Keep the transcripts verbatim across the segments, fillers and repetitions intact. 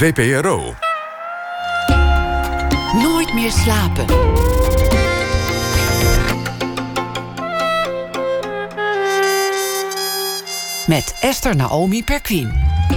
V P R O. Nooit meer slapen. Met Esther Naomi Perquin.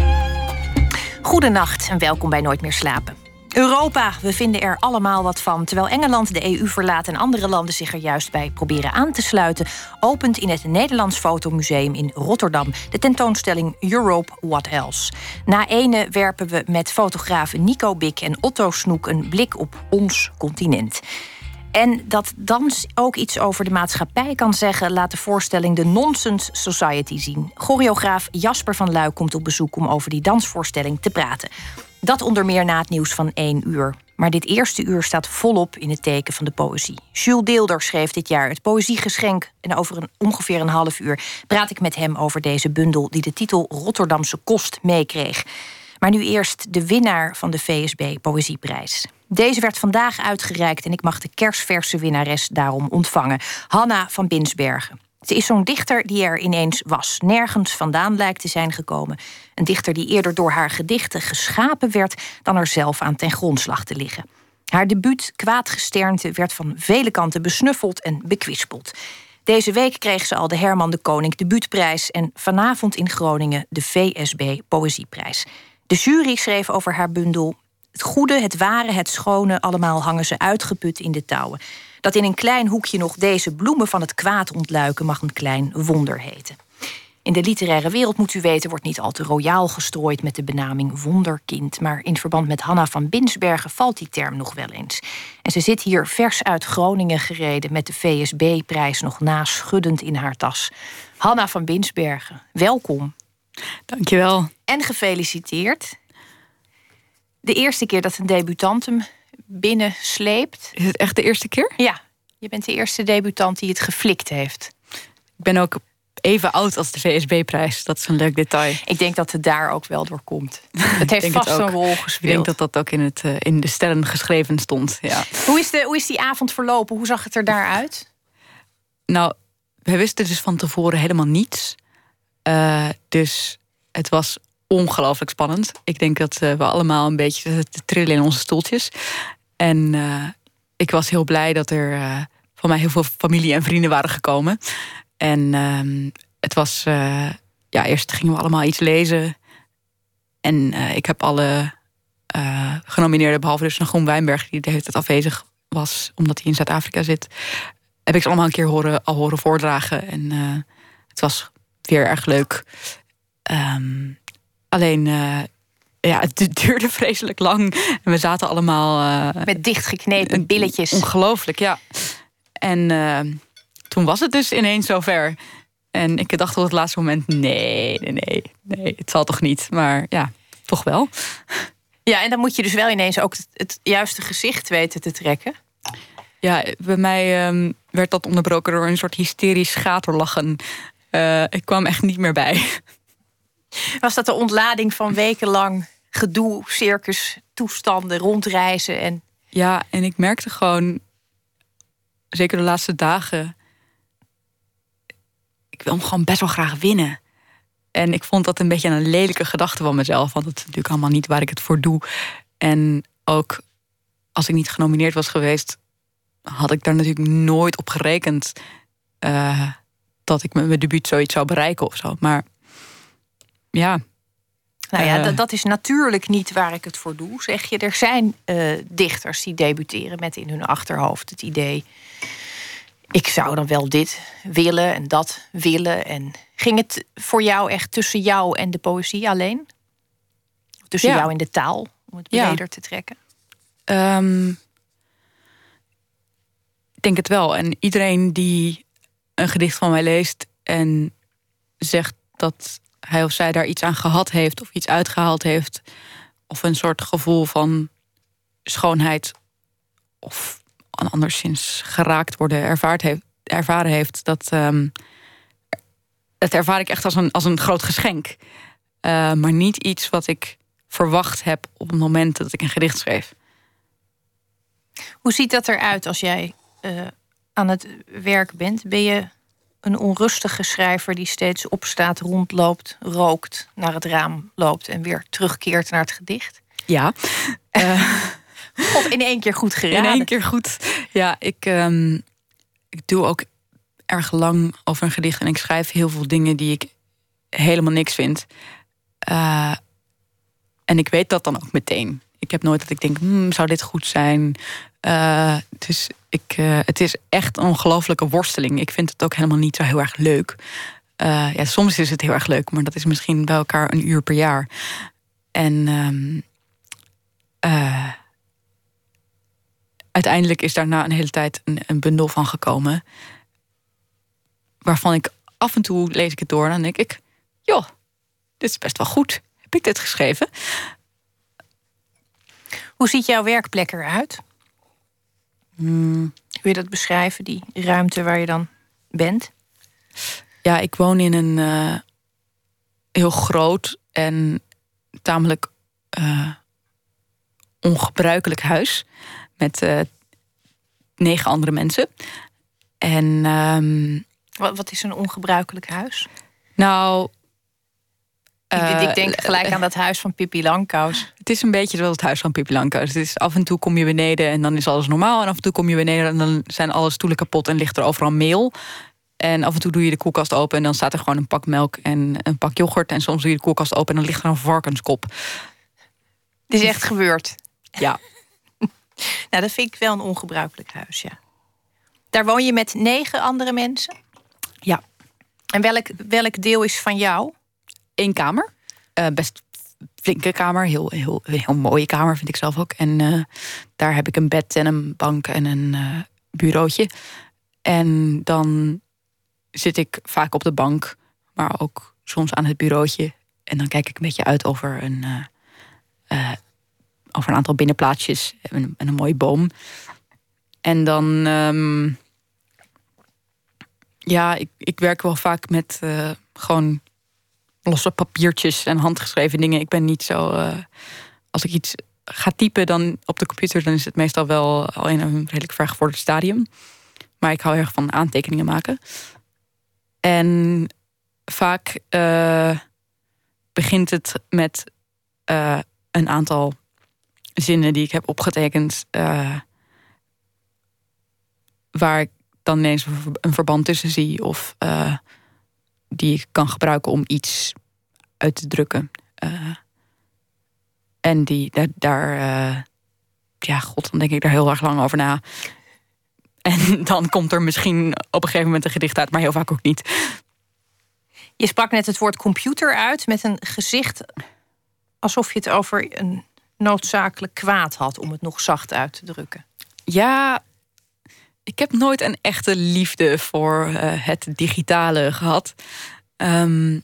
Goedenacht en welkom bij Nooit meer slapen. Europa, we vinden er allemaal wat van. Terwijl Engeland de E U verlaat en andere landen zich er juist bij proberen aan te sluiten, opent in het Nederlands Fotomuseum in Rotterdam de tentoonstelling Europe What Else. Na ene werpen we met fotografen Nico Bik en Otto Snoek een blik op ons continent. En dat dans ook iets over de maatschappij kan zeggen, laat de voorstelling The Nonsense Society zien. Choreograaf Jasper van Luik komt op bezoek om over die dansvoorstelling te praten. Dat onder meer na het nieuws van één uur. Maar dit eerste uur staat volop in het teken van de poëzie. Jules Deelder schreef dit jaar het Poëziegeschenk. En over een, ongeveer een half uur praat ik met hem over deze bundel die de titel Rotterdamse Kost meekreeg. Maar nu eerst de winnaar van de V S B Poëzieprijs. Deze werd vandaag uitgereikt en ik mag de kersverse winnares daarom ontvangen. Hanna van Binsbergen. Ze is zo'n dichter die er ineens was. Nergens vandaan lijkt te zijn gekomen. Een dichter die eerder door haar gedichten geschapen werd dan er zelf aan ten grondslag te liggen. Haar debuut Kwaadgesternte werd van vele kanten besnuffeld en bekwispeld. Deze week kreeg ze al de Herman de Koning debuutprijs en vanavond in Groningen de V S B Poëzieprijs. De jury schreef over haar bundel: het goede, het ware, het schone, allemaal hangen ze uitgeput in de touwen. Dat in een klein hoekje nog deze bloemen van het kwaad ontluiken mag een klein wonder heten. In de literaire wereld, moet u weten, wordt niet al te royaal gestrooid met de benaming wonderkind. Maar in verband met Hanna van Binsbergen valt die term nog wel eens. En ze zit hier vers uit Groningen gereden met de V S B-prijs nog naschuddend in haar tas. Hanna van Binsbergen, welkom. Dankjewel. En gefeliciteerd. De eerste keer dat een debutant hem binnensleept. Is het echt de eerste keer? Ja, je bent de eerste debutant die het geflikt heeft. Ik ben ook even oud als de V S B-prijs. Dat is een leuk detail. Ik denk dat het daar ook wel door komt. Het heeft vast het een rol gespeeld. Ik denk dat dat ook in, het, uh, in de sterren geschreven stond. Ja. Hoe is, de, hoe is die avond verlopen? Hoe zag het er daaruit? Nou, we wisten dus van tevoren helemaal niets. Uh, dus het was ongelooflijk spannend. Ik denk dat uh, we allemaal een beetje te trillen in onze stoeltjes. En uh, ik was heel blij dat er uh, van mij heel veel familie en vrienden waren gekomen. En uh, het was... Uh, ja, eerst gingen we allemaal iets lezen. En uh, ik heb alle uh, genomineerden, behalve dus een Groen Wijnberg, die de hele tijd afwezig was, omdat hij in Zuid-Afrika zit, heb ik ze allemaal een keer horen, al horen voordragen. En uh, het was weer erg leuk. Um, alleen... Uh, Ja, het duurde vreselijk lang. En we zaten allemaal... Uh, Met dichtgeknepen billetjes. Ongelooflijk, ja. En uh, toen was het dus ineens zover. En ik dacht op het laatste moment... nee, nee, nee, nee, het zal toch niet. Maar ja, toch wel. Ja, en dan moet je dus wel ineens ook het, het juiste gezicht weten te trekken. Ja, bij mij um, werd dat onderbroken door een soort hysterisch schaterlachen. Uh, ik kwam echt niet meer bij. Was dat de ontlading van wekenlang gedoe, circus, toestanden, rondreizen? En... Ja, en ik merkte gewoon, zeker de laatste dagen, ik wil hem gewoon best wel graag winnen. En ik vond dat een beetje een lelijke gedachte van mezelf, want dat is natuurlijk allemaal niet waar ik het voor doe. En ook als ik niet genomineerd was geweest, had ik daar natuurlijk nooit op gerekend uh, dat ik met mijn debuut zoiets zou bereiken of zo. Maar ja. Nou ja, uh, d- dat is natuurlijk niet waar ik het voor doe, zeg je. Er zijn uh, dichters die debuteren met in hun achterhoofd het idee, ik zou dan wel dit willen en dat willen. En ging het voor jou echt tussen jou en de poëzie alleen? Tussen ja. jou en de taal, om het breder ja. te trekken? Um, ik denk het wel. En iedereen die een gedicht van mij leest en zegt dat hij of zij daar iets aan gehad heeft of iets uitgehaald heeft, of een soort gevoel van schoonheid of anderszins geraakt worden ervaard heeft, ervaren heeft, dat, um, dat ervaar ik echt als een, als een groot geschenk. Uh, maar niet iets wat ik verwacht heb op het moment dat ik een gedicht schreef. Hoe ziet dat eruit als jij uh, aan het werk bent? Ben je een onrustige schrijver die steeds opstaat, rondloopt, rookt, naar het raam loopt en weer terugkeert naar het gedicht? Ja. Uh, God, in één keer goed geraden. In één keer goed. Ja, ik, um, ik doe ook erg lang over een gedicht en ik schrijf heel veel dingen die ik helemaal niks vind. Uh, en ik weet dat dan ook meteen. Ik heb nooit dat ik denk, hmm, zou dit goed zijn? Uh, dus ik, uh, het is echt een ongelofelijke worsteling. Ik vind het ook helemaal niet zo heel erg leuk. Uh, ja, soms is het heel erg leuk, maar dat is misschien bij elkaar een uur per jaar. En um, uh, uiteindelijk is daarna een hele tijd een, een bundel van gekomen. Waarvan ik af en toe lees ik het door en dan denk ik, joh, dit is best wel goed. Heb ik dit geschreven? Hoe ziet jouw werkplek eruit? Hmm. Kun je dat beschrijven, die ruimte waar je dan bent? Ja, ik woon in een uh, heel groot en tamelijk uh, ongebruikelijk huis. Met uh, negen andere mensen. En um, wat, wat is een ongebruikelijk huis? Nou... Uh, ik, ik denk gelijk aan dat huis van Pippi Langkous. Het is een beetje zoals het huis van Pippi Langkous. Het is af en toe kom je beneden en dan is alles normaal. En af en toe kom je beneden en dan zijn alle stoelen kapot en ligt er overal meel. En af en toe doe je de koelkast open en dan staat er gewoon een pak melk en een pak yoghurt. En soms doe je de koelkast open en dan ligt er een varkenskop. Het is echt gebeurd. Ja. Nou, dat vind ik wel een ongebruikelijk huis, ja. Daar woon je met negen andere mensen? Ja. En welk, welk deel is van jou? Eén kamer. Uh, best flinke kamer. Heel, heel, heel mooie kamer, vind ik zelf ook. En uh, daar heb ik een bed en een bank en een uh, bureautje. En dan zit ik vaak op de bank, maar ook soms aan het bureautje. En dan kijk ik een beetje uit over een, uh, uh, over een aantal binnenplaatsjes en een, en een mooie boom. En dan... Um, ja, ik, ik werk wel vaak met uh, gewoon... losse papiertjes en handgeschreven dingen. Ik ben niet zo... Uh, als ik iets ga typen dan op de computer... dan is het meestal wel al in een redelijk vergevorderd stadium. Maar ik hou erg van aantekeningen maken. En vaak uh, begint het met uh, een aantal zinnen die ik heb opgetekend... Uh, waar ik dan ineens een verband tussen zie... of uh, die ik kan gebruiken om iets uit te drukken. Uh, en die, daar, daar uh, ja, god, dan denk ik daar heel erg lang over na. En dan komt er misschien op een gegeven moment een gedicht uit, maar heel vaak ook niet. Je sprak net het woord computer uit met een gezicht alsof je het over een noodzakelijk kwaad had, om het nog zacht uit te drukken. Ja, ik heb nooit een echte liefde voor uh, het digitale gehad. Um,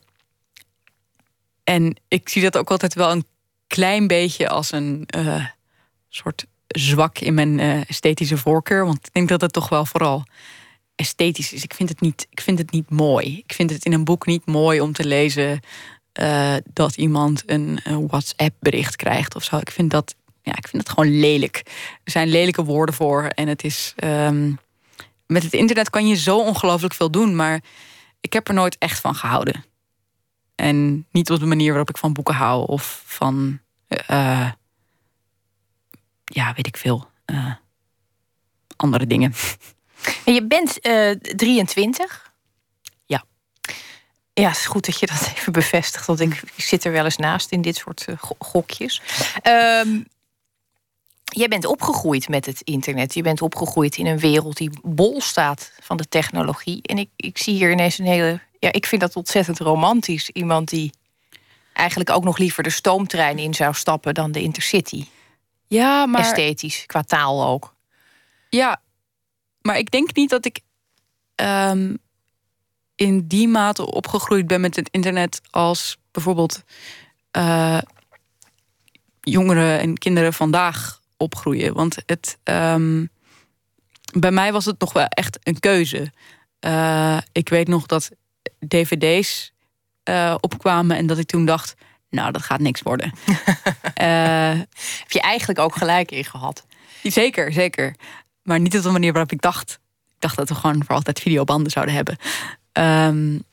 en ik zie dat ook altijd wel een klein beetje als een uh, soort zwak in mijn uh, esthetische voorkeur. Want ik denk dat het toch wel vooral esthetisch is. Ik vind het niet, ik vind het niet mooi. Ik vind het in een boek niet mooi om te lezen uh, dat iemand een, een WhatsApp-bericht krijgt of zo. Ik vind dat, ja, ik vind het gewoon lelijk. Er zijn lelijke woorden voor en het is... Um, met het internet kan je zo ongelooflijk veel doen, maar ik heb er nooit echt van gehouden. En niet op de manier waarop ik van boeken hou of van, uh, ja, weet ik veel, uh, andere dingen. En je bent uh, drieëntwintig? Ja. Ja, het is goed dat je dat even bevestigt, want ik, ik zit er wel eens naast in dit soort uh, gokjes. Um, Jij bent opgegroeid met het internet. Je bent opgegroeid in een wereld die bol staat van de technologie. En ik, ik zie hier ineens een hele... Ja, ik vind dat ontzettend romantisch. Iemand die eigenlijk ook nog liever de stoomtrein in zou stappen dan de Intercity. Ja, maar... Esthetisch, qua taal ook. Ja, maar ik denk niet dat ik um, in die mate opgegroeid ben met het internet als bijvoorbeeld uh, jongeren en kinderen vandaag opgroeien. Want het, um, bij mij was het nog wel echt een keuze. Uh, ik weet nog dat D V D's uh, opkwamen en dat ik toen dacht, nou, dat gaat niks worden. uh, Heb je eigenlijk ook gelijk in gehad? Zeker, zeker. Maar niet op de manier waarop ik dacht. Ik dacht dat we gewoon voor altijd videobanden zouden hebben. Um,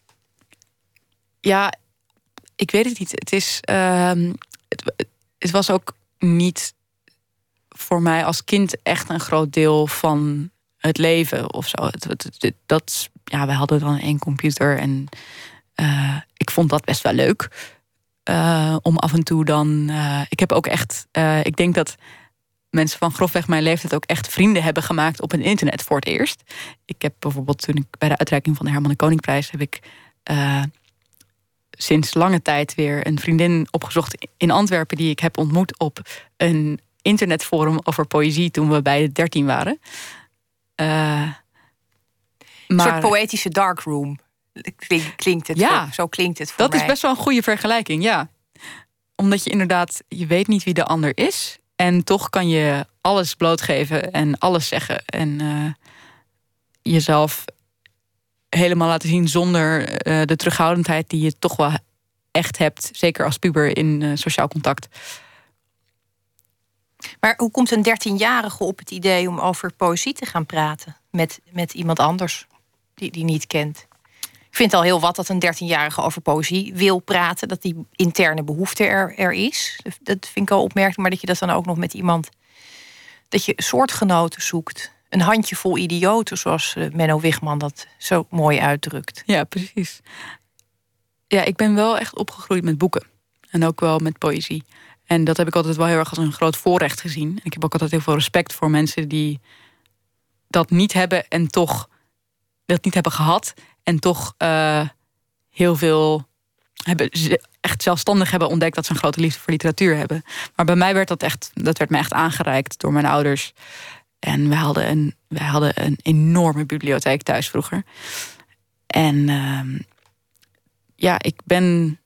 ja, ik weet het niet. Het is, um, het, het was ook niet voor mij als kind echt een groot deel van het leven of zo. Het, het, het, dat, ja, we hadden dan één computer en uh, ik vond dat best wel leuk. Uh, om af en toe dan... Uh, ik heb ook echt... Uh, ik denk dat mensen van grofweg mijn leeftijd ook echt vrienden hebben gemaakt op het internet voor het eerst. Ik heb bijvoorbeeld toen ik bij de uitreiking van de Herman de Koningprijs heb ik uh, sinds lange tijd weer een vriendin opgezocht in Antwerpen die ik heb ontmoet op een internetforum over poëzie toen we bij de dertien waren. Uh, maar, een soort poëtische darkroom. Klink, klinkt het ja, voor, zo klinkt het voor dat mij. is best wel een goede vergelijking, ja. Omdat je inderdaad, je weet niet wie de ander is. En toch kan je alles blootgeven en alles zeggen. En uh, jezelf helemaal laten zien zonder uh, de terughoudendheid die je toch wel echt hebt. Zeker als puber in uh, sociaal contact. Maar hoe komt een dertienjarige op het idee om over poëzie te gaan praten? Met, met iemand anders die die niet kent? Ik vind al heel wat dat een dertienjarige over poëzie wil praten. Dat die interne behoefte er, er is. Dat vind ik al opmerkelijk. Maar dat je dat dan ook nog met iemand... dat je soortgenoten zoekt. Een handjevol idioten, zoals Menno Wichman dat zo mooi uitdrukt. Ja, precies. Ja, ik ben wel echt opgegroeid met boeken. En ook wel met poëzie. En dat heb ik altijd wel heel erg als een groot voorrecht gezien. En ik heb ook altijd heel veel respect voor mensen die dat niet hebben en toch dat niet hebben gehad. En toch uh, heel veel hebben, echt zelfstandig hebben ontdekt dat ze een grote liefde voor literatuur hebben. Maar bij mij werd dat echt, dat werd me echt aangereikt door mijn ouders. En wij hadden een, wij hadden een enorme bibliotheek thuis vroeger. En uh, ja, ik ben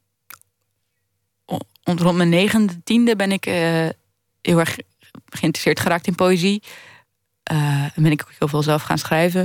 rond mijn negende, tiende ben ik uh, heel erg geïnteresseerd geraakt in poëzie. Uh, ben ik ook heel veel zelf gaan schrijven.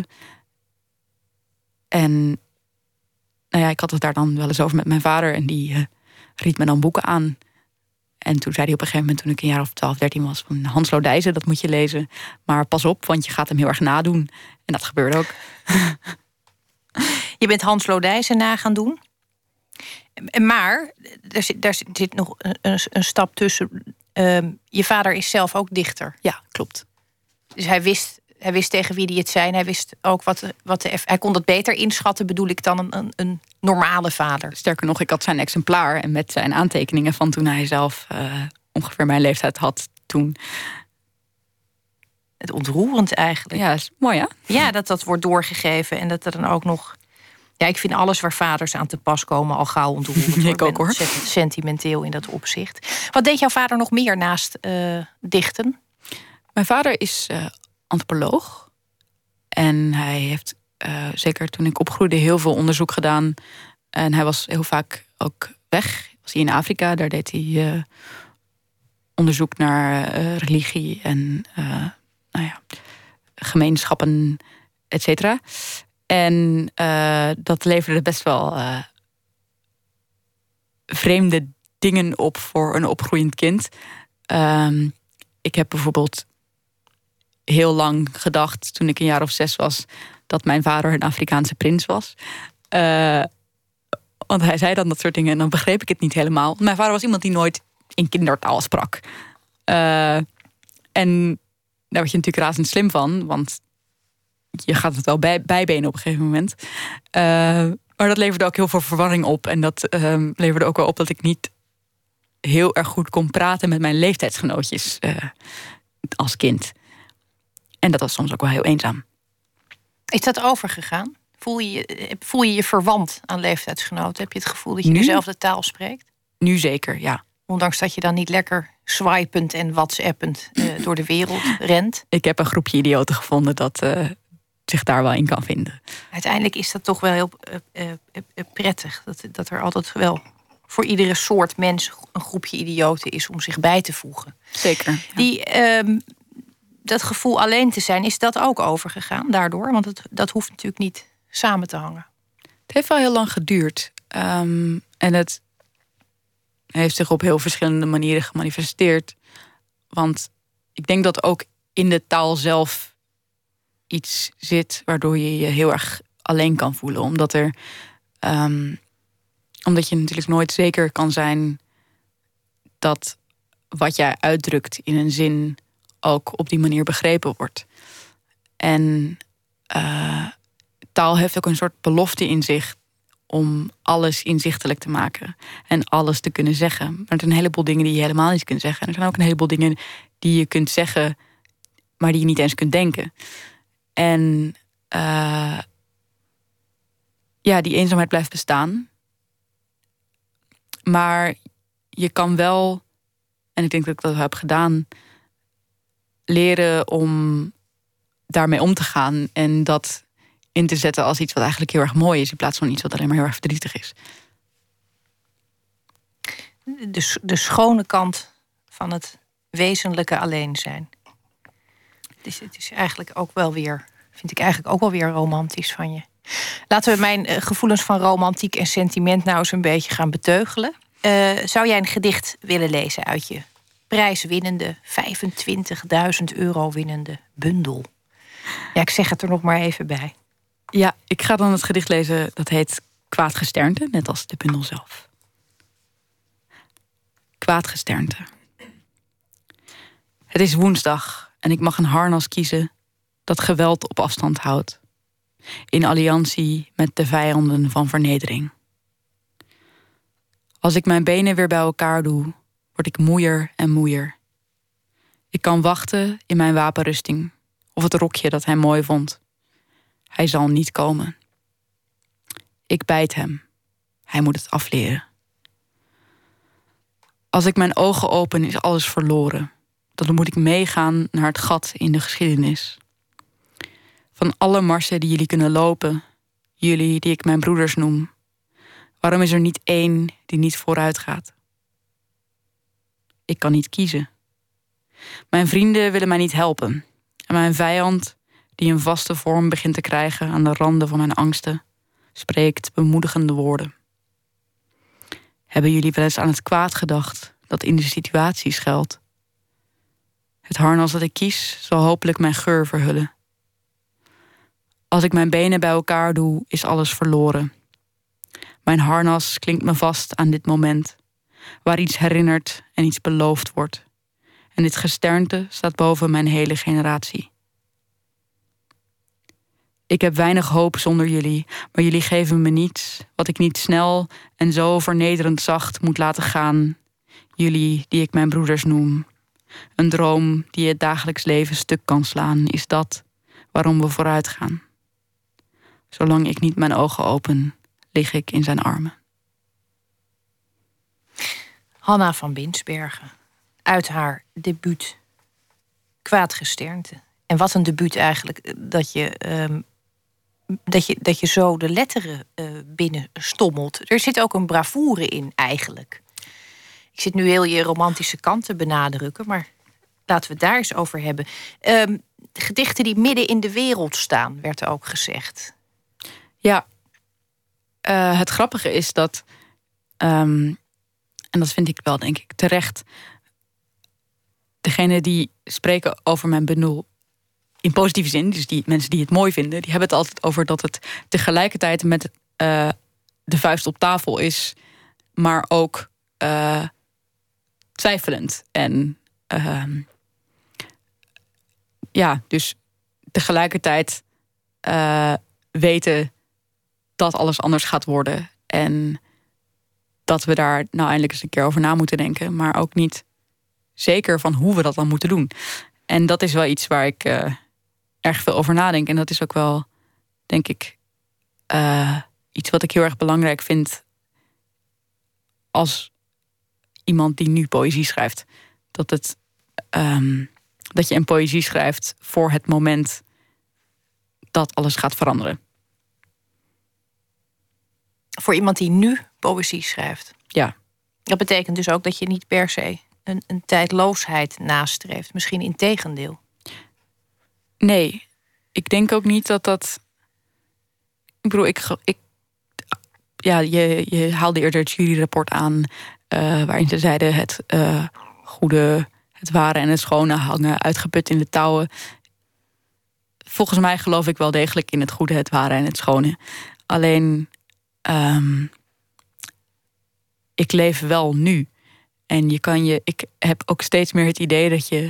En nou ja, ik had het daar dan wel eens over met mijn vader. En die uh, ried me dan boeken aan. En toen zei hij op een gegeven moment, toen ik een jaar of twaalf, dertien was, van Hans Lodijzen, dat moet je lezen. Maar pas op, want je gaat hem heel erg nadoen. En dat gebeurde ook. Je bent Hans Lodijzen na gaan doen. Maar er zit, daar zit nog een, een stap tussen. Uh, je vader is zelf ook dichter. Ja, klopt. Dus hij wist, hij wist tegen wie hij het zei. Hij wist ook wat, wat de, hij kon dat beter inschatten, bedoel ik, dan een, een, een normale vader. Sterker nog, ik had zijn exemplaar en met zijn aantekeningen van toen hij zelf uh, ongeveer mijn leeftijd had toen. Het ontroerend eigenlijk. Ja, is mooi, hè? Ja, dat dat wordt doorgegeven en dat er dan ook nog. Ja, ik vind alles waar vaders aan te pas komen al gauw ontroerend. Ik ook, hoor. Ontzettend sentimenteel in dat opzicht. Wat deed jouw vader nog meer naast uh, dichten? Mijn vader is uh, antropoloog. En hij heeft, uh, zeker toen ik opgroeide, heel veel onderzoek gedaan. En hij was heel vaak ook weg. Was hij in Afrika, daar deed hij uh, onderzoek naar uh, religie en uh, nou ja, gemeenschappen, et cetera. En uh, dat leverde best wel uh, vreemde dingen op voor een opgroeiend kind. Um, ik heb bijvoorbeeld heel lang gedacht, toen ik een jaar of zes was, dat mijn vader een Afrikaanse prins was. Uh, want hij zei dan dat soort dingen en dan begreep ik het niet helemaal. Mijn vader was iemand die nooit in kindertaal sprak. Uh, en daar word je natuurlijk razend slim van, want je gaat het wel bij, bijbenen op een gegeven moment. Uh, maar dat leverde ook heel veel verwarring op. En dat uh, leverde ook wel op dat ik niet heel erg goed kon praten met mijn leeftijdsgenootjes uh, als kind. En dat was soms ook wel heel eenzaam. Is dat overgegaan? Voel je je, voel je je verwant aan leeftijdsgenoten? Heb je het gevoel dat je nu, dezelfde taal spreekt? Nu zeker, ja. Ondanks dat je dan niet lekker swipend en whatsappend uh, door de wereld rent. Ik heb een groepje idioten gevonden dat uh, zich daar wel in kan vinden. Uiteindelijk is dat toch wel heel uh, uh, uh, prettig. Dat, dat er altijd wel voor iedere soort mens een groepje idioten is om zich bij te voegen. Zeker. Ja. Die, uh, dat gevoel alleen te zijn, is dat ook overgegaan daardoor? Want het, dat hoeft natuurlijk niet samen te hangen. Het heeft wel heel lang geduurd. Um, en het heeft zich op heel verschillende manieren gemanifesteerd. Want ik denk dat ook in de taal zelf iets zit waardoor je je heel erg alleen kan voelen. Omdat er, um, omdat je natuurlijk nooit zeker kan zijn dat wat jij uitdrukt in een zin ook op die manier begrepen wordt. En uh, taal heeft ook een soort belofte in zich om alles inzichtelijk te maken en alles te kunnen zeggen. Maar er zijn een heleboel dingen die je helemaal niet kunt zeggen. En er zijn ook een heleboel dingen die je kunt zeggen, maar die je niet eens kunt denken. En uh, ja, die eenzaamheid blijft bestaan. Maar je kan wel, en ik denk dat ik dat heb gedaan, leren om daarmee om te gaan en dat in te zetten als iets wat eigenlijk heel erg mooi is, in plaats van iets wat alleen maar heel erg verdrietig is. De, de schone kant van het wezenlijke alleen zijn. Het is, het is eigenlijk ook wel weer, vind ik eigenlijk ook wel weer romantisch van je. Laten we mijn uh, gevoelens van romantiek en sentiment nou eens een beetje gaan beteugelen. Uh, zou jij een gedicht willen lezen uit je prijswinnende, vijfentwintigduizend euro winnende bundel? Ja, ik zeg het er nog maar even bij. Ja, ik ga dan het gedicht lezen, dat heet Kwaadgesternte, net als de bundel zelf. Kwaadgesternte. Het is woensdag en ik mag een harnas kiezen dat geweld op afstand houdt, in alliantie met de vijanden van vernedering. Als ik mijn benen weer bij elkaar doe, word ik moeier en moeier. Ik kan wachten in mijn wapenrusting of het rokje dat hij mooi vond. Hij zal niet komen. Ik bijt hem. Hij moet het afleren. Als ik mijn ogen open, is alles verloren. Dan moet ik meegaan naar het gat in de geschiedenis. Van alle marsen die jullie kunnen lopen, jullie die ik mijn broeders noem, waarom is er niet één die niet vooruit gaat? Ik kan niet kiezen. Mijn vrienden willen mij niet helpen. En mijn vijand, die een vaste vorm begint te krijgen aan de randen van mijn angsten, spreekt bemoedigende woorden. Hebben jullie wel eens aan het kwaad gedacht dat in de situatie schuilt? Het harnas dat ik kies zal hopelijk mijn geur verhullen. Als ik mijn benen bij elkaar doe, is alles verloren. Mijn harnas klinkt me vast aan dit moment, waar iets herinnerd en iets beloofd wordt. En dit gesternte staat boven mijn hele generatie. Ik heb weinig hoop zonder jullie, maar jullie geven me niets wat ik niet snel en zo vernederend zacht moet laten gaan. Jullie die ik mijn broeders noem. Een droom die het dagelijks leven stuk kan slaan, is dat waarom we vooruit gaan. Zolang ik niet mijn ogen open, lig ik in zijn armen. Hanna van Binsbergen, uit haar debuut Kwaadgesternte. En wat een debuut eigenlijk, dat je, um, dat je, dat je zo de letteren uh, binnenstommelt. Er zit ook een bravoure in eigenlijk. Ik zit nu heel je romantische kant te benadrukken, maar laten we het daar eens over hebben. Um, gedichten die midden in de wereld staan, werd ook gezegd. Ja, uh, het grappige is dat, um, en dat vind ik wel, denk ik, terecht, degene die spreken over mijn bundel in positieve zin, dus die mensen die het mooi vinden, die hebben het altijd over dat het tegelijkertijd met uh, de vuist op tafel is, maar ook uh, twijfelend. En uh, ja, dus tegelijkertijd uh, weten dat alles anders gaat worden en dat we daar nou eindelijk eens een keer over na moeten denken, maar ook niet zeker van hoe we dat dan moeten doen. En dat is wel iets waar ik uh, erg veel over nadenk. En dat is ook wel, denk ik, uh, iets wat ik heel erg belangrijk vind als iemand die nu poëzie schrijft. Dat, het, um, dat je een poëzie schrijft voor het moment dat alles gaat veranderen. Voor iemand die nu poëzie schrijft? Ja. Dat betekent dus ook dat je niet per se een, een tijdloosheid nastreeft. Misschien integendeel. Nee, ik denk ook niet dat dat... Ik bedoel, ik... ik ja, je, je haalde eerder het juryrapport aan, Uh, waarin ze zeiden het uh, goede, het ware en het schone hangen uitgeput in de touwen. Volgens mij geloof ik wel degelijk in het goede, het ware en het schone. Alleen, um, ik leef wel nu. En je kan je. Ik heb ook steeds meer het idee dat je.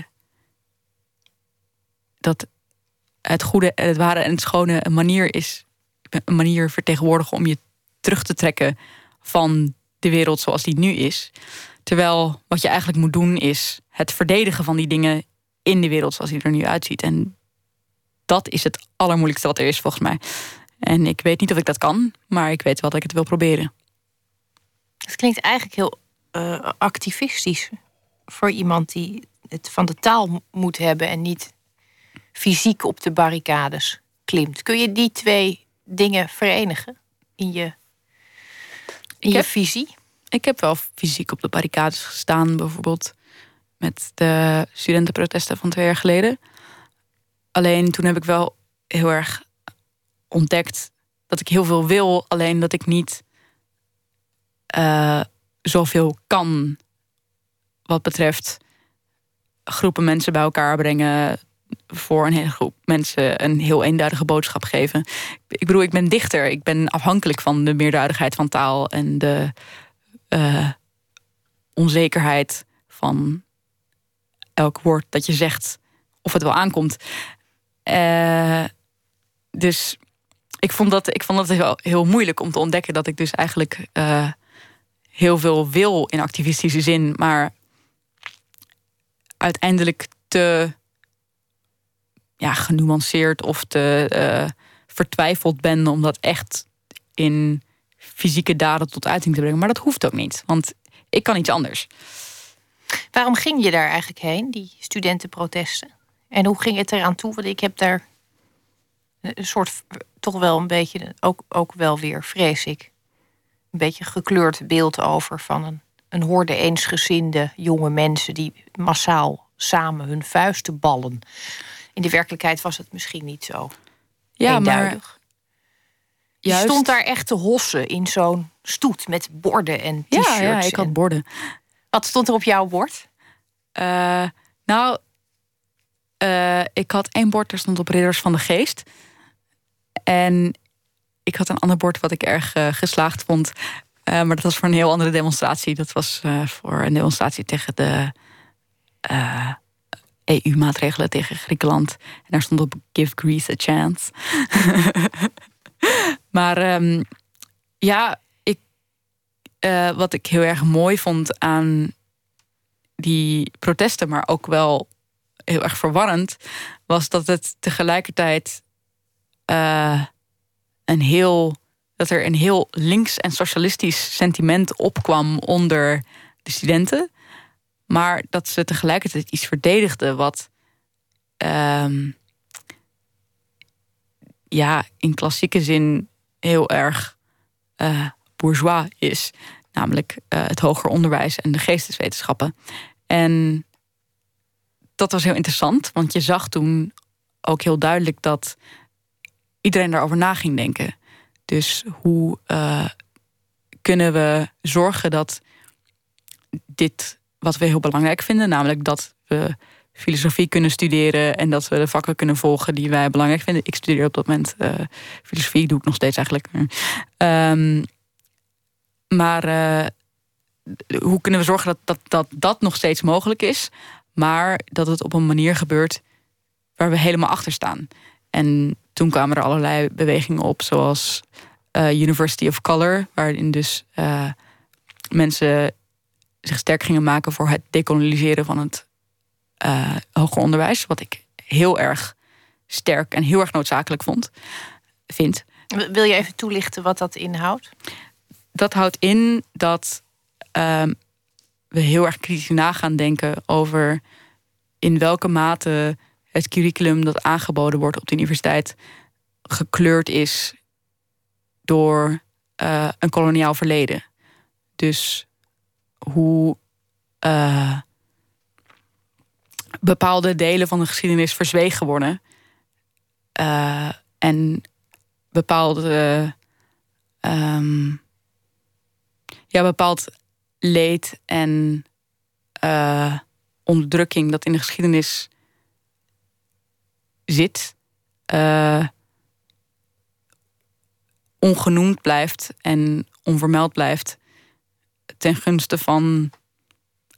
Dat het goede, het ware en het schone een manier is. Een manier vertegenwoordigen om je terug te trekken van de wereld zoals die nu is. Terwijl wat je eigenlijk moet doen is het verdedigen van die dingen in de wereld zoals die er nu uitziet. En dat is het allermoeilijkste wat er is volgens mij. En ik weet niet of ik dat kan, maar ik weet wel dat ik het wil proberen. Het klinkt eigenlijk heel uh, activistisch voor iemand die het van de taal moet hebben en niet fysiek op de barricades klimt. Kun je die twee dingen verenigen in je, in je heb, visie? Ik heb wel fysiek op de barricades gestaan, bijvoorbeeld met de studentenprotesten van twee jaar geleden. Alleen toen heb ik wel heel erg ontdekt dat ik heel veel wil, alleen dat ik niet uh, zoveel kan wat betreft groepen mensen bij elkaar brengen, voor een hele groep mensen een heel eenduidige boodschap geven. Ik bedoel, ik ben dichter. Ik ben afhankelijk van de meerduidigheid van taal en de uh, onzekerheid van elk woord dat je zegt, of het wel aankomt. Uh, dus ik vond dat, ik vond dat heel, heel moeilijk om te ontdekken dat ik dus eigenlijk uh, heel veel wil in activistische zin, maar uiteindelijk te ja, genuanceerd of te uh, vertwijfeld ben om dat echt in fysieke daden tot uiting te brengen. Maar dat hoeft ook niet, want ik kan iets anders. Waarom ging je daar eigenlijk heen, die studentenprotesten? En hoe ging het eraan toe? Want ik heb daar een soort, toch wel een beetje, ook, ook wel weer, vrees ik, een beetje gekleurd beeld over van een, een horde eensgezinde jonge mensen die massaal samen hun vuisten ballen. In de werkelijkheid was het misschien niet zo ja, eenduidig. Maar je juist stond daar echt te hossen in zo'n stoet met borden en t-shirts. Ja, ja ik had borden. Wat stond er op jouw bord? Uh, nou, uh, ik had één bord, er stond op Ridders van de Geest. En ik had een ander bord wat ik erg uh, geslaagd vond. Uh, maar dat was voor een heel andere demonstratie. Dat was uh, voor een demonstratie tegen de uh, E U-maatregelen tegen Griekenland. En daar stond op Give Greece a Chance. Maar um, ja, ik, uh, wat ik heel erg mooi vond aan die protesten, maar ook wel heel erg verwarrend, was dat het tegelijkertijd uh, een heel, dat er een heel links en socialistisch sentiment opkwam onder de studenten, maar dat ze tegelijkertijd iets verdedigden wat um, ja, in klassieke zin heel erg uh, bourgeois is. Namelijk uh, het hoger onderwijs en de geesteswetenschappen. En dat was heel interessant, want je zag toen ook heel duidelijk dat iedereen daarover na ging denken. Dus hoe uh, kunnen we zorgen dat dit, wat we heel belangrijk vinden, namelijk dat we filosofie kunnen studeren en dat we de vakken kunnen volgen die wij belangrijk vinden. Ik studeer op dat moment uh, filosofie, doe ik nog steeds eigenlijk. Um, maar uh, hoe kunnen we zorgen dat dat, dat dat nog steeds mogelijk is, maar dat het op een manier gebeurt waar we helemaal achter staan. En toen kwamen er allerlei bewegingen op, zoals uh, University of Color, waarin dus uh, mensen zich sterk gingen maken voor het dekoloniseren van het Uh, hoger onderwijs, wat ik heel erg sterk en heel erg noodzakelijk vond, vind. Wil je even toelichten wat dat inhoudt? Dat houdt in dat uh, we heel erg kritisch na gaan denken over in welke mate het curriculum dat aangeboden wordt op de universiteit gekleurd is door uh, een koloniaal verleden. Dus hoe uh, bepaalde delen van de geschiedenis verzwegen worden. Uh, en bepaalde uh, um, ja, bepaald leed en uh, onderdrukking dat in de geschiedenis zit, uh, ongenoemd blijft en onvermeld blijft ten gunste van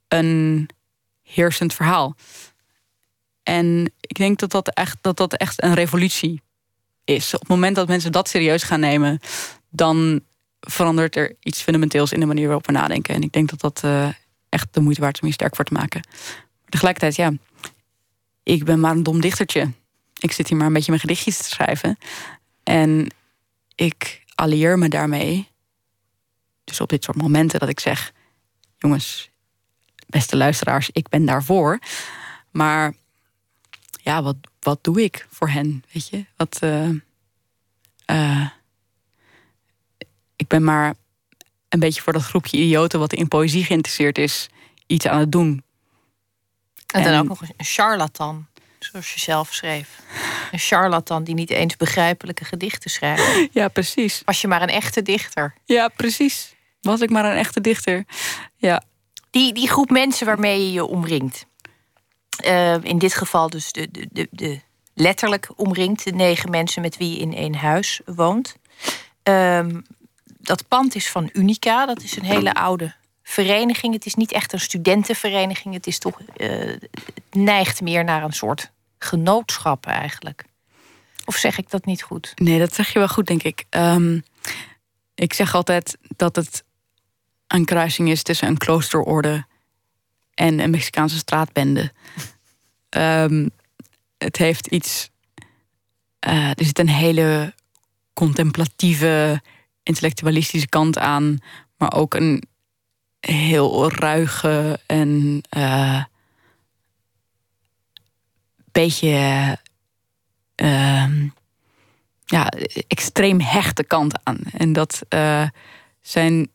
een heersend verhaal. En ik denk dat dat echt, dat dat echt een revolutie is. Op het moment dat mensen dat serieus gaan nemen, dan verandert er iets fundamenteels in de manier waarop we nadenken. En ik denk dat dat uh, echt de moeite waard is om je sterk voor te maken. Maar tegelijkertijd, ja, ik ben maar een dom dichtertje. Ik zit hier maar een beetje mijn gedichtjes te schrijven. En ik allieer me daarmee. Dus op dit soort momenten dat ik zeg, jongens, beste luisteraars, ik ben daarvoor. Maar ja, wat, wat doe ik voor hen, weet je? Wat, uh, uh, ik ben maar een beetje voor dat groepje idioten wat in poëzie geïnteresseerd is, iets aan het doen. En dan en, ook nog een charlatan, zoals je zelf schreef. Een charlatan die niet eens begrijpelijke gedichten schrijft. Ja, precies. Was je maar een echte dichter. Ja, precies. Was ik maar een echte dichter. Ja. Die, die groep mensen waarmee je je omringt. Uh, in dit geval dus de, de, de, de letterlijk omringt. De negen mensen met wie je in één huis woont. Uh, dat pand is van Unica. Dat is een hele oude vereniging. Het is niet echt een studentenvereniging. Het is toch, uh, het neigt meer naar een soort genootschap eigenlijk. Of zeg ik dat niet goed? Nee, dat zeg je wel goed, denk ik. Um, ik zeg altijd dat het een kruising is tussen een kloosterorde en een Mexicaanse straatbende. um, het heeft iets. Uh, er zit een hele contemplatieve, intellectualistische kant aan, maar ook een heel ruige en uh, beetje uh, ja, extreem hechte kant aan. En dat uh, zijn.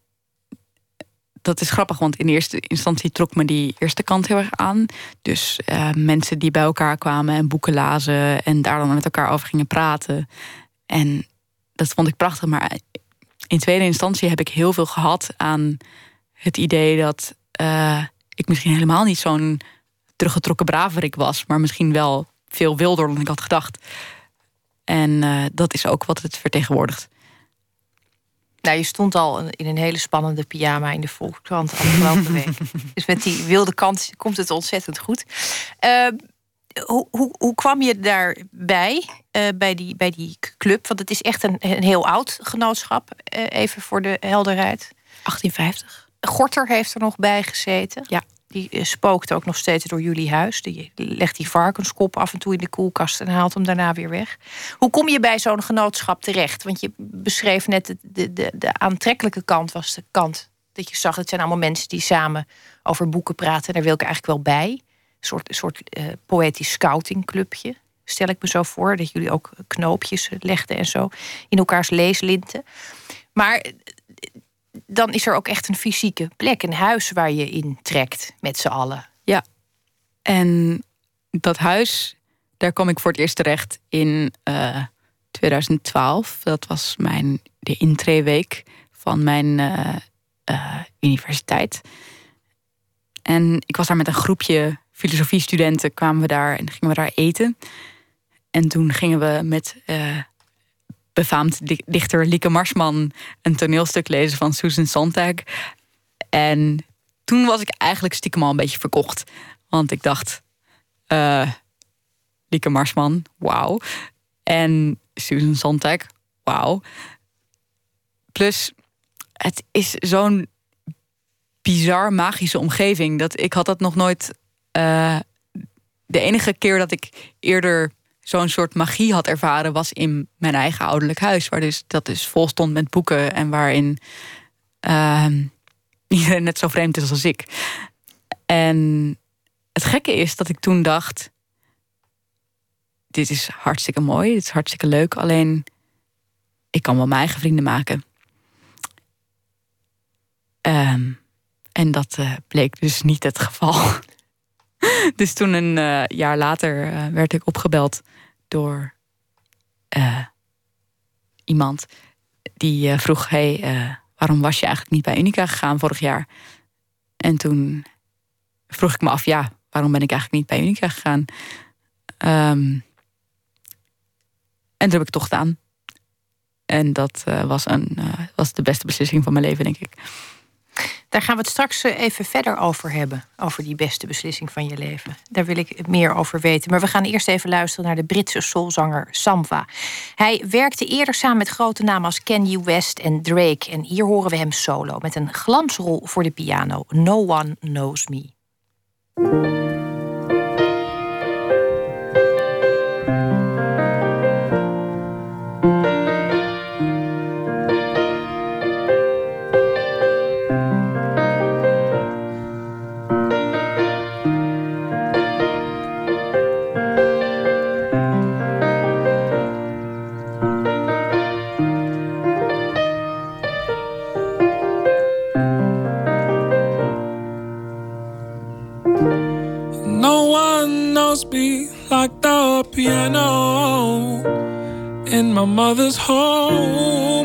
Dat is grappig, want in eerste instantie trok me die eerste kant heel erg aan. Dus uh, mensen die bij elkaar kwamen en boeken lazen en daar dan met elkaar over gingen praten. En dat vond ik prachtig. Maar in tweede instantie heb ik heel veel gehad aan het idee dat uh, ik misschien helemaal niet zo'n teruggetrokken braverik was, maar misschien wel veel wilder dan ik had gedacht. En uh, dat is ook wat het vertegenwoordigt. Nou, je stond al in een hele spannende pyjama in de Volkskrant afgelopen week. Dus met die wilde kant komt het ontzettend goed. Uh, hoe, hoe, hoe kwam je daarbij, uh, bij, die, bij die club? Want het is echt een, een heel oud genootschap, uh, even voor de helderheid. achttien vijftig. Gorter heeft er nog bij gezeten. Ja. Die uh, spookt ook nog steeds door jullie huis. Die legt die varkenskop af en toe in de koelkast en haalt hem daarna weer weg. Hoe kom je bij zo'n genootschap terecht? Want je beschreef net de, de, de, de aantrekkelijke kant was de kant dat je zag. Het zijn allemaal mensen die samen over boeken praten. En daar wil ik eigenlijk wel bij. Een soort, een soort uh, poëtisch scoutingclubje. Stel ik me zo voor. Dat jullie ook knoopjes legden en zo. In elkaars leeslinten. Maar dan is er ook echt een fysieke plek. Een huis waar je in trekt met z'n allen. Ja. En dat huis, daar kwam ik voor het eerst terecht in uh, twintig twaalf. Dat was mijn, de intreeweek van mijn uh, uh, universiteit. En ik was daar met een groepje filosofiestudenten. Kwamen we daar en gingen we daar eten. En toen gingen we met Uh, befaamd dichter Lieke Marsman een toneelstuk lezen van Susan Sontag. En toen was ik eigenlijk stiekem al een beetje verkocht. Want ik dacht, uh, Lieke Marsman, wauw. En Susan Sontag, wauw. Plus, het is zo'n bizar magische omgeving dat ik had dat nog nooit. Uh, de enige keer dat ik eerder zo'n soort magie had ervaren was in mijn eigen ouderlijk huis, waar dus dat dus vol stond met boeken en waarin uh, iedereen net zo vreemd is als ik. En het gekke is dat ik toen dacht, dit is hartstikke mooi, dit is hartstikke leuk, alleen ik kan wel mijn eigen vrienden maken. Um, en dat uh, bleek dus niet het geval. Dus toen een uh, jaar later uh, werd ik opgebeld door uh, iemand die uh, vroeg, hey, uh, waarom was je eigenlijk niet bij Unica gegaan vorig jaar? En toen vroeg ik me af, ja, waarom ben ik eigenlijk niet bij Unica gegaan? Um, en dat heb ik toch gedaan. En dat uh, was, een, uh, was de beste beslissing van mijn leven, denk ik. Daar gaan we het straks even verder over hebben. Over die beste beslissing van je leven. Daar wil ik meer over weten. Maar we gaan eerst even luisteren naar de Britse soulzanger Sampha. Hij werkte eerder samen met grote namen als Kanye West en Drake. En hier horen we hem solo met een glansrol voor de piano. No One Knows Me. Me like the piano in my mother's home.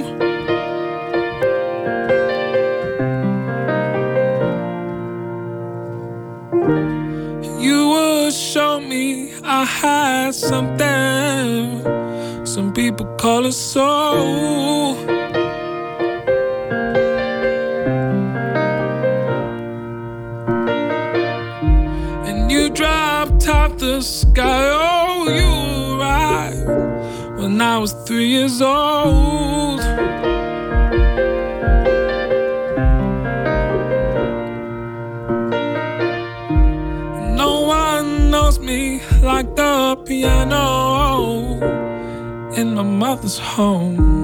You would show me I had something some people call a soul. And you dropped out the sky, oh, you arrived when I was three years old. No one knows me like the piano in my mother's home.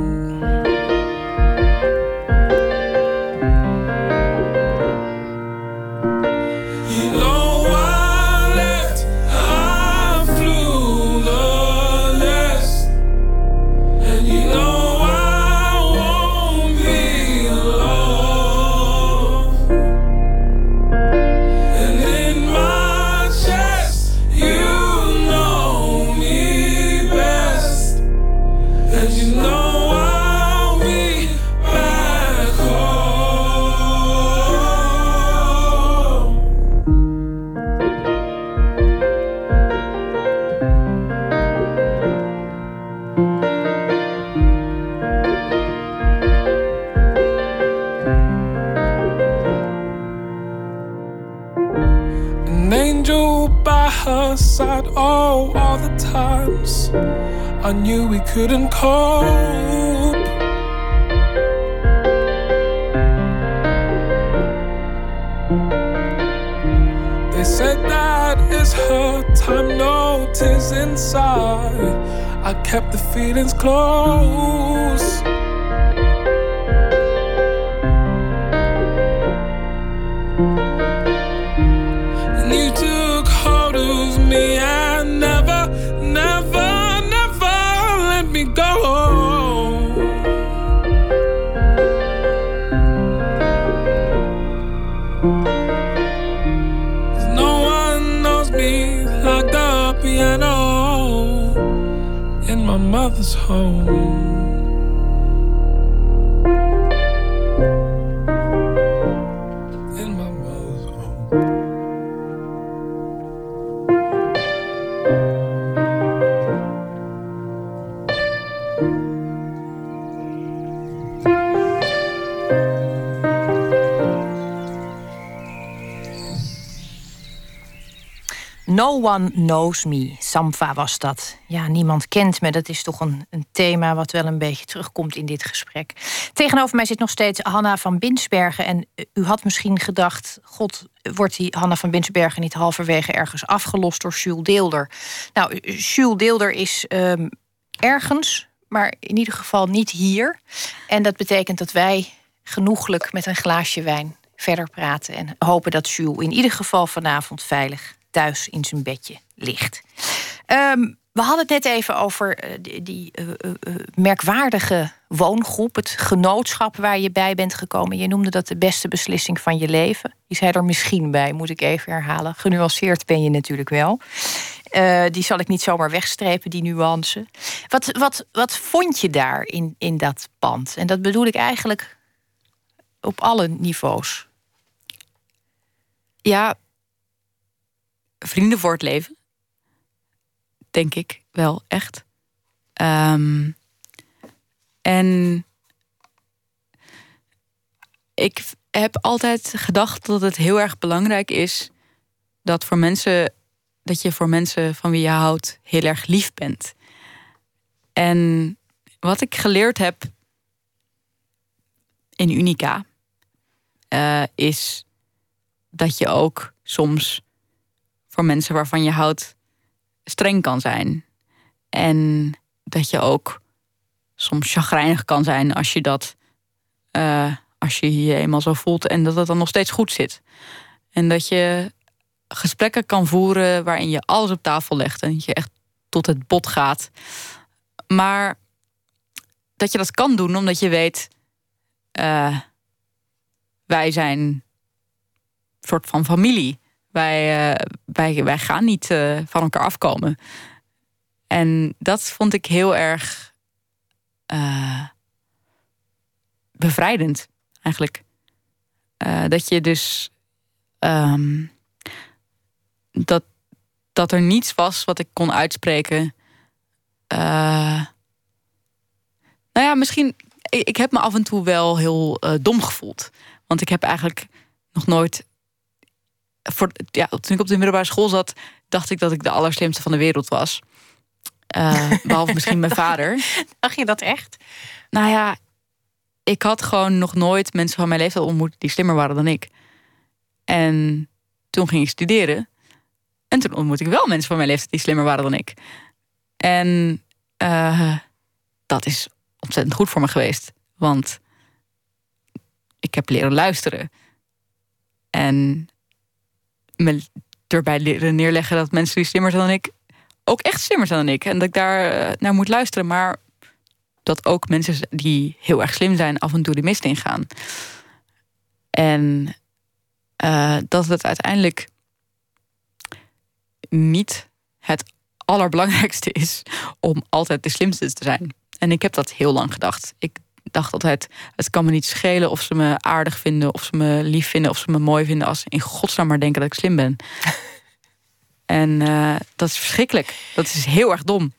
Side, oh, all the times I knew we couldn't cope. They said that is her time, no tears inside. I kept the feelings close. And you took hold of me and never, never, never let me go. No one knows me like the piano in my mother's home. No One Knows Me, Sampha was dat. Ja, niemand kent me. Dat is toch een, een thema wat wel een beetje terugkomt in dit gesprek. Tegenover mij zit nog steeds Hanna van Binsbergen. En u had misschien gedacht, god, wordt die Hanna van Binsbergen niet halverwege ergens afgelost door Jules Deelder? Nou, Jules Deelder is um, ergens, maar in ieder geval niet hier. En dat betekent dat wij genoeglijk met een glaasje wijn verder praten. En hopen dat Jules in ieder geval vanavond veilig thuis in zijn bedje ligt. Um, we hadden het net even over uh, die, die uh, uh, merkwaardige woongroep, het genootschap waar je bij bent gekomen. Je noemde dat de beste beslissing van je leven. Die zei er misschien bij, moet ik even herhalen. Genuanceerd ben je natuurlijk wel. Uh, die zal ik niet zomaar wegstrepen, die nuance. Wat, wat, wat vond je daar in, in dat pand? En dat bedoel ik eigenlijk op alle niveaus. Ja, vrienden voor het leven. Denk ik wel, echt. Um, en ik, heb altijd gedacht dat het heel erg belangrijk is dat voor mensen, dat je voor mensen van wie je houdt heel erg lief bent. En wat ik geleerd heb in Unica uh, is dat je ook soms voor mensen waarvan je houdt streng kan zijn. En dat je ook soms chagrijnig kan zijn als je dat uh, als je je eenmaal zo voelt en dat het dan nog steeds goed zit. En dat je gesprekken kan voeren waarin je alles op tafel legt en dat je echt tot het bot gaat. Maar dat je dat kan doen omdat je weet, uh, wij zijn een soort van familie. Wij, uh, wij, wij gaan niet uh, van elkaar afkomen. En dat vond ik heel erg uh, bevrijdend, eigenlijk. Uh, dat je dus um, dat, dat er niets was wat ik kon uitspreken. Uh, nou ja, misschien. Ik, ik heb me af en toe wel heel uh, dom gevoeld. Want ik heb eigenlijk nog nooit. Voor, ja, toen ik op de middelbare school zat, dacht ik dat ik de allerslimste van de wereld was. Uh, behalve misschien mijn vader. Dacht je dat echt? Nou ja, ik had gewoon nog nooit mensen van mijn leeftijd ontmoet die slimmer waren dan ik. En toen ging ik studeren. En toen ontmoette ik wel mensen van mijn leeftijd die slimmer waren dan ik. En uh, dat is ontzettend goed voor me geweest. Want ik heb leren luisteren. En me erbij leren neerleggen dat mensen die slimmer zijn dan ik ook echt slimmer zijn dan ik. En dat ik daar naar moet luisteren. Maar dat ook mensen die heel erg slim zijn af en toe de mist ingaan. En uh, dat het uiteindelijk niet het allerbelangrijkste is om altijd de slimste te zijn. En ik heb dat heel lang gedacht. Ik dacht altijd, het kan me niet schelen of ze me aardig vinden, of ze me lief vinden, of ze me mooi vinden, als ze in godsnaam maar denken dat ik slim ben. En uh, dat is verschrikkelijk. Dat is heel erg dom.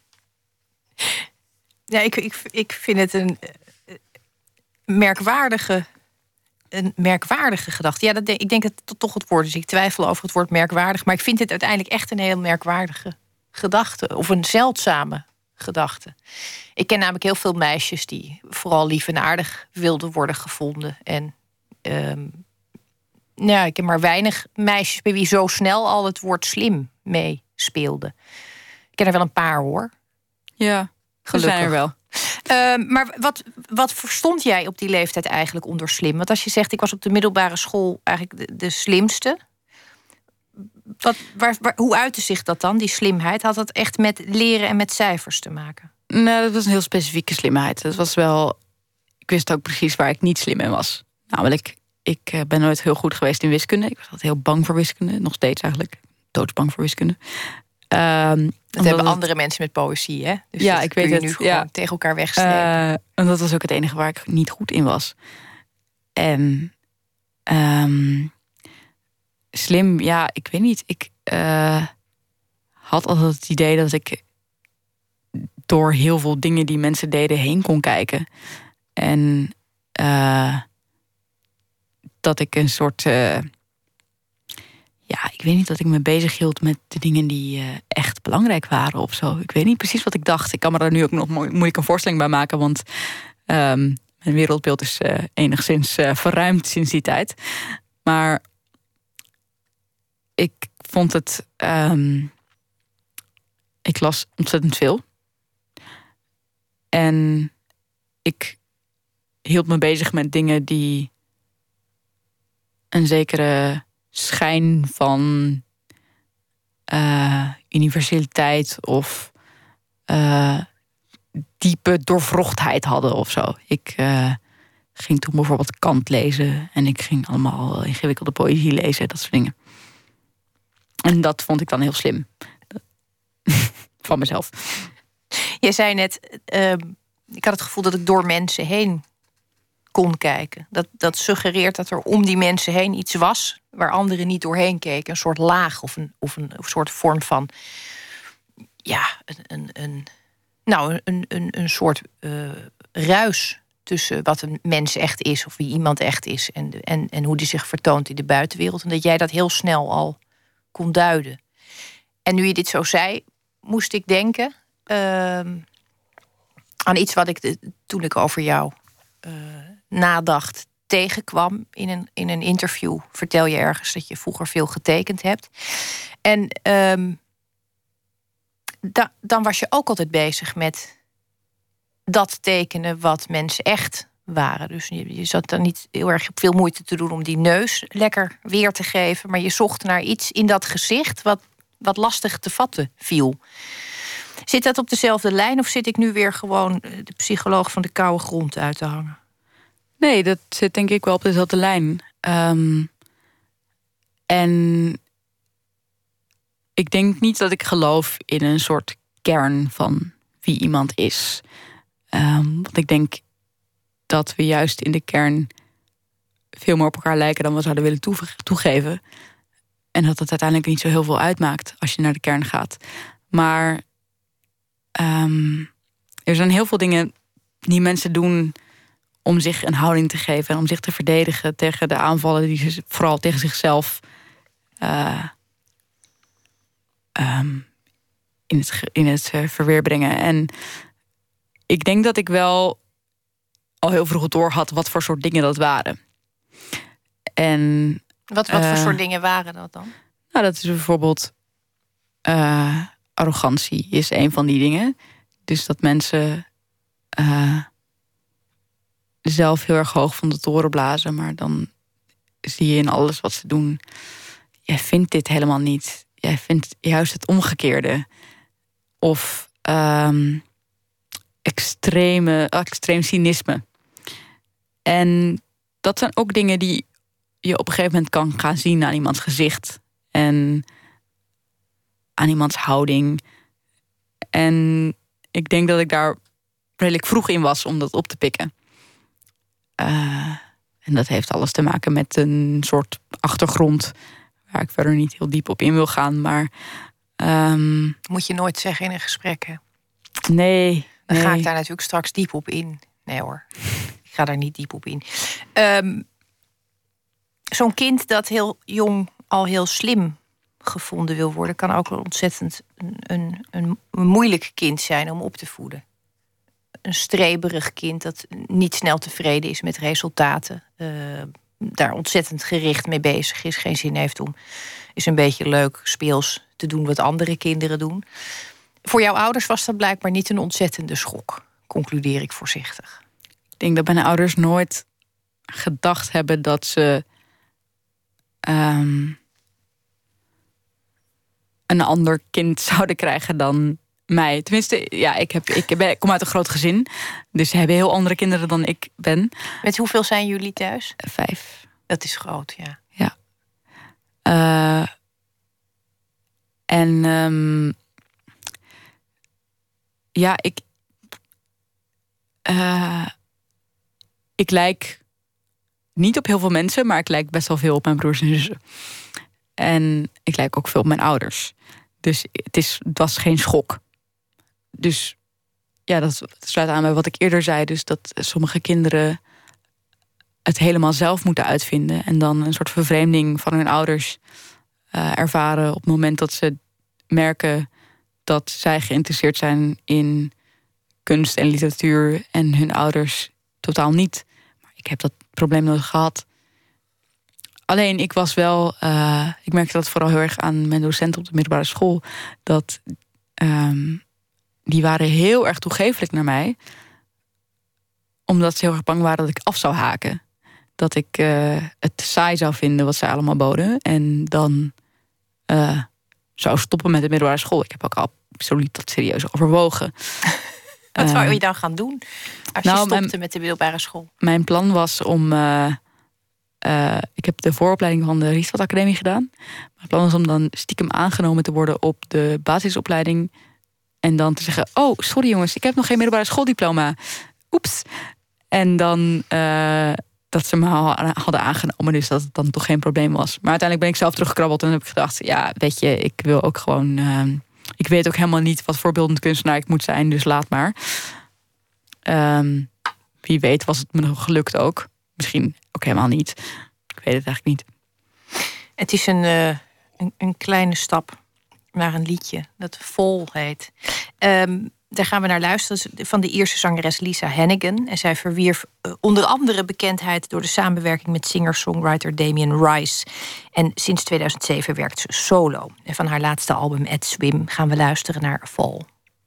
Ja, ik, ik, ik vind het een uh, merkwaardige, een merkwaardige gedachte. Ja, dat denk, ik denk dat het toch het woord is. Ik twijfel over het woord merkwaardig, maar ik vind het uiteindelijk echt een heel merkwaardige gedachte, of een zeldzame gedachte. Ik ken namelijk heel veel meisjes die vooral lief en aardig wilden worden gevonden. En um, nou, ik heb maar weinig meisjes bij wie zo snel al het woord slim meespeelde. Ik ken er wel een paar, hoor. Ja, gelukkig. Zijn er wel. Uh, maar wat, wat verstond jij op die leeftijd eigenlijk onder slim? Want als je zegt, ik was op de middelbare school eigenlijk de, de slimste. Wat, waar, waar, hoe uitte zich dat dan, die slimheid? Had dat echt met leren en met cijfers te maken? Nee, dat was een heel specifieke slimheid. Dat was wel. Ik wist ook precies waar ik niet slim in was. Namelijk, ik ben nooit heel goed geweest in wiskunde. Ik was altijd heel bang voor wiskunde. Nog steeds eigenlijk. Doodsbang voor wiskunde. Um, dat hebben andere het... mensen met poëzie, hè? Dus ja, ik weet je het. Nu gewoon ja. tegen elkaar wegstrepen. Uh, en dat was ook het enige waar ik niet goed in was. En um, slim, ja, ik weet niet. Ik uh, had altijd het idee dat ik door heel veel dingen die mensen deden heen kon kijken. En uh, dat ik een soort. Uh, ja, ik weet niet dat ik me bezig hield met de dingen die uh, echt belangrijk waren of zo. Ik weet niet precies wat ik dacht. Ik kan me daar nu ook nog mo- moeilijk een voorstelling bij maken, want um, mijn wereldbeeld is uh, enigszins uh, verruimd sinds die tijd. Maar ik vond het. Um, ik las ontzettend veel. En ik hield me bezig met dingen die een zekere schijn van uh, universaliteit of uh, diepe doorwrochtheid hadden of zo. Ik uh, ging toen bijvoorbeeld Kant lezen en ik ging allemaal ingewikkelde poëzie lezen, dat soort dingen. En dat vond ik dan heel slim. Van mezelf. Je zei net, uh, ik had het gevoel dat ik door mensen heen kon kijken. Dat, dat suggereert dat er om die mensen heen iets was waar anderen niet doorheen keken. Een soort laag of een, of een, of een soort vorm van, ja, een, een, een, nou, een, een, een soort uh, ruis tussen wat een mens echt is of wie iemand echt is en, de, en, en hoe die zich vertoont in de buitenwereld. En dat jij dat heel snel al kon duiden. En nu je dit zo zei, moest ik denken uh, aan iets wat ik de, toen ik over jou uh, nadacht tegenkwam in een, in een interview. Vertel je ergens dat je vroeger veel getekend hebt. En um, da, dan was je ook altijd bezig met dat tekenen wat mensen echt waren. Dus je, je zat dan niet heel erg veel moeite te doen om die neus lekker weer te geven, maar je zocht naar iets in dat gezicht wat, wat lastig te vatten viel. Zit dat op dezelfde lijn of zit ik nu weer gewoon de psycholoog van de koude grond uit te hangen? Nee, dat zit denk ik wel op dezelfde lijn. Um, en ik denk niet dat ik geloof in een soort kern van wie iemand is. Um, want ik denk dat we juist in de kern veel meer op elkaar lijken dan we zouden willen toegeven. En dat het uiteindelijk niet zo heel veel uitmaakt als je naar de kern gaat. Maar um, er zijn heel veel dingen die mensen doen om zich een houding te geven en om zich te verdedigen tegen de aanvallen die ze vooral tegen zichzelf uh, um, in het, in het uh, verweer brengen. En ik denk dat ik wel al heel vroeg door had wat voor soort dingen dat waren. En wat, wat uh, voor soort dingen waren dat dan? Nou, dat is bijvoorbeeld uh, arrogantie is een van die dingen. Dus dat mensen uh, zelf heel erg hoog van de toren blazen, maar dan zie je in alles wat ze doen, jij vindt dit helemaal niet. Jij vindt juist het omgekeerde. Of um, extreme, extreem cynisme. En dat zijn ook dingen die je op een gegeven moment kan gaan zien aan iemands gezicht. En aan iemands houding. En ik denk dat ik daar redelijk vroeg in was om dat op te pikken. Uh, en dat heeft alles te maken met een soort achtergrond waar ik verder niet heel diep op in wil gaan. Maar um, moet je nooit zeggen in een gesprek, hè? Nee. Dan nee. ga ik daar natuurlijk straks diep op in. Nee hoor, ik ga daar niet diep op in. Um, Zo'n kind dat heel jong al heel slim gevonden wil worden, kan ook wel ontzettend een, een, een, een moeilijk kind zijn om op te voeden. Een streberig kind dat niet snel tevreden is met resultaten. Uh, daar ontzettend gericht mee bezig is. Geen zin heeft om is een beetje leuk speels te doen wat andere kinderen doen. Voor jouw ouders was dat blijkbaar niet een ontzettende schok. Concludeer ik voorzichtig. Ik denk dat mijn ouders nooit gedacht hebben dat ze Um, een ander kind zouden krijgen dan mij. Tenminste, ja, ik, heb, ik, ben, ik kom uit een groot gezin. Dus ze hebben heel andere kinderen dan ik ben. Met hoeveel zijn jullie thuis? Vijf. Dat is groot, ja. Ja. Uh, en um, ja, ik... Uh, ik lijk niet op heel veel mensen, maar ik lijk best wel veel op mijn broers en zussen. En ik lijk ook veel op mijn ouders. Dus het, is, het was geen schok. Dus ja, dat sluit aan bij wat ik eerder zei. Dus dat sommige kinderen het helemaal zelf moeten uitvinden. En dan een soort vervreemding van hun ouders uh, ervaren op het moment dat ze merken dat zij geïnteresseerd zijn in kunst en literatuur en hun ouders totaal niet. Maar ik heb dat probleem nooit gehad. Alleen ik was wel, uh, ik merkte dat vooral heel erg aan mijn docenten op de middelbare school, dat um, die waren heel erg toegeeflijk naar mij, omdat ze heel erg bang waren dat ik af zou haken. Dat ik uh, het saai zou vinden wat zij allemaal boden en dan uh, zou stoppen met de middelbare school. Ik heb ook absoluut dat serieus overwogen. Wat zou je dan gaan doen als nou, je stopte mijn, met de middelbare school? Mijn plan was om... Uh, uh, ik heb de vooropleiding van de Rietveld Academie gedaan. Mijn plan was om dan stiekem aangenomen te worden op de basisopleiding. En dan te zeggen, oh, sorry jongens, ik heb nog geen middelbare schooldiploma. Oeps. En dan uh, dat ze me hadden aangenomen, dus dat het dan toch geen probleem was. Maar uiteindelijk ben ik zelf teruggekrabbeld en heb ik gedacht, ja, weet je, ik wil ook gewoon... Uh, ik weet ook helemaal niet wat voorbeeldend kunstenaar ik moet zijn, dus laat maar. Um, wie weet was het me nog gelukt ook. Misschien ook helemaal niet. Ik weet het eigenlijk niet. Het is een, uh, een, een kleine stap naar een liedje dat Vol heet. Um, daar gaan we naar luisteren. Van de Ierse zangeres Lisa Hannigan. En zij verwierf uh, onder andere bekendheid door de samenwerking met singer-songwriter Damien Rice. En sinds tweeduizend zeven werkt ze solo. En van haar laatste album At Swim gaan we luisteren naar Vol.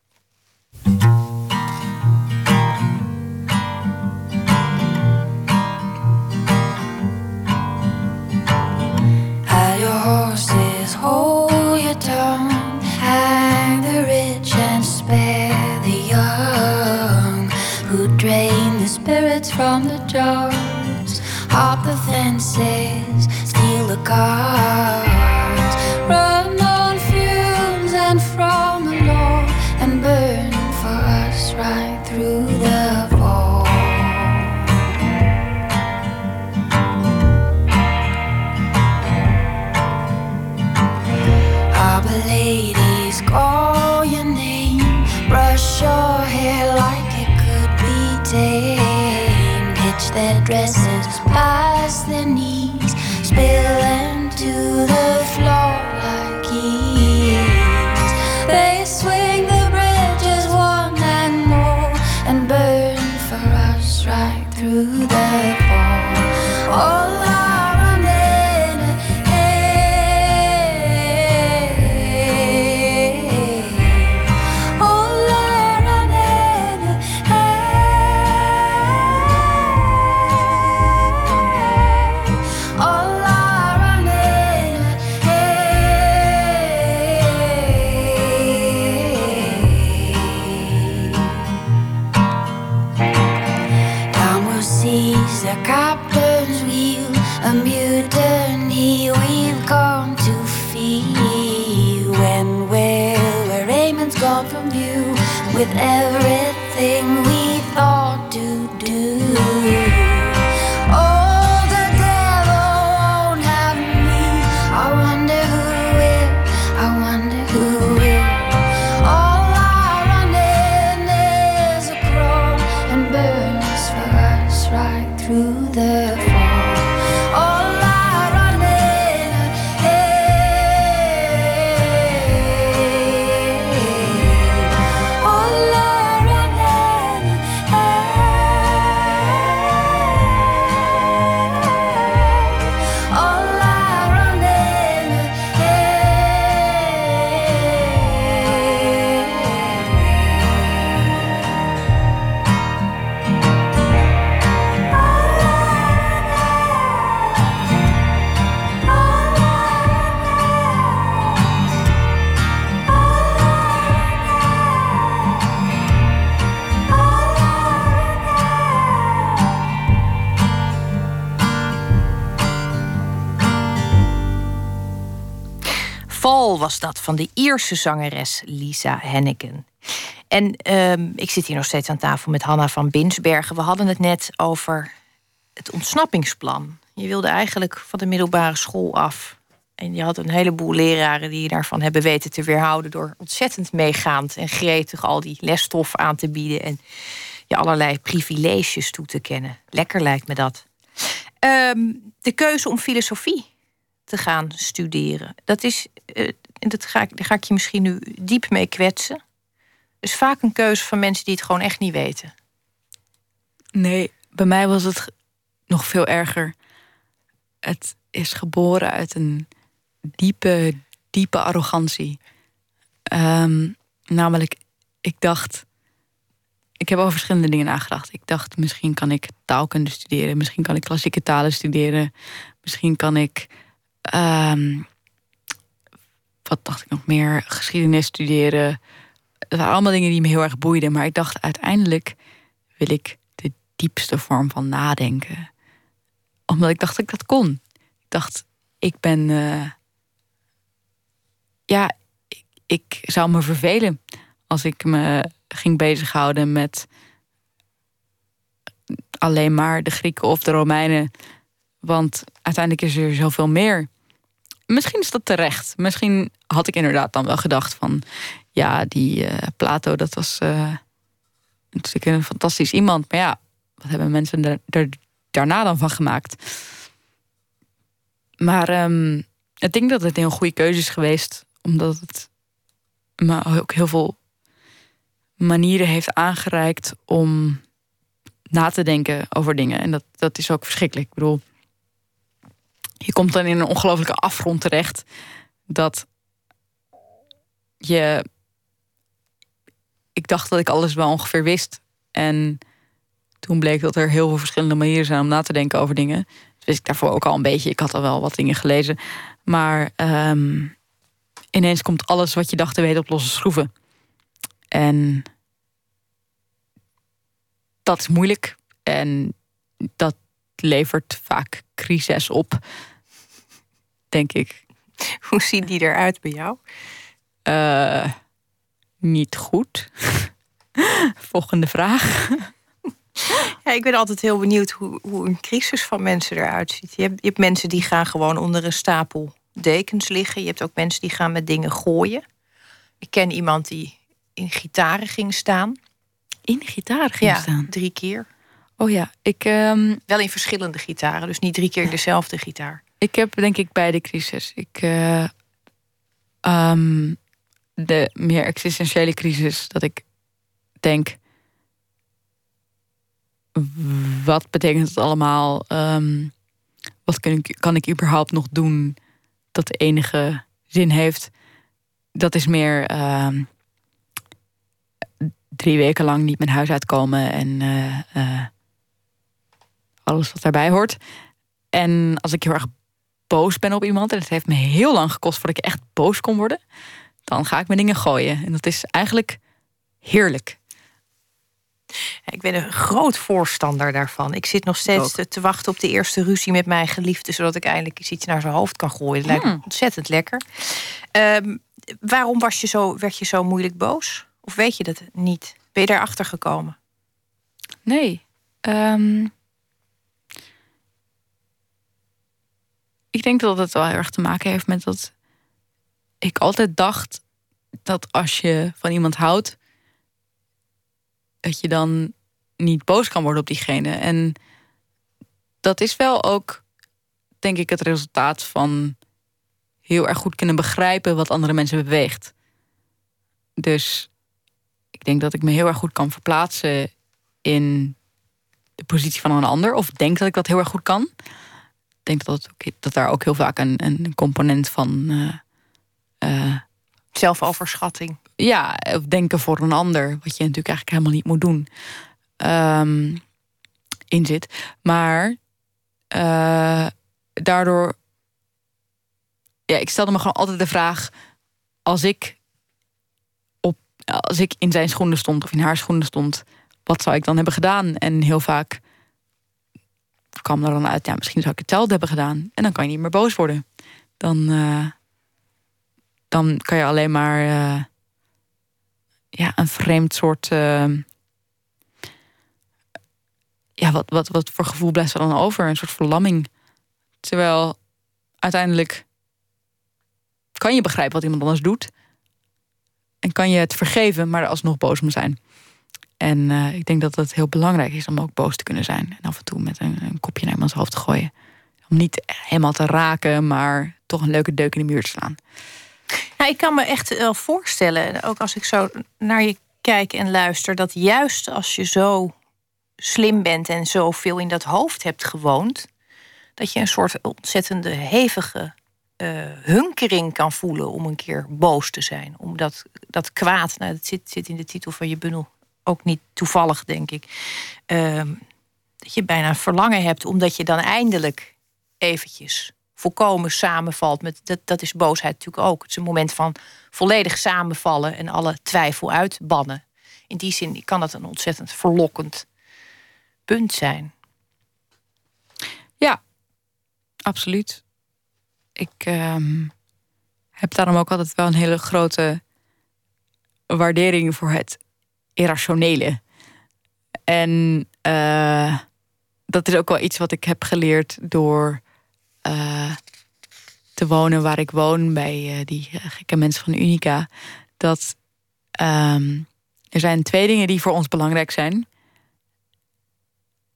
Hide your horses, hold your tongue, hang the rich and spare the young, who drain the spirits from the jars, hop the fences, steal the cars, run on fumes and from the law, and burn for us right through the fall. Harbor ladies, call your name, brush your hair like it could be tamed, hitch their dresses past their knees, spill into the floor like ease. They swing the bridges one and more, and burn for us right through the fall. All our men, all our men, all our men. Down we'll seize the captain's wheel, a mutiny we've come to feel. When we're where Raymond's gone from view, with everything we thought to do. Oh, the devil won't have me. I wonder who will, I wonder who will. All our running is a crawl, and burns for us right through the fall. All our running, all our running, all our running. Vol was dat van de Ierse zangeres Lisa Hannigan. En um, ik zit hier nog steeds aan tafel met Hanna van Binsbergen. We hadden het net over het ontsnappingsplan. Je wilde eigenlijk van de middelbare school af. En je had een heleboel leraren die je daarvan hebben weten te weerhouden door ontzettend meegaand en gretig al die lesstof aan te bieden en je allerlei privileges toe te kennen. Lekker lijkt me dat. Um, de keuze om filosofie te gaan studeren. Dat is, uh, dat ga ik, daar ga ik je misschien nu diep mee kwetsen. Dus vaak een keuze van mensen die het gewoon echt niet weten. Nee, bij mij was het nog veel erger. Het is geboren uit een diepe, diepe arrogantie. Um, namelijk, ik dacht... Ik heb over verschillende dingen nagedacht. Ik dacht, misschien kan ik taalkunde studeren. Misschien kan ik klassieke talen studeren. Misschien kan ik... Um, wat dacht ik nog meer? Geschiedenis studeren. Dat waren allemaal dingen die me heel erg boeiden. Maar ik dacht, uiteindelijk wil ik de diepste vorm van nadenken. Omdat ik dacht dat ik dat kon. Ik dacht, ik ben... Uh, ja, ik, ik zou me vervelen als ik me ging bezighouden met alleen maar de Grieken of de Romeinen. Want uiteindelijk is er zoveel meer. Misschien is dat terecht. Misschien had ik inderdaad dan wel gedacht van... ja, die uh, Plato, dat was uh, natuurlijk een fantastisch iemand. Maar ja, wat hebben mensen er, er daarna dan van gemaakt? Maar um, ik denk dat het een heel goede keuze is geweest. Omdat het me ook heel veel manieren heeft aangereikt om na te denken over dingen. En dat, dat is ook verschrikkelijk. Ik bedoel, je komt dan in een ongelofelijke afgrond terecht. Dat je... Ik dacht dat ik alles wel ongeveer wist. En toen bleek dat er heel veel verschillende manieren zijn om na te denken over dingen. Dus wist ik daarvoor ook al een beetje. Ik had al wel wat dingen gelezen. Maar um, ineens komt alles wat je dacht te weten op losse schroeven. En dat is moeilijk. En dat levert vaak crises op, denk ik. Hoe ziet die eruit bij jou? Uh, niet goed. Volgende vraag. Ja, ik ben altijd heel benieuwd hoe, hoe een crisis van mensen eruit ziet. Je hebt, je hebt mensen die gaan gewoon onder een stapel dekens liggen. Je hebt ook mensen die gaan met dingen gooien. Ik ken iemand die in gitaren ging staan. In gitaren ging ja, staan? drie keer. Oh ja, ik... Um... Wel in verschillende gitaren, dus niet drie keer dezelfde gitaar. Ik heb denk ik beide crisis. Ik... Uh, um, de meer existentiële crisis, dat ik denk... Wat betekent het allemaal? Um, wat kan ik, kan ik überhaupt nog doen dat de enige zin heeft? Dat is meer um, drie weken lang niet mijn huis uitkomen en uh, uh, alles wat daarbij hoort. En als ik heel erg boos ben op iemand, en het heeft me heel lang gekost voordat ik echt boos kon worden, dan ga ik mijn dingen gooien. En dat is eigenlijk heerlijk. Ik ben een groot voorstander daarvan. Ik zit nog steeds te, te wachten op de eerste ruzie met mijn geliefde, zodat ik eindelijk eens iets naar zijn hoofd kan gooien. Dat lijkt me ontzettend lekker. Um, waarom was je zo, werd je zo moeilijk boos? Of weet je dat niet? Ben je daarachter gekomen? Nee. Um, ik denk dat het wel heel erg te maken heeft met dat ik altijd dacht dat als je van iemand houdt, dat je dan niet boos kan worden op diegene. En dat is wel ook, denk ik, het resultaat van heel erg goed kunnen begrijpen wat andere mensen beweegt. Dus ik denk dat ik me heel erg goed kan verplaatsen in de positie van een ander. Of denk dat ik dat heel erg goed kan. Ik denk dat, het, dat daar ook heel vaak een, een component van Uh, uh, zelfoverschatting. Ja, of denken voor een ander, wat je natuurlijk eigenlijk helemaal niet moet doen, um, in zit. Maar uh, daardoor, ja, ik stelde me gewoon altijd de vraag, als ik op, als ik in zijn schoenen stond of in haar schoenen stond, wat zou ik dan hebben gedaan? En heel vaak kwam er dan uit, ja, misschien zou ik hetzelfde hebben gedaan. En dan kan je niet meer boos worden. Dan, uh, dan kan je alleen maar Uh, ja, een vreemd soort Uh, ja, wat, wat, wat voor gevoel blijft er dan over? Een soort verlamming. Terwijl uiteindelijk kan je begrijpen wat iemand anders doet. En kan je het vergeven, maar er alsnog boos om zijn. En uh, ik denk dat het heel belangrijk is om ook boos te kunnen zijn. En af en toe met een, een kopje naar iemands hoofd te gooien. Om niet helemaal te raken, maar toch een leuke deuk in de muur te slaan. Nou, ik kan me echt wel voorstellen, ook als ik zo naar je kijk en luister, dat juist als je zo slim bent en zoveel in dat hoofd hebt gewoond, dat je een soort ontzettende hevige uh, hunkering kan voelen om een keer boos te zijn. Om dat, dat kwaad, nou, dat zit, zit in de titel van je bundel ook niet toevallig, denk ik. Uh, dat je bijna een verlangen hebt, omdat je dan eindelijk eventjes volkomen samenvalt met, dat, dat is boosheid natuurlijk ook. Het is een moment van volledig samenvallen en alle twijfel uitbannen. In die zin kan dat een ontzettend verlokkend punt zijn. Ja, absoluut. Ik um, heb daarom ook altijd wel een hele grote waardering voor het irrationele. En uh, dat is ook wel iets wat ik heb geleerd door Uh, te wonen waar ik woon, bij uh, die uh, gekke mensen van Unica. Dat um, er zijn twee dingen die voor ons belangrijk zijn.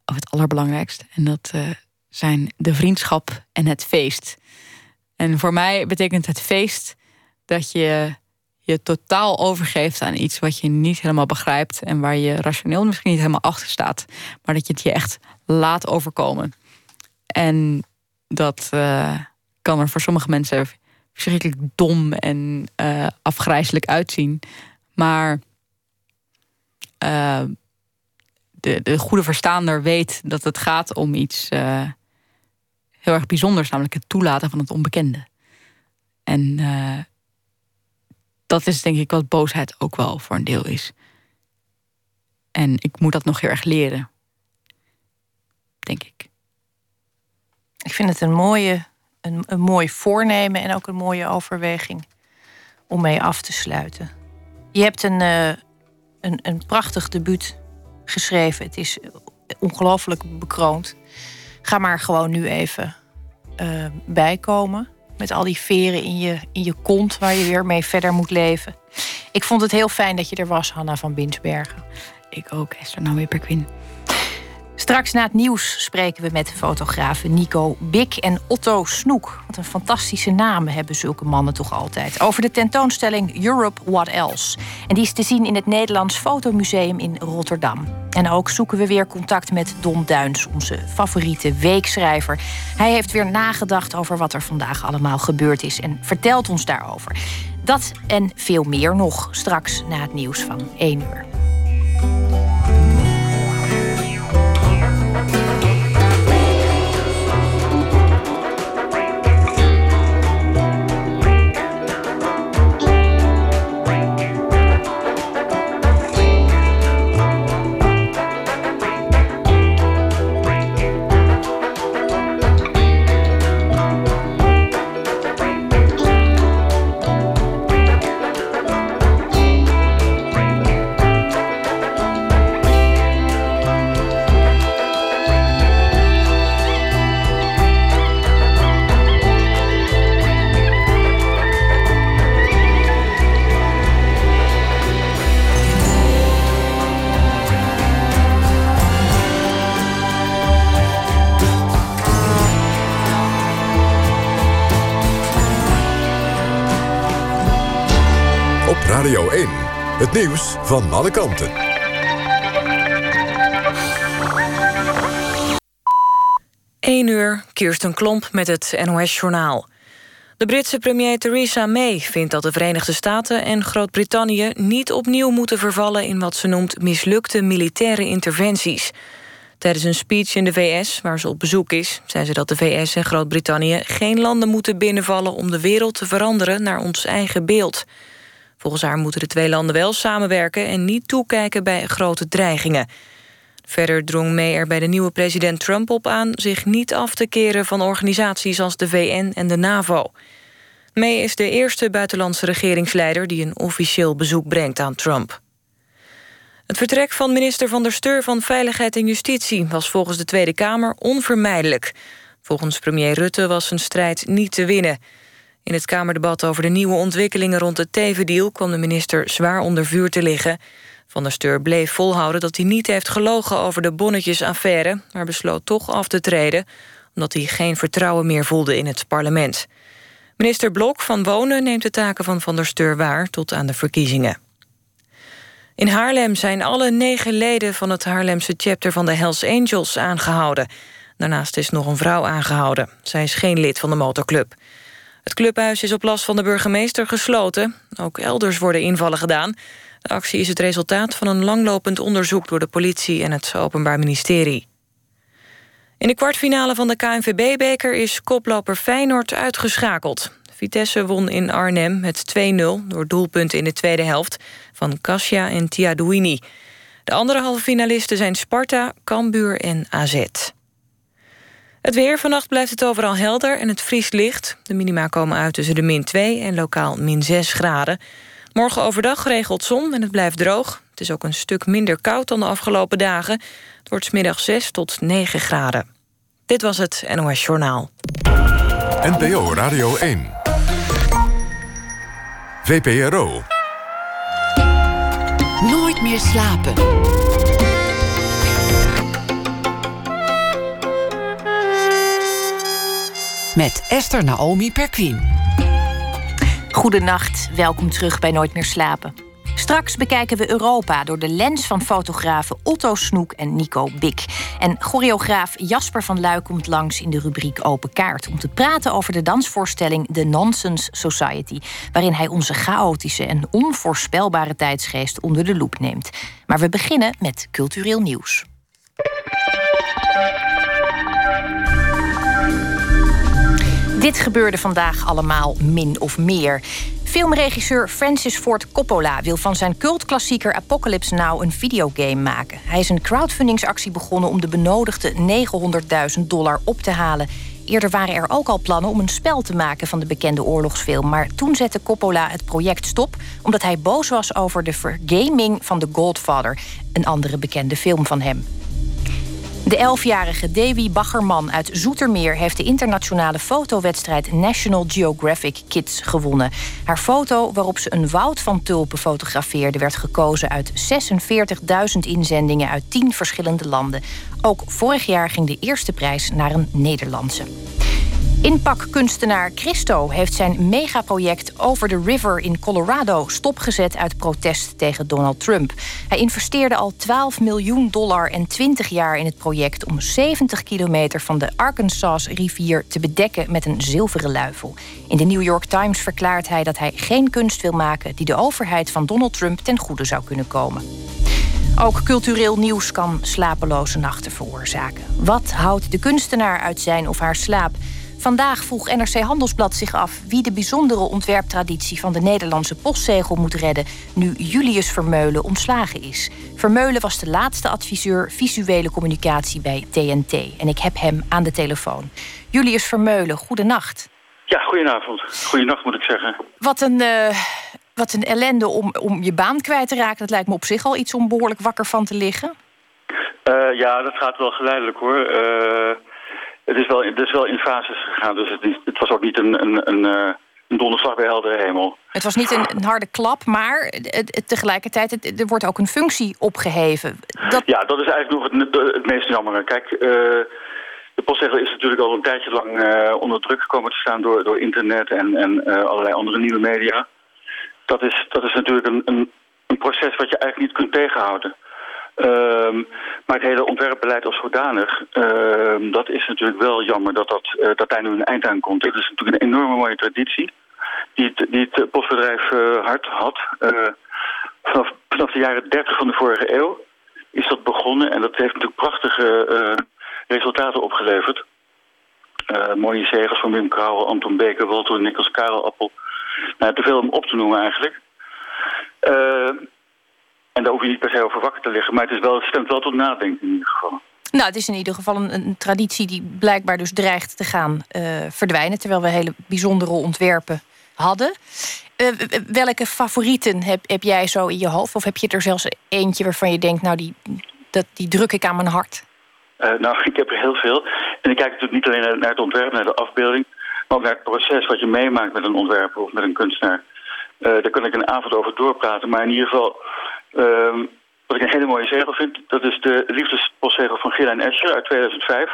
of het allerbelangrijkst. En dat uh, zijn de vriendschap en het feest. En voor mij betekent het feest dat je je totaal overgeeft aan iets wat je niet helemaal begrijpt en waar je rationeel misschien niet helemaal achter staat, maar dat je het je echt laat overkomen. En dat uh, kan er voor sommige mensen verschrikkelijk dom en uh, afgrijselijk uitzien. Maar uh, de, de goede verstaander weet dat het gaat om iets uh, heel erg bijzonders, namelijk het toelaten van het onbekende. En uh, dat is denk ik wat boosheid ook wel voor een deel is. En ik moet dat nog heel erg leren. Denk ik. Ik vind het een mooie, een, een mooi voornemen en ook een mooie overweging om mee af te sluiten. Je hebt een, uh, een, een prachtig debuut geschreven. Het is ongelooflijk bekroond. Ga maar gewoon nu even uh, bijkomen. Met al die veren in je, in je kont waar je weer mee verder moet leven. Ik vond het heel fijn dat je er was, Hanna van Binsbergen. Ik ook, Esther Naomi Perquin. Straks na het nieuws spreken we met fotografen Nico Bik en Otto Snoek. Wat een fantastische namen hebben zulke mannen toch altijd. Over de tentoonstelling Europe What Else. En die is te zien in het Nederlands Fotomuseum in Rotterdam. En ook zoeken we weer contact met Don Duins, onze favoriete weekschrijver. Hij heeft weer nagedacht over wat er vandaag allemaal gebeurd is en vertelt ons daarover. Dat en veel meer nog straks na het nieuws van één uur. Radio één, het nieuws van alle kanten. één uur, Kirsten Klomp met het N O S-journaal. De Britse premier Theresa May vindt dat de Verenigde Staten en Groot-Brittannië niet opnieuw moeten vervallen in wat ze noemt mislukte militaire interventies. Tijdens een speech in de V S, waar ze op bezoek is, zei ze dat de V S en Groot-Brittannië geen landen moeten binnenvallen om de wereld te veranderen naar ons eigen beeld. Volgens haar moeten de twee landen wel samenwerken en niet toekijken bij grote dreigingen. Verder drong May er bij de nieuwe president Trump op aan zich niet af te keren van organisaties als de V N en de NAVO. May is de eerste buitenlandse regeringsleider die een officieel bezoek brengt aan Trump. Het vertrek van minister Van der Steur van Veiligheid en Justitie was volgens de Tweede Kamer onvermijdelijk. Volgens premier Rutte was zijn strijd niet te winnen. In het Kamerdebat over de nieuwe ontwikkelingen rond de Teven-deal kwam de minister zwaar onder vuur te liggen. Van der Steur bleef volhouden dat hij niet heeft gelogen over de bonnetjesaffaire, maar besloot toch af te treden, omdat hij geen vertrouwen meer voelde in het parlement. Minister Blok van Wonen neemt de taken van Van der Steur waar tot aan de verkiezingen. In Haarlem zijn alle negen leden van het Haarlemse chapter van de Hells Angels aangehouden. Daarnaast is nog een vrouw aangehouden. Zij is geen lid van de motorclub. Het clubhuis is op last van de burgemeester gesloten. Ook elders worden invallen gedaan. De actie is het resultaat van een langlopend onderzoek door de politie en het Openbaar Ministerie. In de kwartfinale van de K N V B-beker is koploper Feyenoord uitgeschakeld. Vitesse won in Arnhem met twee nul door doelpunten in de tweede helft van Kasia en Tiadouini. De andere halve finalisten zijn Sparta, Cambuur en A Z. Het weer, vannacht blijft het overal helder en het vriest licht. De minima komen uit tussen de min twee en lokaal min zes graden. Morgen overdag regelt zon en het blijft droog. Het is ook een stuk minder koud dan de afgelopen dagen. Het wordt 's middags zes tot negen graden. Dit was het N O S Journaal. N P O Radio één. V P R O. Nooit meer slapen. Met Esther Naomi Perquin. Goedenacht, welkom terug bij Nooit meer slapen. Straks bekijken we Europa door de lens van fotografen Otto Snoek en Nico Bik. En choreograaf Jasper van Luik komt langs in de rubriek Open Kaart om te praten over de dansvoorstelling The Nonsense Society, waarin hij onze chaotische en onvoorspelbare tijdsgeest onder de loep neemt. Maar we beginnen met cultureel nieuws. Dit gebeurde vandaag allemaal min of meer. Filmregisseur Francis Ford Coppola wil van zijn cultklassieker Apocalypse Now een videogame maken. Hij is een crowdfundingsactie begonnen om de benodigde negenhonderdduizend dollar op te halen. Eerder waren er ook al plannen om een spel te maken van de bekende oorlogsfilm. Maar toen zette Coppola het project stop omdat hij boos was over de vergaming van The Godfather, een andere bekende film van hem. De elfjarige Dewi Baggerman uit Zoetermeer heeft de internationale fotowedstrijd National Geographic Kids gewonnen. Haar foto, waarop ze een woud van tulpen fotografeerde, werd gekozen uit zesenveertigduizend inzendingen uit tien verschillende landen. Ook vorig jaar ging de eerste prijs naar een Nederlandse. Inpakkunstenaar Christo heeft zijn megaproject Over the River in Colorado stopgezet uit protest tegen Donald Trump. Hij investeerde al twaalf miljoen dollar en twintig jaar in het project om zeventig kilometer van de Arkansas-rivier te bedekken met een zilveren luifel. In de New York Times verklaart hij dat hij geen kunst wil maken die de overheid van Donald Trump ten goede zou kunnen komen. Ook cultureel nieuws kan slapeloze nachten veroorzaken. Wat houdt de kunstenaar uit zijn of haar slaap? Vandaag vroeg N R C Handelsblad zich af wie de bijzondere ontwerptraditie van de Nederlandse postzegel moet redden nu Julius Vermeulen ontslagen is. Vermeulen was de laatste adviseur visuele communicatie bij T N T en ik heb hem aan de telefoon. Julius Vermeulen, goedenacht. Ja, goedenavond. Goedenacht moet ik zeggen. Wat een, uh, wat een ellende om, om je baan kwijt te raken. Dat lijkt me op zich al iets om behoorlijk wakker van te liggen. Uh, ja, dat gaat wel geleidelijk hoor. Uh... Het is wel, het is wel in fases gegaan, dus het, is, het was ook niet een, een, een, een donderslag bij heldere hemel. Het was niet een, een harde klap, maar het, het, tegelijkertijd het, er wordt ook een functie opgeheven. Dat... Ja, dat is eigenlijk nog het, het meest jammere. Kijk, uh, de postzegel is natuurlijk al een tijdje lang uh, onder druk gekomen te staan door, door internet en, en uh, allerlei andere nieuwe media. Dat is, dat is natuurlijk een, een, een proces wat je eigenlijk niet kunt tegenhouden. Um, maar het hele ontwerpbeleid als zodanig, uh, dat is natuurlijk wel jammer dat, dat, uh, dat daar nu een eind aan komt. Het is natuurlijk een enorme mooie traditie die het, die het postbedrijf uh, hard had. Uh, vanaf, vanaf de jaren dertig van de vorige eeuw is dat begonnen en dat heeft natuurlijk prachtige uh, resultaten opgeleverd. Uh, mooie zegels van Wim Krauwel, Anton Beker, Walter Nikkels, Karel Appel. Nou, te veel om op te noemen eigenlijk. Uh, En daar hoef je niet per se over wakker te liggen. Maar het, is wel, het stemt wel tot nadenken in ieder geval. Nou, het is in ieder geval een, een traditie die blijkbaar dus dreigt te gaan uh, verdwijnen. Terwijl we hele bijzondere ontwerpen hadden. Uh, welke favorieten heb, heb jij zo in je hoofd? Of heb je er zelfs eentje waarvan je denkt, nou die, dat, die druk ik aan mijn hart? Uh, nou, ik heb er heel veel. En ik kijk natuurlijk niet alleen naar, naar het ontwerp, naar de afbeelding. Maar ook naar het proces wat je meemaakt met een ontwerper of met een kunstenaar. Uh, daar kan ik een avond over doorpraten. Maar in ieder geval... Uh, wat ik een hele mooie zegel vind, dat is de liefdespostzegel van Gilijn Escher uit tweeduizend vijf.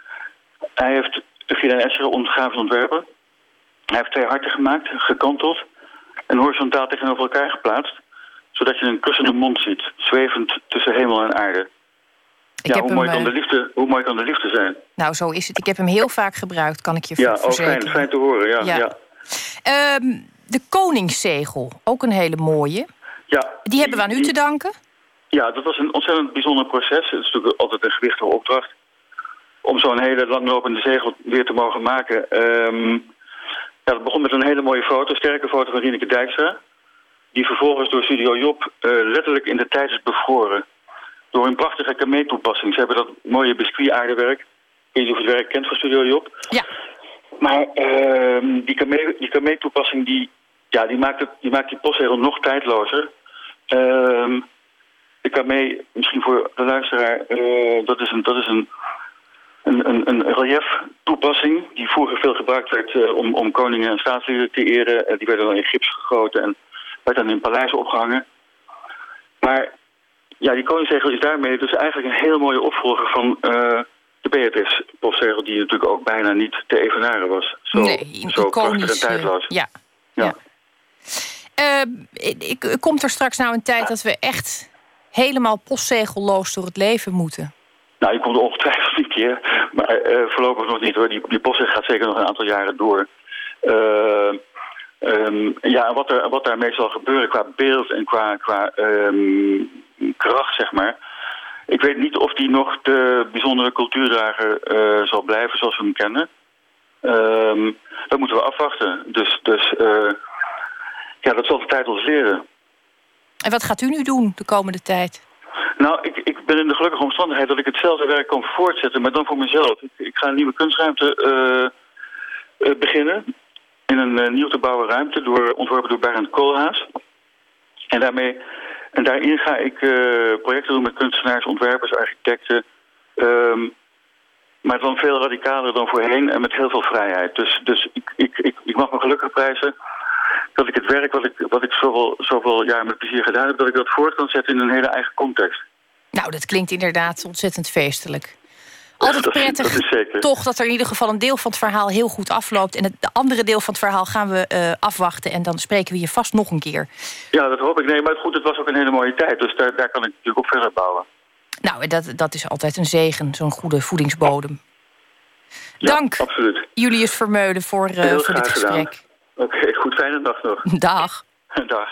Hij heeft Gilijn Escher ontgraven ontwerpen. Hij heeft twee harten gemaakt, gekanteld en horizontaal tegenover elkaar geplaatst, zodat je een kussende mond ziet, zwevend tussen hemel en aarde. Ik ja, hoe, mooi hem, kan de liefde, hoe mooi kan de liefde zijn? Nou, zo is het. Ik heb hem heel vaak gebruikt, kan ik je ja, verzekeren. Ja, oh, fijn, fijn te horen. Ja, ja. ja. Um, de Koningszegel, ook een hele mooie. Ja, die, die hebben we aan u te danken? Ja, dat was een ontzettend bijzonder proces. Het is natuurlijk altijd een gewichtige opdracht om zo'n hele langlopende zegel weer te mogen maken. Um, ja, dat begon met een hele mooie foto, sterke foto van Rieneke Dijkstra, die vervolgens door Studio Job uh, letterlijk in de tijd is bevroren. Door een prachtige Kamee-toepassing. Ze hebben dat mooie biscuit-aardewerk. Ik weet niet of je het werk kent van Studio Job. Ja. Maar uh, die Kamee, die Kamee-toepassing die, ja, die, maakt het, die maakt die postzegel nog tijdlozer. Uh, de Kamee, misschien voor de luisteraar, uh, dat is een, dat is een, een, een, een relief-toepassing die vroeger veel gebruikt werd uh, om, om koningen en staatslieden te eren. Uh, die werden dan in gips gegoten en werd dan in paleizen opgehangen. Maar ja, die koningszegel is daarmee dus eigenlijk een heel mooie opvolger van, uh, de Beatrice-postzegel die natuurlijk ook bijna niet te evenaren was. Zo, nee, zo krachtig en tijdloos. Ja. ja. ja. Uh, komt er straks nou een tijd dat we echt helemaal postzegelloos door het leven moeten? Nou, je komt er ongetwijfeld een keer, maar uh, voorlopig nog niet hoor. Die, die postzegel gaat zeker nog een aantal jaren door. Uh, um, ja, wat er, wat daar meestal gebeuren qua beeld en qua, qua um, kracht, zeg maar. Ik weet niet of die nog de bijzondere cultuurdrager uh, zal blijven zoals we hem kennen. Um, dat moeten we afwachten. Dus, dus uh, ja, dat zal de tijd ons leren. En wat gaat u nu doen de komende tijd? Nou, ik, ik ben in de gelukkige omstandigheid dat ik hetzelfde werk kan voortzetten, maar dan voor mezelf. Ik, ik ga een nieuwe kunstruimte uh, uh, beginnen. In een uh, nieuw te bouwen ruimte, door, ontworpen door Barend Koolhaas. En, daarmee, en daarin ga ik uh, projecten doen met kunstenaars, ontwerpers, architecten. Um, maar dan veel radicaler dan voorheen en met heel veel vrijheid. Dus, dus ik, ik, ik, ik mag me gelukkig prijzen dat ik het werk wat ik, wat ik zoveel, zoveel jaar met plezier gedaan heb, dat ik dat voort kan zetten in een hele eigen context. Nou, dat klinkt inderdaad ontzettend feestelijk. Altijd prettig, dat is zeker. Toch dat er in ieder geval een deel van het verhaal heel goed afloopt. En het de andere deel van het verhaal gaan we uh, afwachten. En dan spreken we je vast nog een keer. Ja, dat hoop ik. Nee, maar goed, het was ook een hele mooie tijd. Dus daar, daar kan ik natuurlijk op verder bouwen. Nou, dat, dat is altijd een zegen, zo'n goede voedingsbodem. Ja, dank, absoluut. Julius Vermeulen, voor, uh, voor dit gesprek. Oké, okay, goed. Fijne dag nog. Dag. Dag.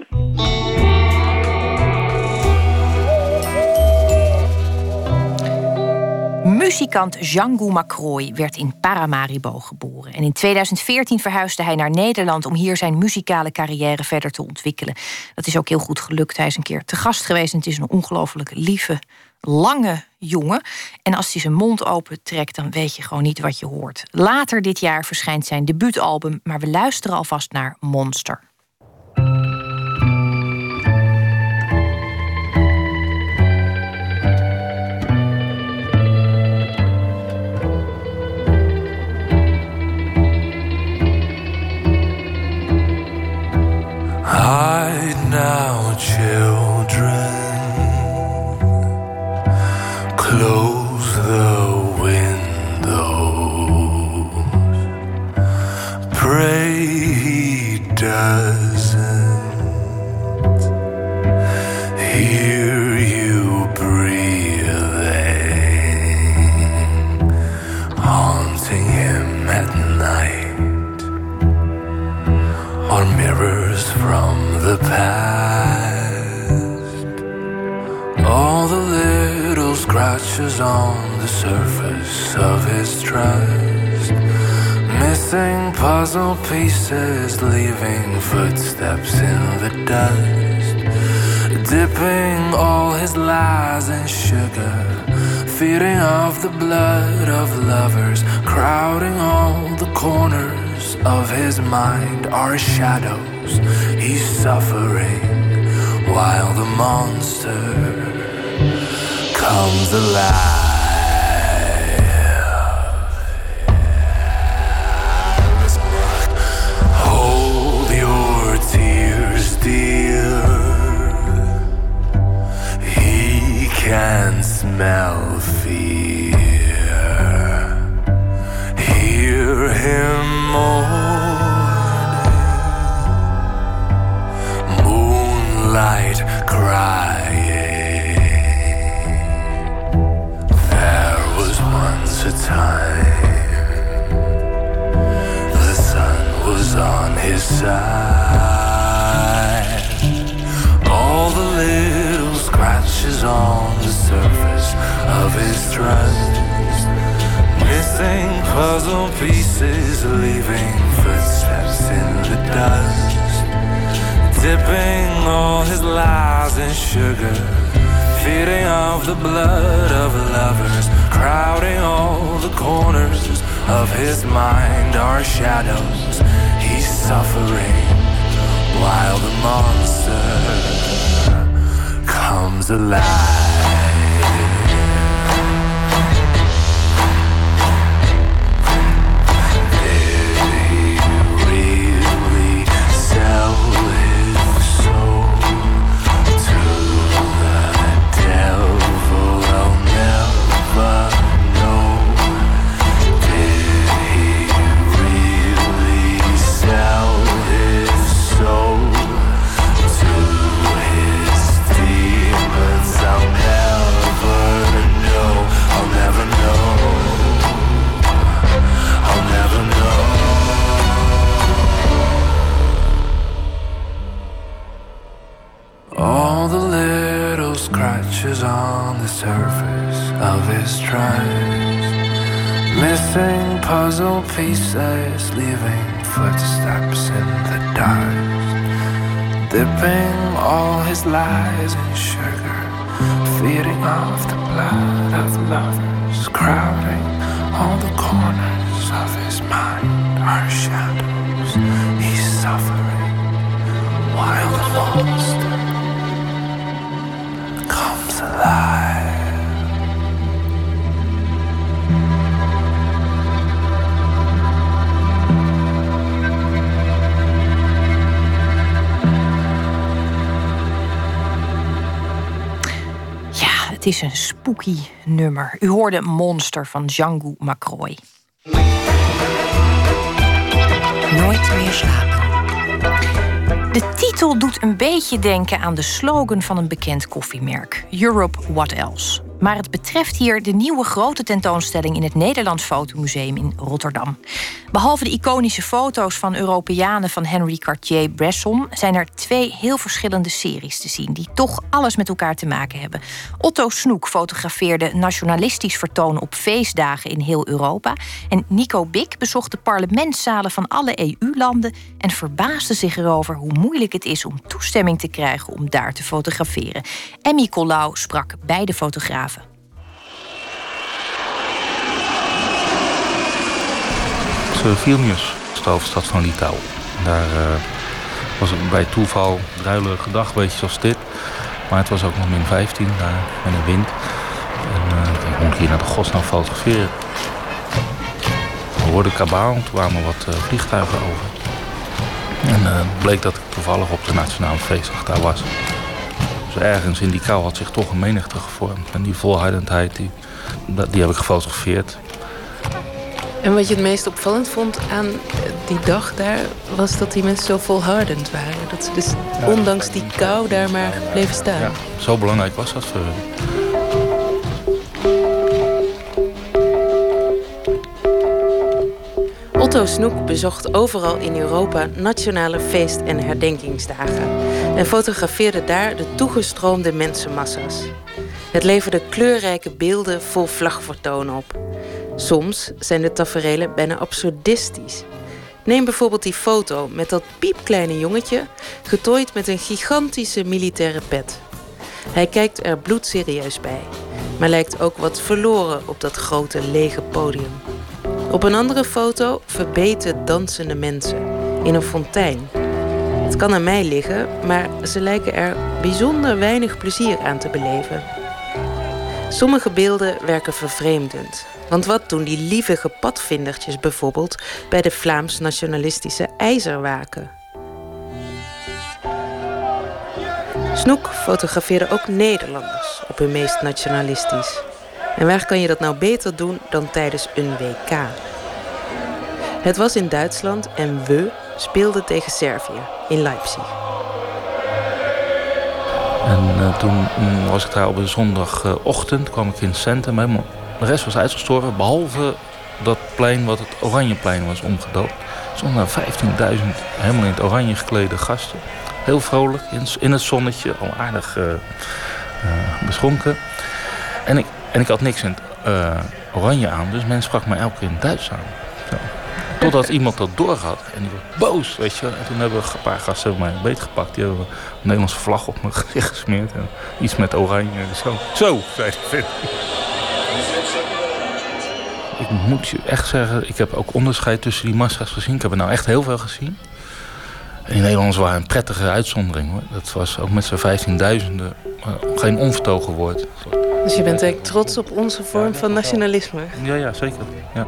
Muzikant Django Macroy werd in Paramaribo geboren. En in tweeduizend veertien verhuisde hij naar Nederland om hier zijn muzikale carrière verder te ontwikkelen. Dat is ook heel goed gelukt. Hij is een keer te gast geweest en het is een ongelooflijk lieve, lange jongen. En als hij zijn mond open trekt, dan weet je gewoon niet wat je hoort. Later dit jaar verschijnt zijn debuutalbum, maar we luisteren alvast naar Monster. Hide now, children. Close the windows. Pray he doesn't hear you breathing, haunting him at night. Or mirrors from the past. All the little scratches on the surface of his trust. Missing puzzle pieces, leaving footsteps in the dust. Dipping all his lies in sugar, feeding off the blood of lovers, crowding all the corners of his mind are shadows. He's suffering while the monster comes alive. Hold your tears, dear. He can smell fear. Hear him moonlight crying. There was once a time the sun was on his side. All the little scratches on the surface of his trust. Missing puzzle pieces, leaving footsteps in the dust. Dipping all his lies in sugar, feeding off the blood of lovers, crowding all the corners of his mind are shadows. He's suffering while the monster comes alive. Know All the little scratches on the surface of his trust, missing puzzle pieces, leaving footsteps in the dust, dipping all his lies in sugar, feeding off the blood of lovers, crowding all the corners of his mind are shadows. He's suffering while the monster comes alive. Het is een spooky nummer. U hoorde Monster van Django McCroy. Nooit meer slapen. De titel doet een beetje denken aan de slogan van een bekend koffiemerk. Europe, what else? Maar het betreft hier de nieuwe grote tentoonstelling in het Nederlands Fotomuseum in Rotterdam. Behalve de iconische foto's van Europeanen van Henri Cartier-Bresson zijn er twee heel verschillende series te zien die toch alles met elkaar te maken hebben. Otto Snoek fotografeerde nationalistisch vertoon op feestdagen in heel Europa. En Nico Bik bezocht de parlementszalen van alle E U-landen en verbaasde zich erover hoe moeilijk het is om toestemming te krijgen om daar te fotograferen. Emmy Colau sprak beide fotografen. Vilnius, de hoofdstad van Litouwen. Daar uh, was het bij toeval een druilige dag, een beetje zoals dit. Maar het was ook nog min vijftien daar met een wind. En uh, ik moest hier naar de godsnaam fotograferen. We hoorden kabaal, toen kwamen wat uh, vliegtuigen over. En uh, het bleek dat ik toevallig op de Nationale Feestdag daar was. Dus ergens in die kou had zich toch een menigte gevormd. En die volhardendheid, die, die heb ik gefotografeerd. En wat je het meest opvallend vond aan die dag daar, was dat die mensen zo volhardend waren. Dat ze dus ja, ondanks die kou daar maar bleven staan. Ja, zo belangrijk was dat voor hen. Otto Snoek bezocht overal in Europa nationale feest- en herdenkingsdagen en fotografeerde daar de toegestroomde mensenmassa's. Het leverde kleurrijke beelden vol vlagvertoon op. Soms zijn de taferelen bijna absurdistisch. Neem bijvoorbeeld die foto met dat piepkleine jongetje, getooid met een gigantische militaire pet. Hij kijkt er bloedserieus bij, maar lijkt ook wat verloren op dat grote lege podium. Op een andere foto verbeten dansende mensen in een fontein. Het kan aan mij liggen, maar ze lijken er bijzonder weinig plezier aan te beleven. Sommige beelden werken vervreemdend. Want wat doen die lievige padvindertjes bijvoorbeeld bij de Vlaams-nationalistische ijzerwaken? Snoek fotografeerde ook Nederlanders op hun meest nationalistisch. En waar kan je dat nou beter doen dan tijdens een W K? Het was in Duitsland en we speelden tegen Servië in Leipzig. En uh, toen um, was ik daar op een zondagochtend, kwam ik in het centrum. Helemaal, de rest was uitgestorven, behalve dat plein wat het Oranjeplein was omgedoopt. Er stonden vijftienduizend helemaal in het oranje geklede gasten. Heel vrolijk, in, in het zonnetje, al aardig uh, uh, beschonken. En ik, en ik had niks in het uh, oranje aan, dus men sprak mij elke keer in Duits aan. Zo. Totdat iemand dat doorhad en die werd boos, weet je. En toen hebben we een paar gasten mij beetgepakt. Die hebben een Nederlandse vlag op mijn gezicht gesmeerd. En iets met oranje. Zo, zo zei de Ik moet je echt zeggen, ik heb ook onderscheid tussen die massa's gezien. Ik heb er nou echt heel veel gezien. In Nederland waren een prettige uitzondering, hoor. Dat was ook met z'n vijftienduizenden geen onvertogen woord. Dus je bent eigenlijk trots op onze vorm van nationalisme? Ja, ja, zeker. Ja.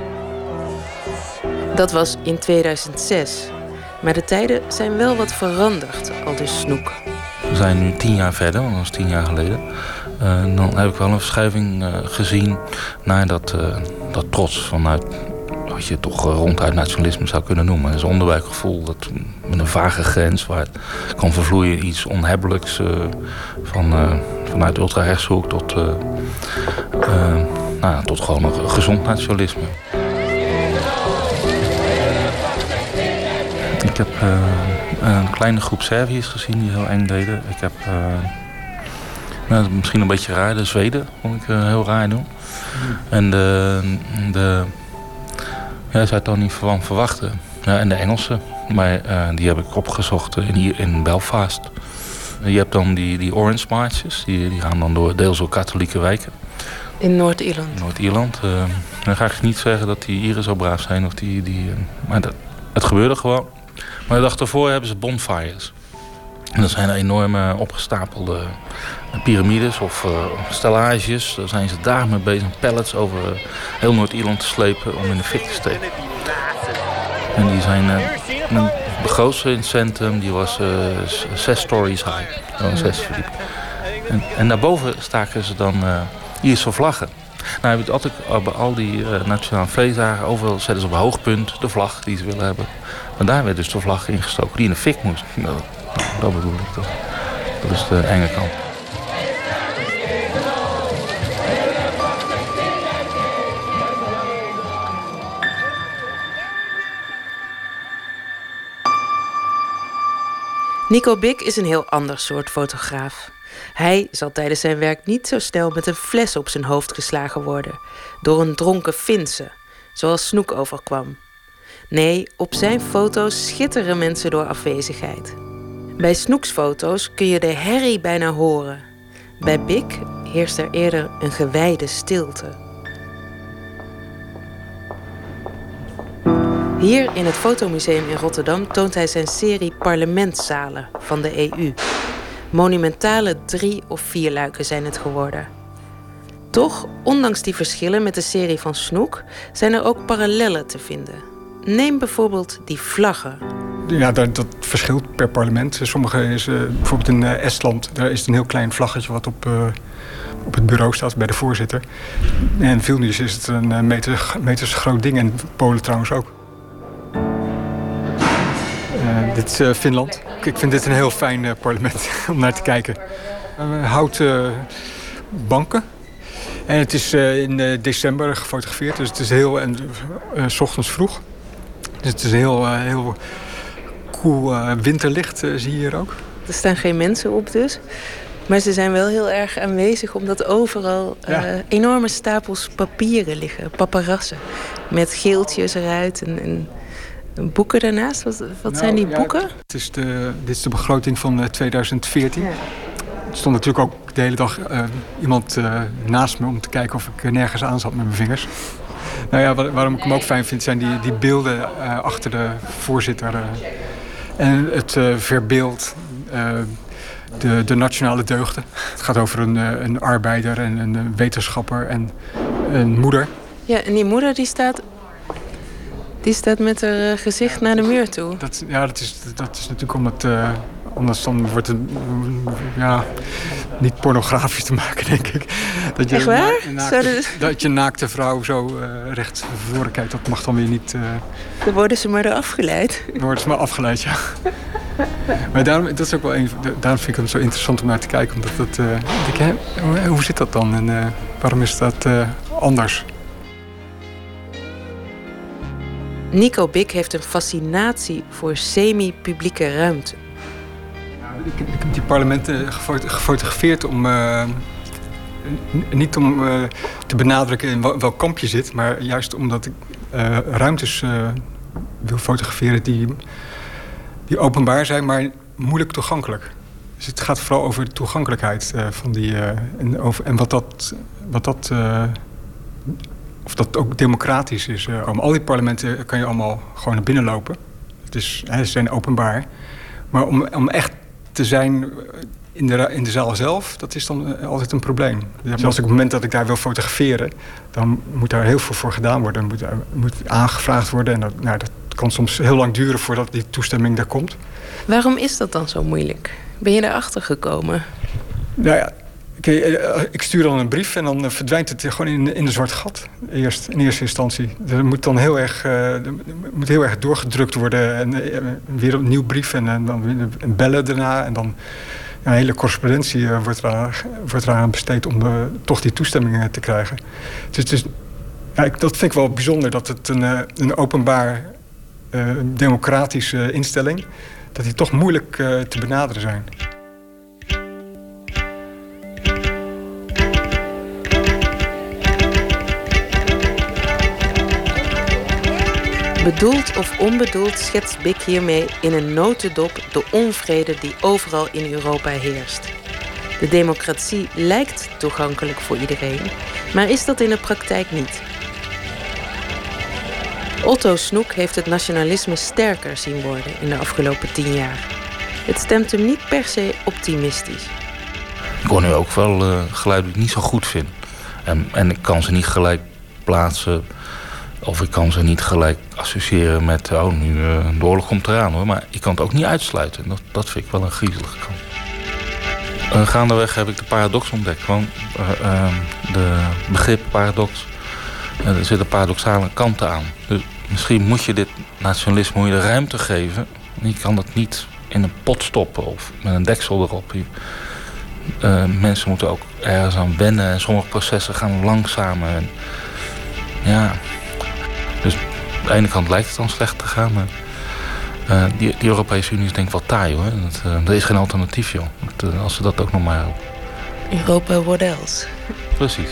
Dat was in tweeduizend zes. Maar de tijden zijn wel wat veranderd, aldus Snoek. We zijn nu tien jaar verder, want dat was tien jaar geleden. Uh, dan heb ik wel een verschuiving uh, gezien naar dat, uh, dat trots vanuit wat je toch uh, ronduit nationalisme zou kunnen noemen. Dat is een onderbuikgevoel dat, met een vage grens waar het kan vervloeien iets onhebbelijks. Uh, van, uh, vanuit ultrarechtshoek tot, uh, uh, nou, tot gewoon een gezond nationalisme. Ik heb uh, een kleine groep Serviërs gezien die heel eng deden. Ik heb, uh, nou, misschien een beetje raar, de Zweden vond ik uh, heel raar doen. Mm. En de, de ja, zou het dan niet van verwachten. Ja, en de Engelsen, maar uh, die heb ik opgezocht in, in Belfast. Je hebt dan die, die Orange Marches, die, die gaan dan door deels door katholieke wijken. In Noord-Ierland? Noord-Ierland. Uh, dan ga ik niet zeggen dat die Ieren zo braaf zijn. Of die, die, uh, maar dat, het gebeurde gewoon. Maar de dag daarvoor hebben ze bonfires. En dat zijn enorme opgestapelde piramides of uh, stellages. Daar zijn ze dagen mee bezig, pallets over uh, heel Noord-Ierland te slepen om in de fik te steken. En die zijn, uh, de grootste in het centrum, die was uh, zes stories high. Oh, zes verdiep. En, en daarboven staken ze dan uh, Ierse vlaggen. Nou, heb je het altijd bij al die uh, nationale feestdagen, overal zetten ze op een hoogpunt de vlag die ze willen hebben. Maar daar werd dus de vlag ingestoken die in de fik moest. Nou, dat bedoel ik toch. Dat is de enge kant. Nico Bik is een heel ander soort fotograaf. Hij zal tijdens zijn werk niet zo snel met een fles op zijn hoofd geslagen worden door een dronken Finse, zoals Snoek overkwam. Nee, op zijn foto's schitteren mensen door afwezigheid. Bij Snoeks foto's kun je de herrie bijna horen. Bij Bik heerst er eerder een gewijde stilte. Hier in het Fotomuseum in Rotterdam toont hij zijn serie parlementszalen van de E U. Monumentale drie- of vierluiken zijn het geworden. Toch, ondanks die verschillen met de serie van Snoek, zijn er ook parallellen te vinden. Neem bijvoorbeeld die vlaggen. Ja, dat, dat verschilt per parlement. Sommige is, uh, bijvoorbeeld in uh, Estland, daar is het een heel klein vlaggetje wat op, uh, op het bureau staat bij de voorzitter. En in Vilnius is het een uh, meter, meters groot ding en Polen trouwens ook. Uh, dit is uh, Finland. Ik vind dit een heel fijn uh, parlement om naar te kijken. Uh, houten banken. En het is uh, in uh, december gefotografeerd, dus het is heel en uh, uh, 's ochtends vroeg. Dus het is heel, uh, heel cool uh, winterlicht, uh, zie je hier ook. Er staan geen mensen op dus. Maar ze zijn wel heel erg aanwezig omdat overal uh, ja. enorme stapels papieren liggen. Paparassen. Met geeltjes eruit en, en boeken daarnaast. Wat, wat nou, zijn die boeken? Ja, het is de, dit is de begroting van uh, tweeduizend veertien. Ja. Er stond natuurlijk ook de hele dag uh, iemand uh, naast me om te kijken of ik nergens aan zat met mijn vingers. Nou ja, waar, waarom ik hem ook fijn vind, zijn die, die beelden uh, achter de voorzitter. Uh, en het uh, verbeeld uh, de, de nationale deugden. Het gaat over een, uh, een arbeider en een wetenschapper en een moeder. Ja, en die moeder die staat, die staat met haar uh, gezicht naar de muur toe. Dat, ja, dat is, dat is natuurlijk omdat... Uh, Anders dan wordt het ja, niet pornografisch te maken, denk ik. Dat je Echt waar? Een na- naakte, dat je een naakte vrouw zo uh, recht voor voren kijkt, dat mag dan weer niet... Uh... Dan worden ze maar er afgeleid. Dan worden ze maar afgeleid, ja. Maar daarom, dat is ook wel een, daarom vind ik het zo interessant om naar te kijken. Omdat dat, uh, denk ik, hè, hoe zit dat dan en uh, waarom is dat uh, anders? Nico Bik heeft een fascinatie voor semi-publieke ruimte. Ik, ik heb die parlementen gefot- gefotografeerd om... Uh, n- niet om uh, te benadrukken in wel, welk kamp je zit... maar juist omdat ik uh, ruimtes uh, wil fotograferen... Die, die openbaar zijn, maar moeilijk toegankelijk. Dus het gaat vooral over de toegankelijkheid uh, van die... Uh, en, over, en wat dat... Wat dat uh, of dat ook democratisch is. Uh, om al die parlementen kan je allemaal gewoon naar binnen lopen. Het is, hè, ze zijn openbaar. Maar om, om echt... te zijn in de, in de zaal zelf, dat is dan altijd een probleem. Dus als ik op het moment dat ik daar wil fotograferen... dan moet daar heel veel voor gedaan worden. Moet, moet aangevraagd worden. En dat, nou, dat kan soms heel lang duren voordat die toestemming daar komt. Waarom is dat dan zo moeilijk? Ben je daarachter gekomen? Nou ja, okay, ik stuur dan een brief en dan verdwijnt het gewoon in, in een zwart gat. Eerst, in eerste instantie. Er moet dan heel erg, uh, moet heel erg doorgedrukt worden. En uh, weer een nieuw brief en, en dan weer een bellen daarna. En dan ja, een hele correspondentie uh, wordt, eraan, wordt eraan besteed om uh, toch die toestemmingen te krijgen. Dus het is, ja, ik, dat vind ik wel bijzonder dat het een, uh, een openbaar uh, democratische instelling... dat die toch moeilijk uh, te benaderen zijn. Bedoeld of onbedoeld schetst Bik hiermee in een notendop de onvrede die overal in Europa heerst. De democratie lijkt toegankelijk voor iedereen, maar is dat in de praktijk niet. Otto Snoek heeft het nationalisme sterker zien worden in de afgelopen tien jaar. Het stemt hem niet per se optimistisch. Ik hoor nu ook wel uh, geluiden die ik niet zo goed vind. En, en ik kan ze niet gelijk plaatsen. Of ik kan ze niet gelijk associëren met, oh, nu uh, de oorlog komt eraan hoor. Maar ik kan het ook niet uitsluiten. Dat, dat vind ik wel een griezelige kant. Uh, gaandeweg heb ik de paradox ontdekt. Gewoon uh, uh, de begrip paradox. Uh, er zitten paradoxale kanten aan. Dus misschien moet je dit nationalisme moet je de ruimte geven. Je kan dat niet in een pot stoppen of met een deksel erop. Uh, mensen moeten ook ergens aan wennen. En sommige processen gaan langzamer. En, ja... Dus aan de ene kant lijkt het dan slecht te gaan. Maar uh, die, die Europese Unie is denk ik wel taai hoor. Dat, uh, er is geen alternatief joh. Dat, uh, als ze dat ook nog maar helpen. Europa what else? Precies.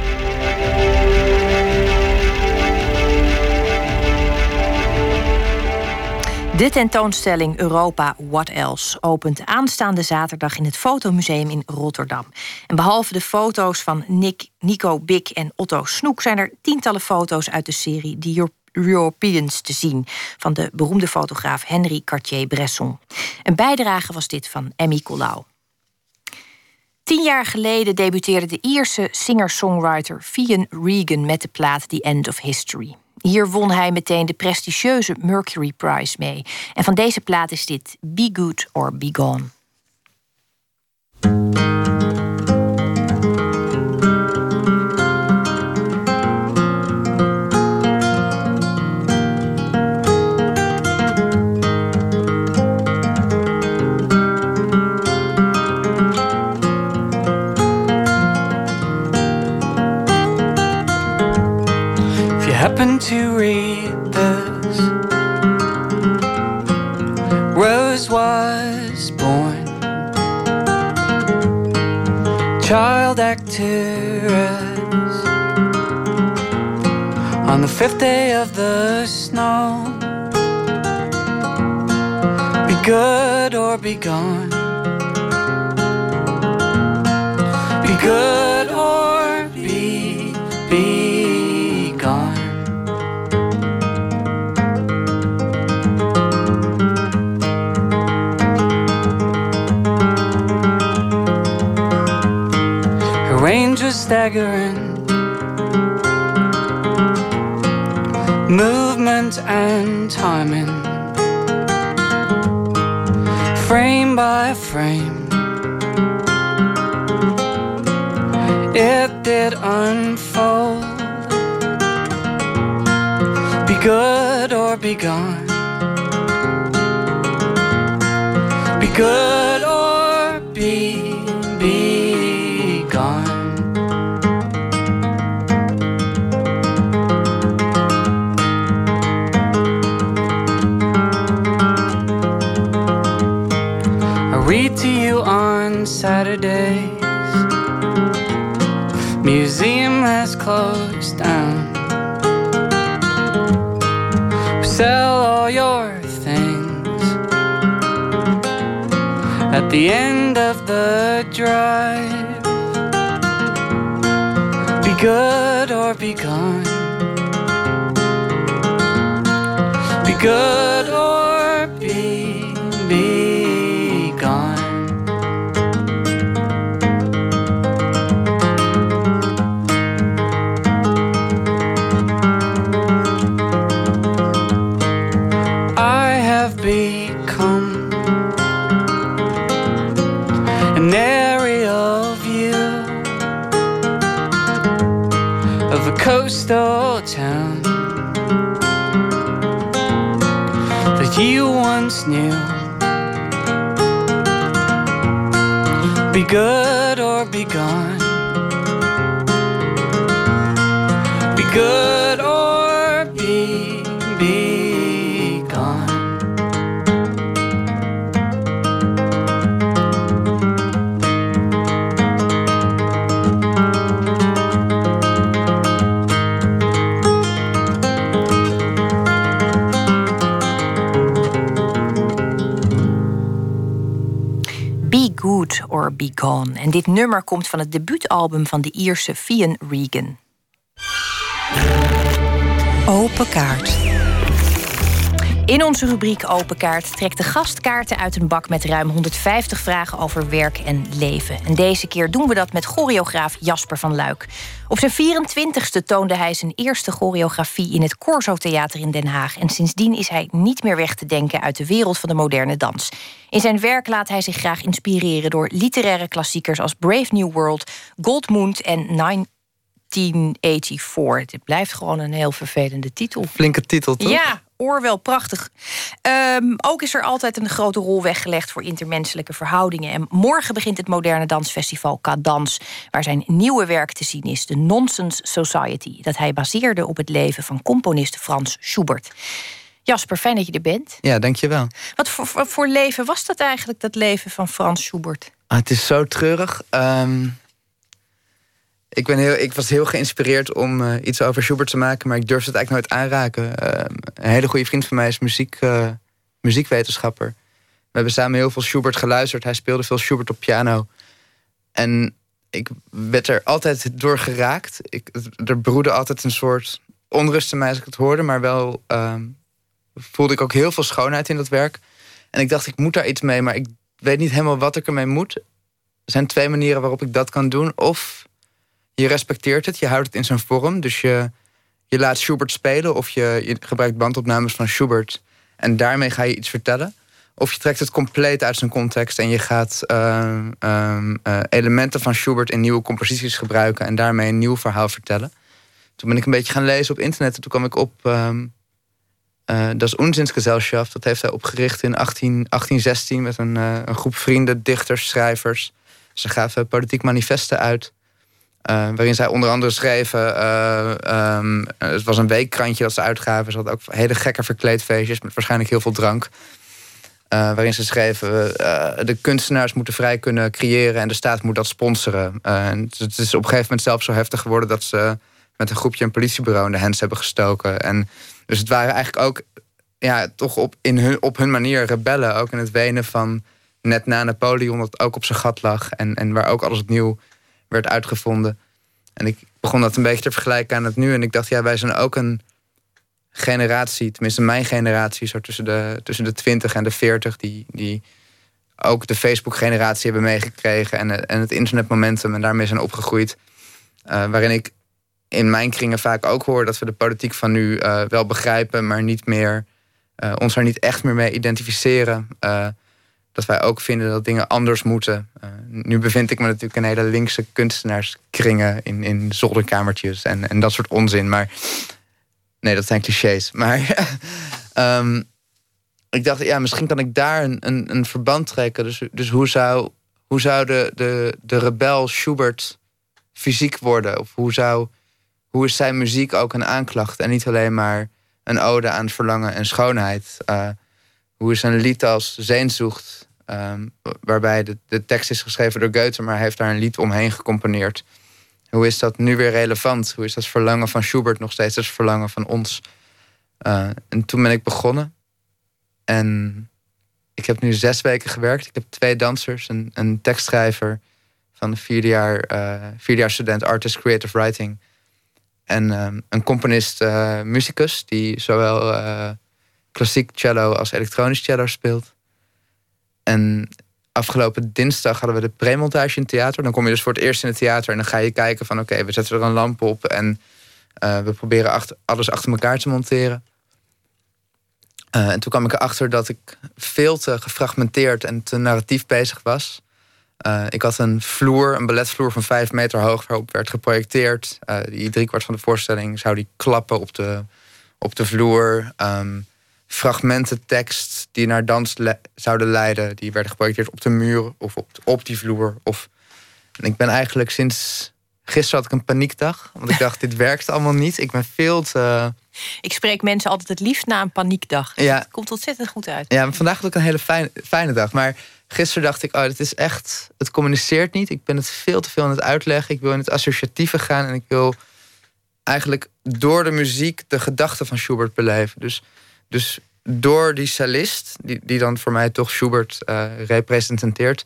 De tentoonstelling Europa What Else opent aanstaande zaterdag in het Fotomuseum in Rotterdam. En behalve de foto's van Nick, Nico Bik en Otto Snoek zijn er tientallen foto's uit de serie The Europeans te zien van de beroemde fotograaf Henri Cartier-Bresson. Een bijdrage was dit van Emmy Colau. Tien jaar geleden debuteerde de Ierse singer-songwriter Fionn Regan met de plaat The End of History. Hier won hij meteen de prestigieuze Mercury Prize mee. En van deze plaat is dit Be Good or Be Gone. Happen to read this. Rose was born, child actress, on the fifth day of the snow. Be good or be gone. Be good or be, be gone. Range was staggering, movement and timing, frame by frame, it did unfold. Be good or be gone. Be good or be, be gone. Read to you on Saturdays. Museum has closed down. Sell all your things at the end of the drive. Be good or be gone. Be good or be, be gone. I have become an aerial view of a coastal town that you once knew. Be good or be gone. Be good or be, be gone. Be Good or Be Gone. En dit nummer komt van het debuutalbum van de Ierse Fionn Regan. Open kaart. In onze rubriek Open Kaart trekt de gast kaarten uit een bak met ruim honderdvijftig vragen over werk en leven. En deze keer doen we dat met choreograaf Jasper van Luik. Op zijn vierentwintigste toonde hij zijn eerste choreografie in het Corso Theater in Den Haag. En sindsdien is hij niet meer weg te denken uit de wereld van de moderne dans. In zijn werk laat hij zich graag inspireren door literaire klassiekers als Brave New World, Goldmund en negentien vierennegentig. Dit blijft gewoon een heel vervelende titel. Flinke titel, toch? Ja, Orwell, prachtig. Um, ook is er altijd een grote rol weggelegd voor intermenselijke verhoudingen. En morgen begint het moderne dansfestival Cadans, waar zijn nieuwe werk te zien is, de Nonsense Society, dat hij baseerde op het leven van componist Frans Schubert. Jasper, fijn dat je er bent. Ja, dankjewel. Wat voor, voor, voor leven was dat eigenlijk, dat leven van Frans Schubert? Ah, het is zo treurig. Um, ik, ben heel, ik was heel geïnspireerd om uh, iets over Schubert te maken, maar ik durfde het eigenlijk nooit aanraken. Uh, een hele goede vriend van mij is muziek, uh, muziekwetenschapper. We hebben samen heel veel Schubert geluisterd. Hij speelde veel Schubert op piano. En ik werd er altijd door geraakt. Ik, er broedde altijd een soort onrust in mij als ik het hoorde, maar wel uh, voelde ik ook heel veel schoonheid in dat werk. En ik dacht, ik moet daar iets mee, maar ik weet niet helemaal wat ik ermee moet. Er zijn twee manieren waarop ik dat kan doen. Of je respecteert het, je houdt het in zijn vorm. Dus je, je laat Schubert spelen of je, je gebruikt bandopnames van Schubert. En daarmee ga je iets vertellen. Of je trekt het compleet uit zijn context en je gaat uh, uh, uh, elementen van Schubert in nieuwe composities gebruiken en daarmee een nieuw verhaal vertellen. Toen ben ik een beetje gaan lezen op internet en toen kwam ik op Um, uh, Das Unsinnsgesellschaft. Dat heeft hij opgericht in achttien zestien met een, uh, een groep vrienden, dichters, schrijvers. Ze gaven politiek manifesten uit. Uh, waarin zij onder andere schreven, uh, um, het was een weekkrantje dat ze uitgaven. Ze hadden ook hele gekke verkleedfeestjes met waarschijnlijk heel veel drank. Uh, waarin ze schreven, uh, de kunstenaars moeten vrij kunnen creëren en de staat moet dat sponsoren. Uh, en het is op een gegeven moment zelfs zo heftig geworden dat ze met een groepje een politiebureau in de hens hebben gestoken. En dus het waren eigenlijk ook ja, toch op, in hun, op hun manier rebellen. Ook in het Wenen van net na Napoleon, dat ook op zijn gat lag. En, en waar ook alles opnieuw werd uitgevonden. En ik begon dat een beetje te vergelijken aan het nu. En ik dacht, ja, wij zijn ook een generatie, tenminste mijn generatie, zo tussen de, tussen de twintig en de veertig, die, die ook de Facebook-generatie hebben meegekregen en, en het internetmomentum en daarmee zijn opgegroeid. Uh, waarin ik in mijn kringen vaak ook hoor dat we de politiek van nu uh, wel begrijpen, maar niet meer, uh, ons er niet echt meer mee identificeren. Uh, dat wij ook vinden dat dingen anders moeten. Uh, nu bevind ik me natuurlijk in hele linkse kunstenaarskringen in, in zolderkamertjes en, en dat soort onzin. Maar nee, dat zijn clichés. Maar um, ik dacht, ja, misschien kan ik daar een, een, een verband trekken. Dus, dus hoe zou, hoe zou de, de, de rebel Schubert fysiek worden? Of hoe, zou, hoe is zijn muziek ook een aanklacht en niet alleen maar een ode aan verlangen en schoonheid? Uh, hoe is een lied als Sehnsucht, Um, waarbij de, de tekst is geschreven door Goethe, maar hij heeft daar een lied omheen gecomponeerd. Hoe is dat nu weer relevant? Hoe is dat verlangen van Schubert nog steeds het verlangen van ons? Uh, en toen ben ik begonnen. En ik heb nu zes weken gewerkt. Ik heb twee dansers, een, een tekstschrijver van de vierde jaar, uh, vierde jaar student Artist Creative Writing. En um, een componist, uh, musicus, die zowel uh, klassiek cello als elektronisch cello speelt. En afgelopen dinsdag hadden we de premontage in het theater. Dan kom je dus voor het eerst in het theater en dan ga je kijken van oké, okay, we zetten er een lamp op en uh, we proberen achter, alles achter elkaar te monteren. Uh, en toen kwam ik erachter dat ik veel te gefragmenteerd en te narratief bezig was. Uh, ik had een vloer, een balletvloer van vijf meter hoog waarop werd geprojecteerd. Uh, die driekwart van de voorstelling zou die klappen op de, op de vloer. Um, fragmenten tekst die naar dans le- zouden leiden, die werden geprojecteerd op de muur of op, op die vloer. Of... En ik ben eigenlijk sinds gisteren had ik een paniekdag, want ik dacht, dit werkt allemaal niet. Ik ben veel te... Ik spreek mensen altijd het liefst na een paniekdag. Dus ja. Het komt ontzettend goed uit. Ja, vandaag had ik een hele fijne, fijne dag. Maar gisteren dacht ik, oh, dit is echt... Het communiceert niet. Ik ben het veel te veel aan het uitleggen. Ik wil in het associatieve gaan. En ik wil eigenlijk door de muziek de gedachten van Schubert beleven. Dus, dus door die cellist, die, die dan voor mij toch Schubert uh, representeert,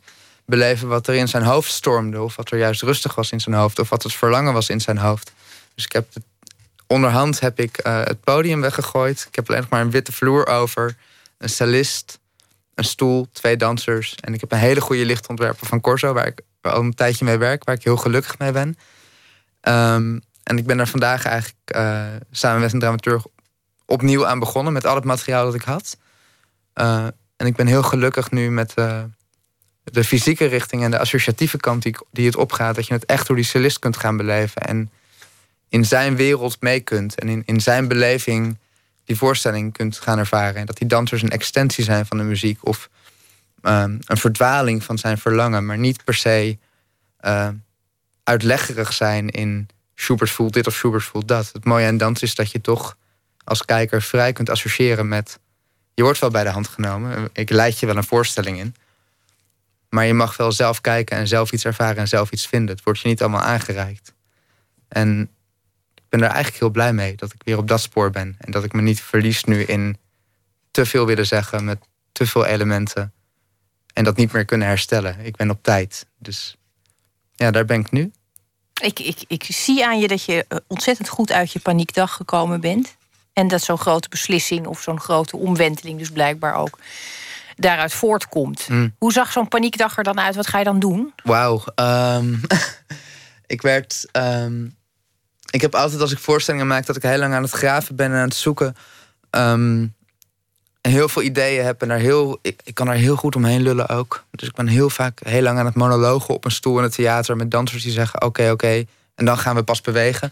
beleven wat er in zijn hoofd stormde. Of wat er juist rustig was in zijn hoofd. Of wat het verlangen was in zijn hoofd. Dus ik heb het, onderhand heb ik uh, het podium weggegooid. Ik heb alleen nog maar een witte vloer over. Een cellist, een stoel, twee dansers. En ik heb een hele goede lichtontwerper van Corso, waar ik al een tijdje mee werk, waar ik heel gelukkig mee ben. Um, en ik ben er vandaag eigenlijk uh, samen met een dramaturg opnieuw aan begonnen met al het materiaal dat ik had. Uh, en ik ben heel gelukkig nu met uh, de fysieke richting en de associatieve kant die, die het opgaat, dat je het echt door die cellist kunt gaan beleven en in zijn wereld mee kunt en in, in zijn beleving die voorstelling kunt gaan ervaren. En dat die dansers een extensie zijn van de muziek of um, een verdwaling van zijn verlangen, maar niet per se uh, uitleggerig zijn in Schubert voelt dit of Schubert voelt dat. Het mooie aan dans is dat je toch als kijker vrij kunt associëren met, je wordt wel bij de hand genomen, ik leid je wel een voorstelling in, maar je mag wel zelf kijken en zelf iets ervaren en zelf iets vinden. Het wordt je niet allemaal aangereikt. En ik ben er eigenlijk heel blij mee dat ik weer op dat spoor ben. En dat ik me niet verlies nu in te veel willen zeggen met te veel elementen. En dat niet meer kunnen herstellen. Ik ben op tijd. Dus ja, daar ben ik nu. Ik, ik, ik zie aan je dat je ontzettend goed uit je paniekdag gekomen bent. En dat zo'n grote beslissing of zo'n grote omwenteling dus blijkbaar ook daaruit voortkomt. Mm. Hoe zag zo'n paniekdag er dan uit? Wat ga je dan doen? Wauw. Um, ik werd... Um, ik heb altijd als ik voorstellingen maak dat ik heel lang aan het graven ben en aan het zoeken. Um, en heel veel ideeën heb en daar heel, ik, ik kan er heel goed omheen lullen ook. Dus ik ben heel vaak heel lang aan het monologen op een stoel in het theater met dansers die zeggen oké, okay, oké. Okay, en dan gaan we pas bewegen.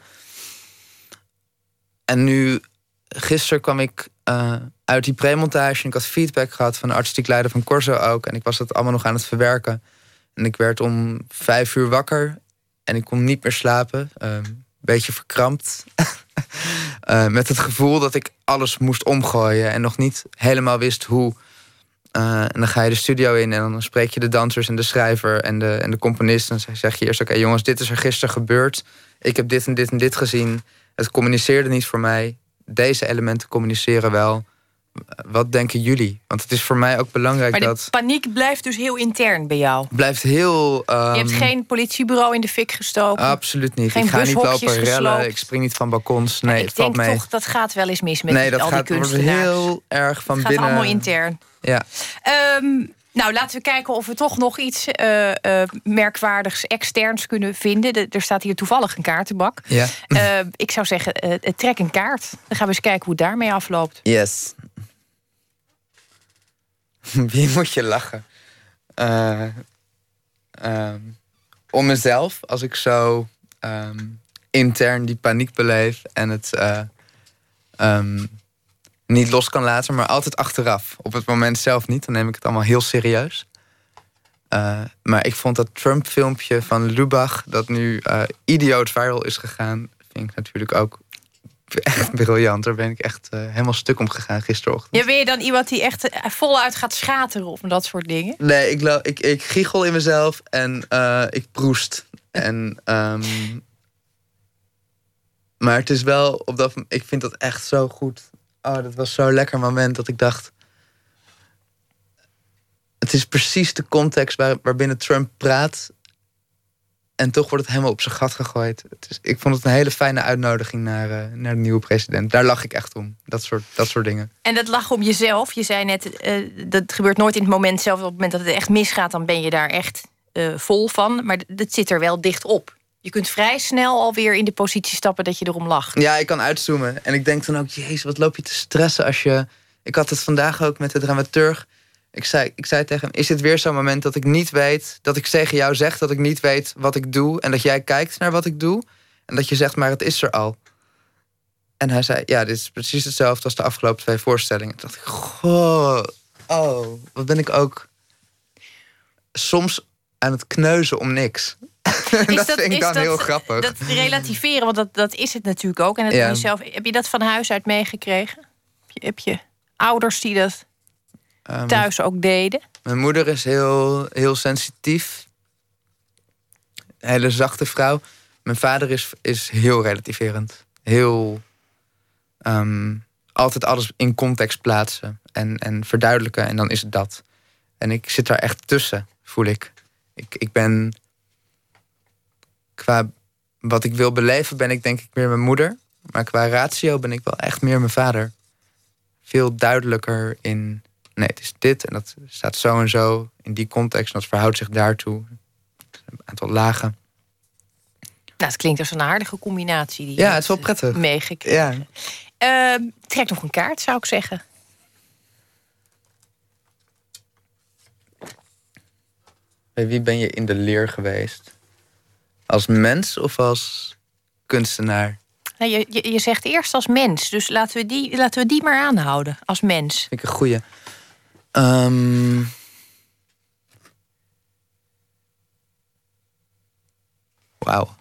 En nu, gisteren kwam ik uh, uit die premontage en ik had feedback gehad van de artistiek leider van Corso ook. En ik was dat allemaal nog aan het verwerken. En ik werd om vijf uur wakker en ik kon niet meer slapen. Um, beetje verkrampt. uh, met het gevoel dat ik alles moest omgooien en nog niet helemaal wist hoe. Uh, en dan ga je de studio in en dan spreek je de dansers en de schrijver en de, en de componist. En dan zeg je eerst, oké okay, jongens, dit is er gisteren gebeurd. Ik heb dit en dit en dit gezien. Het communiceerde niet voor mij. Deze elementen communiceren wel. Wat denken jullie? Want het is voor mij ook belangrijk maar de dat... paniek blijft dus heel intern bij jou? Blijft heel... Um... Je hebt geen politiebureau in de fik gestoken? Absoluut niet. Geen ik ga niet lopen rellen. Gesloopt. Ik spring niet van balkons. Nee, ja, ik het valt denk mee. toch, dat gaat wel eens mis met nee, die, dat al gaat, die kunstenaars. heel erg van het binnen... gaat allemaal intern. Ja. Um, nou, laten we kijken of we toch nog iets uh, uh, merkwaardigs externs kunnen vinden. De, er staat hier toevallig een kaartenbak. Ja. Uh, ik zou zeggen, uh, trek een kaart. Dan gaan we eens kijken hoe het daarmee afloopt. Yes. Wie moet je lachen? Uh, um, om mezelf, als ik zo um, intern die paniek beleef en het uh, um, niet los kan laten, maar altijd achteraf. Op het moment zelf niet, dan neem ik het allemaal heel serieus. Uh, maar ik vond dat Trump-filmpje van Lubach, dat nu uh, idioot viral is gegaan, vind ik natuurlijk ook echt briljant. Daar ben ik echt uh, helemaal stuk om gegaan gisterochtend. Ja, ben je dan iemand die echt voluit gaat schateren of dat soort dingen? Nee, ik, ik, ik giechel in mezelf en uh, ik proest. En, um, maar het is wel op dat ik vind dat echt zo goed. Oh, dat was zo'n lekker moment dat ik dacht, het is precies de context waar, waarbinnen Trump praat. En toch wordt het helemaal op zijn gat gegooid. Het is, ik vond het een hele fijne uitnodiging naar, uh, naar de nieuwe president. Daar lach ik echt om. Dat soort, dat soort dingen. En dat lachen om jezelf. Je zei net, uh, dat gebeurt nooit in het moment zelf. Op het moment dat het echt misgaat, dan ben je daar echt uh, vol van. Maar dat zit er wel dicht op. Je kunt vrij snel alweer in de positie stappen dat je erom lacht. Ja, ik kan uitzoomen. En ik denk dan ook, jezus, wat loop je te stressen als je... Ik had het vandaag ook met de dramaturg. Ik zei, ik zei tegen hem, is dit weer zo'n moment dat ik niet weet... dat ik tegen jou zeg dat ik niet weet wat ik doe... en dat jij kijkt naar wat ik doe... en dat je zegt, maar het is er al. En hij zei, ja, dit is precies hetzelfde als de afgelopen twee voorstellingen. Toen dacht ik, goh, oh, wat ben ik ook... soms aan het kneuzen om niks. dat, dat vind ik dan dat, heel grappig. Dat relativeren, want dat, dat is het natuurlijk ook. En het ja. jezelf, heb je dat van huis uit meegekregen? Heb je, heb je ouders die dat... Um, thuis ook deden? Mijn moeder is heel, heel sensitief. Een hele zachte vrouw. Mijn vader is, is heel relativerend. Heel... Um, altijd alles in context plaatsen. En, en verduidelijken. En dan is het dat. En ik zit daar echt tussen, voel ik. Ik, ik ben... Qua wat ik wil beleven ben ik denk ik meer mijn moeder. Maar qua ratio ben ik wel echt meer mijn vader. Veel duidelijker in... Nee, het is dit en dat staat zo en zo in die context. En dat verhoudt zich daartoe. Een aantal lagen. Nou, het klinkt als een aardige combinatie. Die ja, het is wel prettig. Meegekregen. Ja. Uh, trek nog een kaart, zou ik zeggen. Bij wie ben je in de leer geweest? Als mens of als kunstenaar? Nou, je, je, je zegt eerst als mens, dus laten we die, laten we die maar aanhouden. Als mens. Vind ik een goeie. Um... Wauw.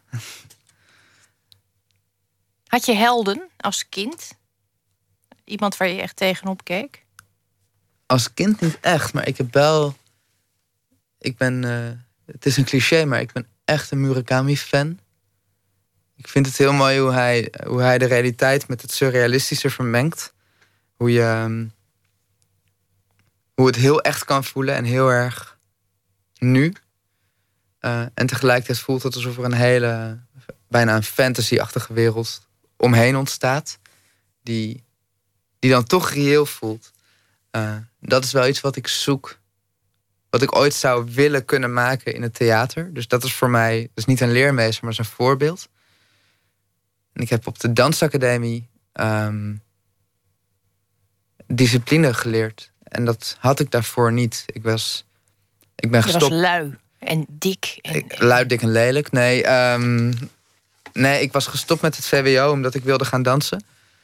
Had je helden als kind? Iemand waar je echt tegenop keek? Als kind niet echt, maar ik heb wel... Ik ben... Uh... Het is een cliché, maar ik ben echt een Murakami-fan. Ik vind het heel mooi hoe hij, hoe hij de realiteit met het surrealistische vermengt. Hoe je... Um... Hoe het heel echt kan voelen en heel erg nu. Uh, en tegelijkertijd voelt het alsof er een hele... bijna een fantasy-achtige wereld omheen ontstaat. Die, die dan toch reëel voelt. Uh, dat is wel iets wat ik zoek. Wat ik ooit zou willen kunnen maken in het theater. Dus dat is voor mij... Dat is niet een leermeester, maar is een voorbeeld. En ik heb op de dansacademie... Um, discipline geleerd. En dat had ik daarvoor niet. Ik was... Ik ben gestopt... Je was lui en dik. En... Ik, lui, dik en lelijk. Nee, um, nee, ik was gestopt met het V W O omdat ik wilde gaan dansen.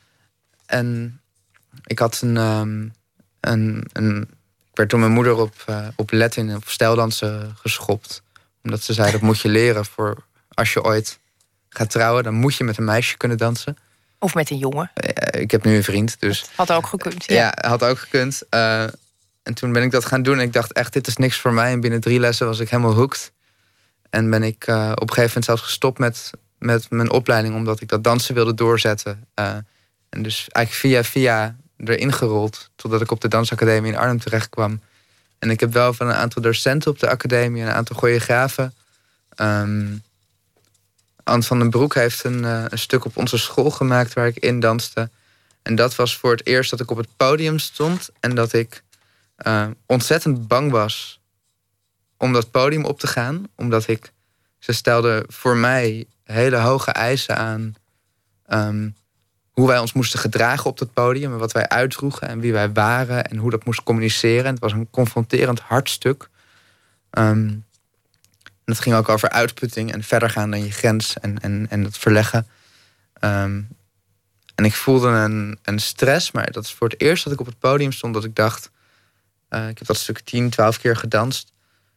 En ik had een... Um, een, een ik werd door mijn moeder op, uh, op Latin en op stijldansen geschopt. Omdat ze zei, dat moet je leren voor als je ooit gaat trouwen. Dan moet je met een meisje kunnen dansen. Of met een jongen. Uh, ik heb nu een vriend, dus... Dat had ook gekund, ja. Ja, had ook gekund. Uh, en toen ben ik dat gaan doen en ik dacht echt, dit is niks voor mij. En binnen drie lessen was ik helemaal hooked. En ben ik uh, op een gegeven moment zelfs gestopt met, met mijn opleiding... omdat ik dat dansen wilde doorzetten. Uh, en dus eigenlijk via via erin gerold... totdat ik op de dansacademie in Arnhem terecht kwam. En ik heb wel van een aantal docenten op de academie... en een aantal choreografen... Um, Ant van den Broek heeft een, uh, een stuk op onze school gemaakt... waar ik in danste. En dat was voor het eerst dat ik op het podium stond... en dat ik uh, ontzettend bang was om dat podium op te gaan. Omdat ik... Ze stelden voor mij hele hoge eisen aan... Um, hoe wij ons moesten gedragen op dat podium... en wat wij uitdroegen en wie wij waren... en hoe dat moest communiceren. En het was een confronterend hard stuk... Um, En dat ging ook over uitputting en verder gaan dan je grens en, en, en het verleggen. Um, en ik voelde een, een stress, maar dat is voor het eerst dat ik op het podium stond... dat ik dacht, uh, ik heb dat stuk tien, twaalf keer gedanst...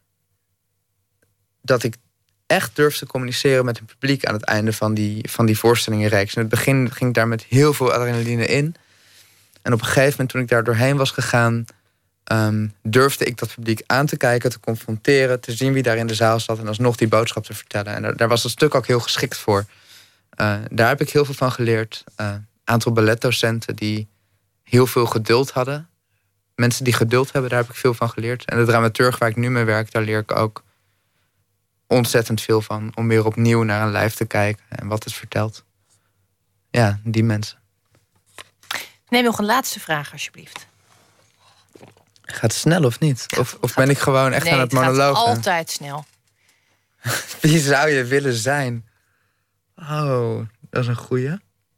dat ik echt durfde te communiceren met een publiek... aan het einde van die, van die voorstellingenreeks. In het begin ging ik daar met heel veel adrenaline in. En op een gegeven moment, toen ik daar doorheen was gegaan... Um, durfde ik dat publiek aan te kijken, te confronteren... te zien wie daar in de zaal zat en alsnog die boodschap te vertellen. En daar, daar was dat stuk ook heel geschikt voor. Uh, daar heb ik heel veel van geleerd. Een uh, aantal balletdocenten die heel veel geduld hadden. Mensen die geduld hebben, daar heb ik veel van geleerd. En de dramaturg waar ik nu mee werk, daar leer ik ook ontzettend veel van... om weer opnieuw naar een lijf te kijken en wat het vertelt. Ja, die mensen. Neem nog een laatste vraag, alsjeblieft. Gaat het snel of niet? Of, of ben ik gewoon echt nee, aan het monologen? Het gaat altijd snel. Wie zou je willen zijn? Oh, dat is een goeie.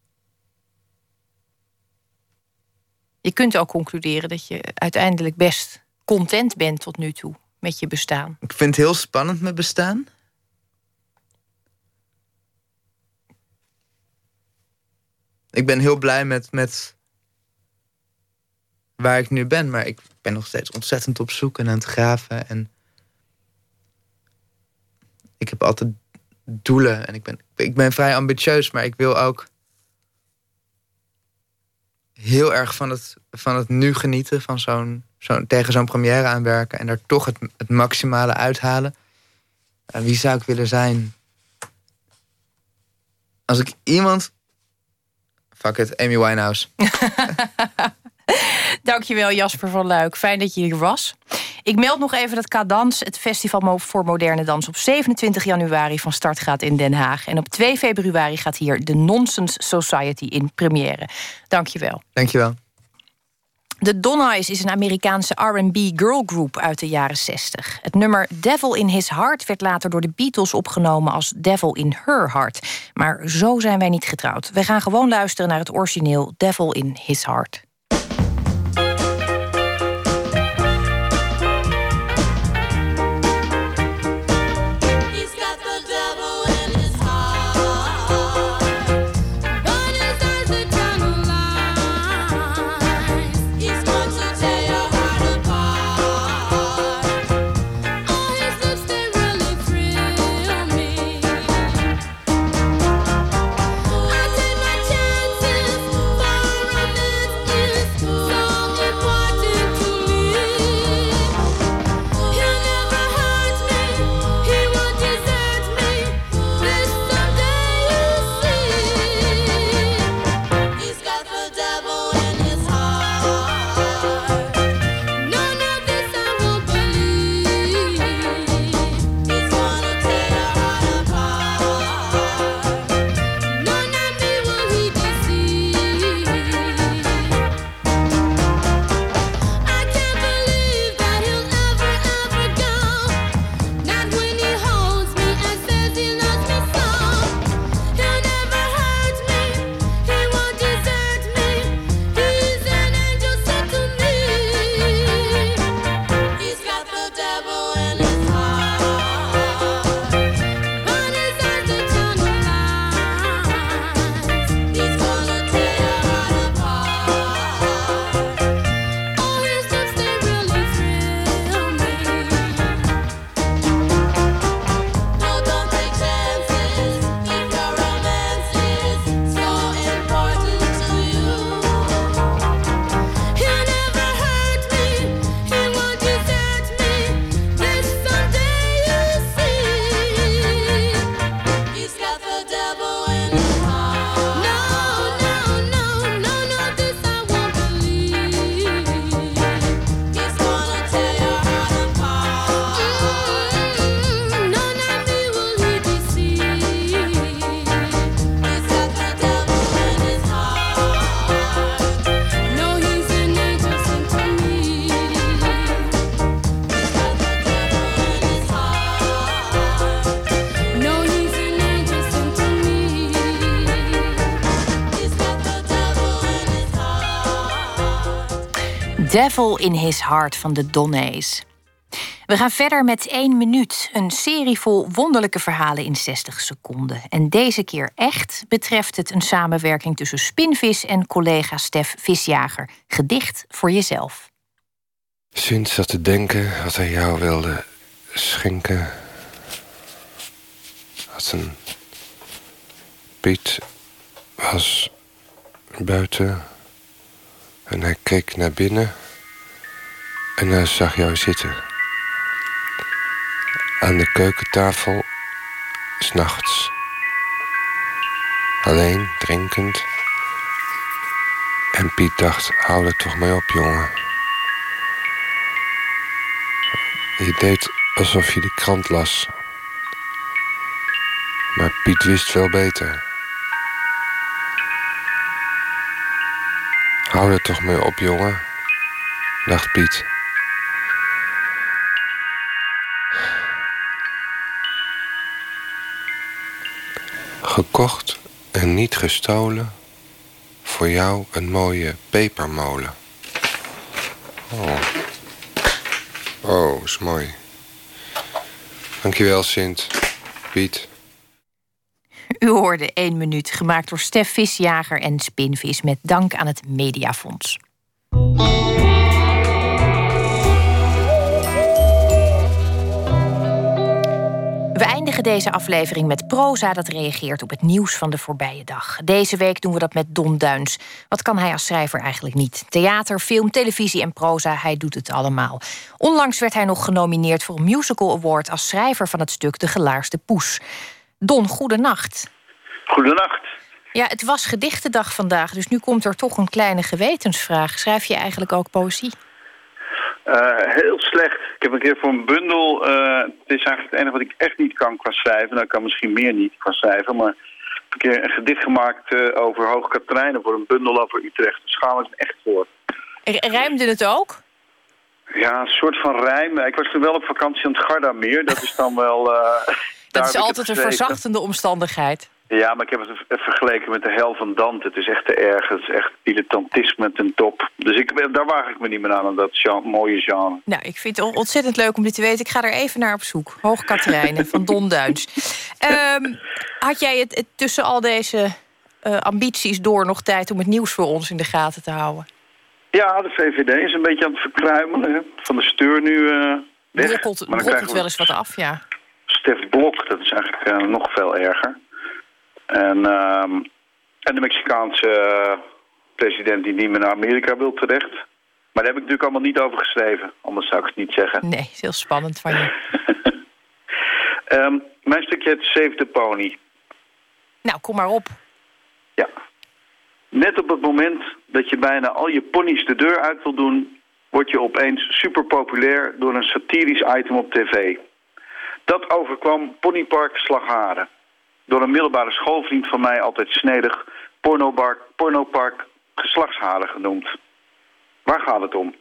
Je kunt ook concluderen dat je uiteindelijk best content bent tot nu toe met je bestaan. Ik vind het heel spannend met bestaan. Ik ben heel blij met... met waar ik nu ben, maar ik ben nog steeds ontzettend op zoek en aan het graven. En ik heb altijd doelen en ik ben, ik ben vrij ambitieus, maar ik wil ook heel erg van het, van het nu genieten, van zo'n, zo'n, tegen zo'n première aanwerken en daar toch het, het maximale uithalen. En wie zou ik willen zijn? Als ik iemand... Fuck it, Amy Winehouse. Dankjewel, Jasper van Luik. Fijn dat je hier was. Ik meld nog even dat Cadans, het Festival voor Moderne Dans, op zevenentwintig januari van start gaat in Den Haag. En op twee februari gaat hier de Nonsense Society in première. Dank je wel. Dank je wel. De Donnays is een Amerikaanse R en B girlgroup uit de jaren zestig. Het nummer Devil in His Heart werd later door de Beatles opgenomen als Devil in Her Heart. Maar zo zijn wij niet getrouwd. Wij gaan gewoon luisteren naar het origineel Devil in His Heart. Devil in His Heart van de Donnays. We gaan verder met één minuut. Een serie vol wonderlijke verhalen in zestig seconden. En deze keer echt betreft het een samenwerking tussen Spinvis en collega Stef Visjager. Gedicht voor jezelf. Sinds zat te denken wat hij jou wilde schenken. Als een Piet was buiten en hij keek naar binnen en hij zag jou zitten. Aan de keukentafel, 's nachts. Alleen, drinkend. En Piet dacht, hou er toch mee op, jongen. Je deed alsof je de krant las. Maar Piet wist wel beter. Hou er toch mee op, jongen, dacht Piet. Gekocht en niet gestolen, voor jou een mooie pepermolen. Oh, oh, is mooi. Dankjewel, Sint. Piet. U hoorde één minuut, gemaakt door Stef Visjager en Spinvis, met dank aan het Mediafonds. We eindigen deze aflevering met proza dat reageert op het nieuws van de voorbije dag. Deze week doen we dat met Don Duins. Wat kan hij als schrijver eigenlijk niet? Theater, film, televisie en proza, hij doet het allemaal. Onlangs werd hij nog genomineerd voor een musical award als schrijver van het stuk De Gelaarsde Poes. Don, goedenacht. Goedenacht. Ja, het was gedichtendag vandaag, dus nu komt er toch een kleine gewetensvraag. Schrijf je eigenlijk ook poëzie? Uh, heel slecht. Ik heb een keer voor een bundel... Uh, het is eigenlijk het enige wat ik echt niet kan qua schrijven. Nou, ik kan misschien meer niet qua schrijven, maar... Ik heb een keer een gedicht gemaakt uh, over Hoog Katerijnen voor een bundel over Utrecht. Daar schaam ik me echt voor. R- rijmde het ook? Ja, een soort van rijm. Ik was toen wel op vakantie aan het Gardameer. Dat is dan wel... Uh, dat is altijd een verzachtende omstandigheid. Ja, maar ik heb het vergeleken met de hel van Dante. Het is echt te erg. Het is echt dilettantisme ten top. Dus ik, daar waag ik me niet meer aan, aan dat genre, mooie genre. Nou, ik vind het ontzettend leuk om dit te weten. Ik ga er even naar op zoek. Hoog Katerijnen van Don Duins. Um, had jij het, het tussen al deze uh, ambities door nog tijd om het nieuws voor ons in de gaten te houden? Ja, de V V D is een beetje aan het verkruimelen. Hè. Van de steur nu uh, weg. Brokkelt, brokkelt wel eens wat af, ja. Stef Blok, dat is eigenlijk uh, nog veel erger. En, uh, en de Mexicaanse uh, president die niet meer naar Amerika wil terecht. Maar daar heb ik natuurlijk allemaal niet over geschreven. Anders zou ik het niet zeggen. Nee, het is heel spannend van je. um, mijn stukje heet Save the Pony. Nou, kom maar op. Ja. Net op het moment dat je bijna al je ponies de deur uit wil doen... word je opeens super populair door een satirisch item op tv. Dat overkwam Ponypark Slagharen. Door een middelbare schoolvriend van mij altijd snedig pornobar, pornopark Geslachtsharen genoemd. Waar gaat het om?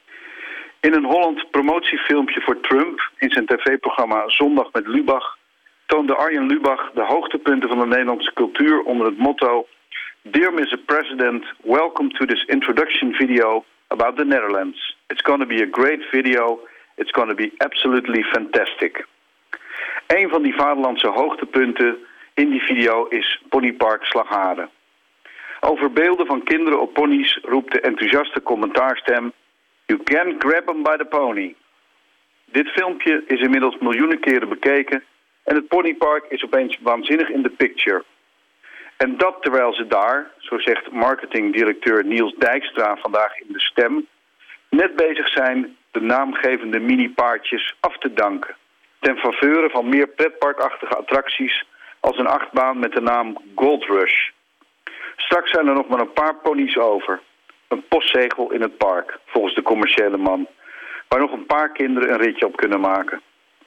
In een Holland promotiefilmpje voor Trump in zijn tv-programma Zondag met Lubach toonde Arjen Lubach de hoogtepunten van de Nederlandse cultuur onder het motto: Dear mister President, welcome to this introduction video about the Netherlands. It's going to be a great video. It's going to be absolutely fantastic. Een van die vaderlandse hoogtepunten in die video is Ponypark Slagharen. Over beelden van kinderen op ponies roept de enthousiaste commentaarstem: You can grab them by the pony. Dit filmpje is inmiddels miljoenen keren bekeken en het ponypark is opeens waanzinnig in de picture. En dat terwijl ze daar, zo zegt marketingdirecteur Niels Dijkstra vandaag in De Stem, net bezig zijn de naamgevende mini-paardjes af te danken. Ten faveur van meer pretparkachtige attracties als een achtbaan met de naam Gold Rush. Straks zijn er nog maar een paar ponies over. Een postzegel in het park, volgens de commerciële man. Waar nog een paar kinderen een ritje op kunnen maken.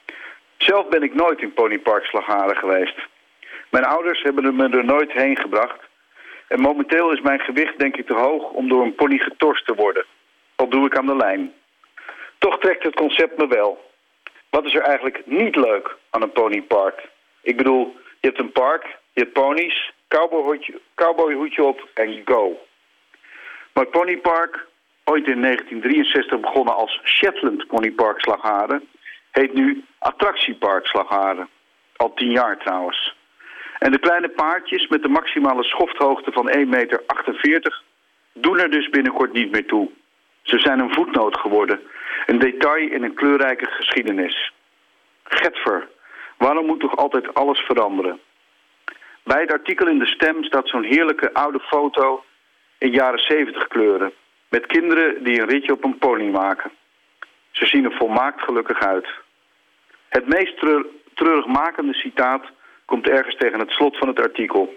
Zelf ben ik nooit in Ponypark Slagharen geweest. Mijn ouders hebben me er nooit heen gebracht. En momenteel is mijn gewicht denk ik te hoog om door een pony getorst te worden. Al doe ik aan de lijn. Toch trekt het concept me wel. Wat is er eigenlijk niet leuk aan een ponypark? Ik bedoel, je hebt een park, je hebt ponies, cowboyhoedje, cowboyhoedje op en go. Maar het ponypark, ooit in negentien drieënzestig begonnen als Shetland Ponypark Slagharen, heet nu Attractiepark Slagharen. Al tien jaar trouwens. En de kleine paardjes met de maximale schofthoogte van één komma achtenveertig meter doen er dus binnenkort niet meer toe. Ze zijn een voetnoot geworden. Een detail in een kleurrijke geschiedenis. Getver, waarom moet toch altijd alles veranderen? Bij het artikel in De Stem staat zo'n heerlijke oude foto in jaren zeventig kleuren. Met kinderen die een ritje op een pony maken. Ze zien er volmaakt gelukkig uit. Het meest treur, treurigmakende citaat komt ergens tegen het slot van het artikel.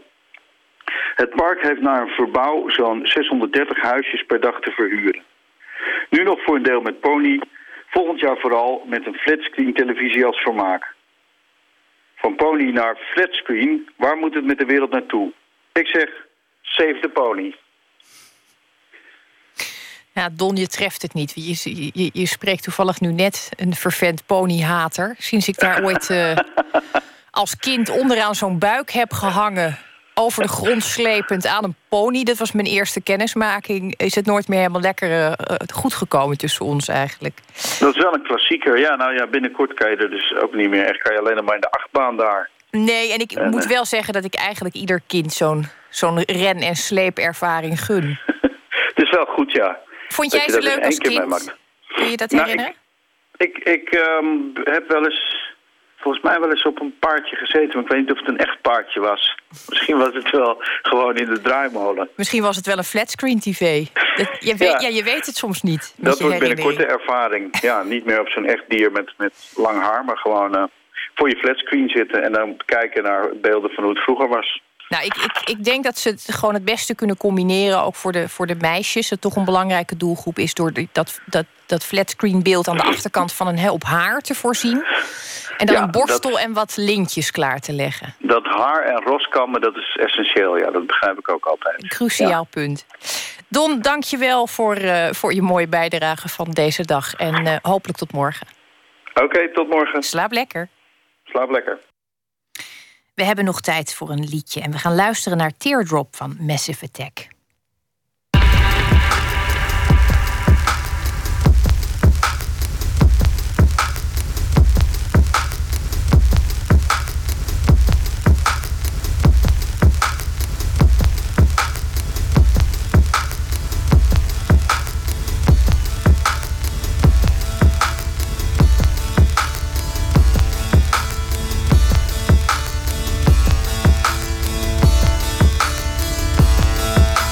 Het park heeft na een verbouw zo'n zeshonderddertig huisjes per dag te verhuren. Nu nog voor een deel met pony, volgend jaar vooral met een flatscreen televisie als vermaak. Van pony naar flatscreen, waar moet het met de wereld naartoe? Ik zeg, save the pony. Ja, Don, je treft het niet. Je, je, je spreekt toevallig nu net een fervent ponyhater. Sinds ik daar ooit uh, als kind onderaan zo'n buik heb gehangen, over de grond slepend aan een pony. Dat was mijn eerste kennismaking. Is het nooit meer helemaal lekker uh, goed gekomen tussen ons eigenlijk. Dat is wel een klassieker. Ja, nou ja, binnenkort kan je er dus ook niet meer. Echt kan je alleen nog maar in de achtbaan daar. Nee, en ik en, moet wel zeggen dat ik eigenlijk ieder kind zo'n zo'n ren- en sleepervaring gun. Het is wel goed, ja. Vond jij ze leuk als kind? Kun je dat herinneren? Nou, ik ik, ik um, heb wel eens, volgens mij wel eens op een paardje gezeten. Maar ik weet niet of het een echt paardje was. Misschien was het wel gewoon in de draaimolen. Misschien was het wel een flatscreen tv. Dat, je, weet, ja. Ja, je weet het soms niet. Dat wordt binnenkort de ervaring. Ja, niet meer op zo'n echt dier met, met lang haar, maar gewoon uh, voor je flatscreen zitten en dan kijken naar beelden van hoe het vroeger was. Nou, ik, ik, ik denk dat ze het gewoon het beste kunnen combineren, ook voor de, voor de meisjes. Het toch een belangrijke doelgroep is door dat, dat, dat flatscreen beeld aan de achterkant van een he, op haar te voorzien. En dan Ja, een borstel dat- en wat lintjes klaar te leggen. Dat haar en roskammen, dat is essentieel. Ja, dat begrijp ik ook altijd. Een cruciaal punt. Don, dank je wel voor, uh, voor je mooie bijdrage van deze dag. En uh, hopelijk tot morgen. Oké, okay, tot morgen. Slaap lekker. Slaap lekker. We hebben nog tijd voor een liedje. En we gaan luisteren naar Teardrop van Massive Attack. Thank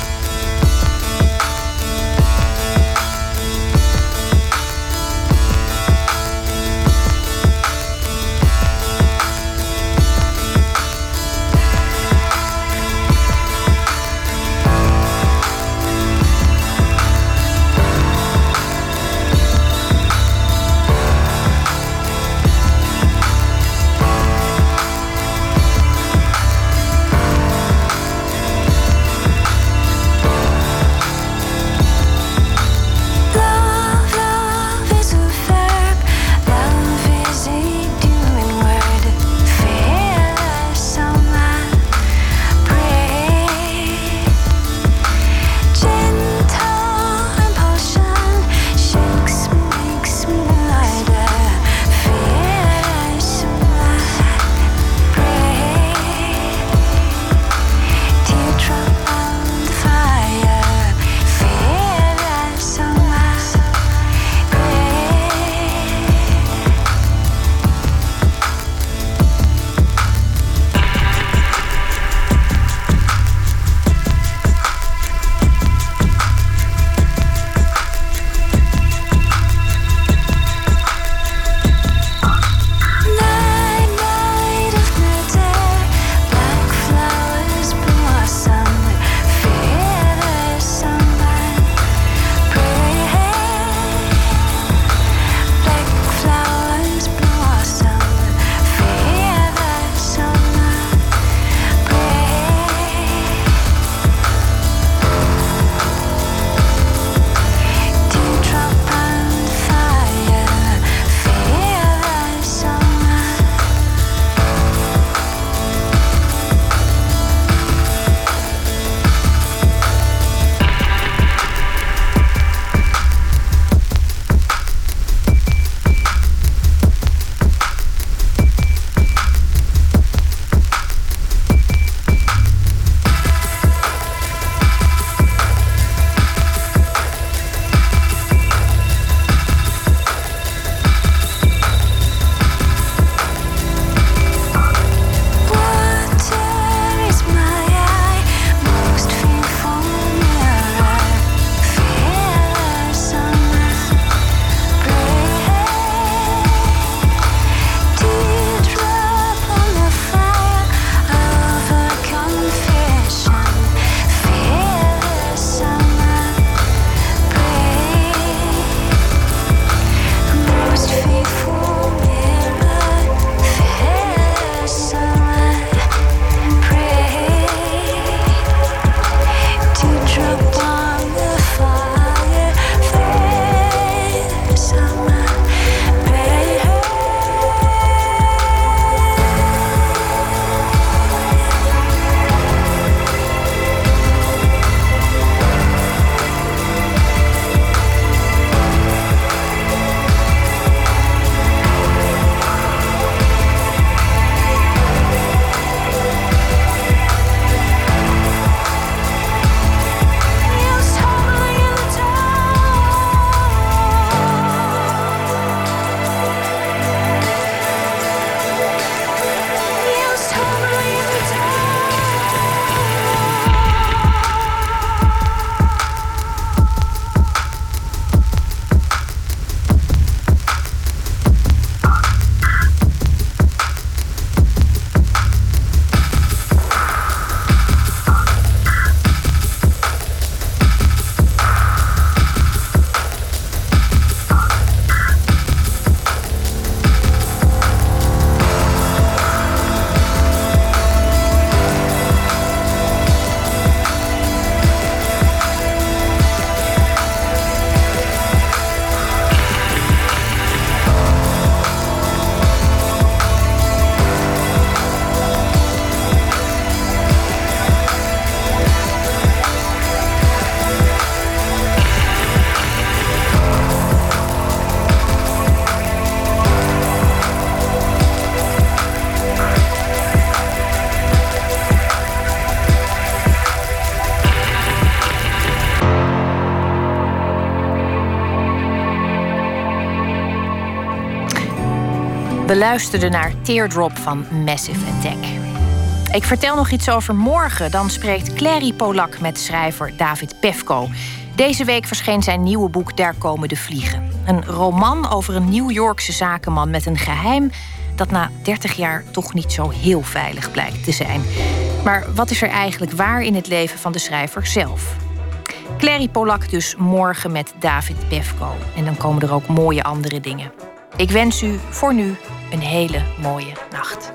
We luisterden naar Teardrop van Massive Attack. Ik vertel nog iets over morgen. Dan spreekt Clary Polak met schrijver David Pefko. Deze week verscheen zijn nieuwe boek Daar komen de vliegen. Een roman over een New Yorkse zakenman met een geheim dat na dertig jaar toch niet zo heel veilig blijkt te zijn. Maar wat is er eigenlijk waar in het leven van de schrijver zelf? Clary Polak dus morgen met David Pefko. En dan komen er ook mooie andere dingen. Ik wens u voor nu een hele mooie nacht.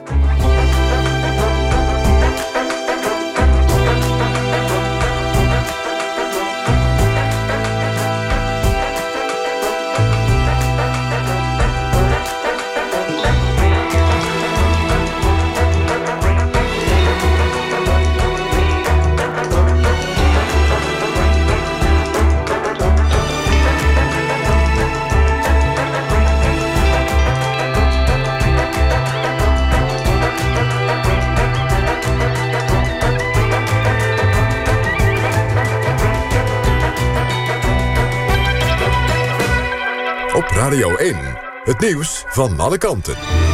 Op Radio één, het nieuws van alle kanten.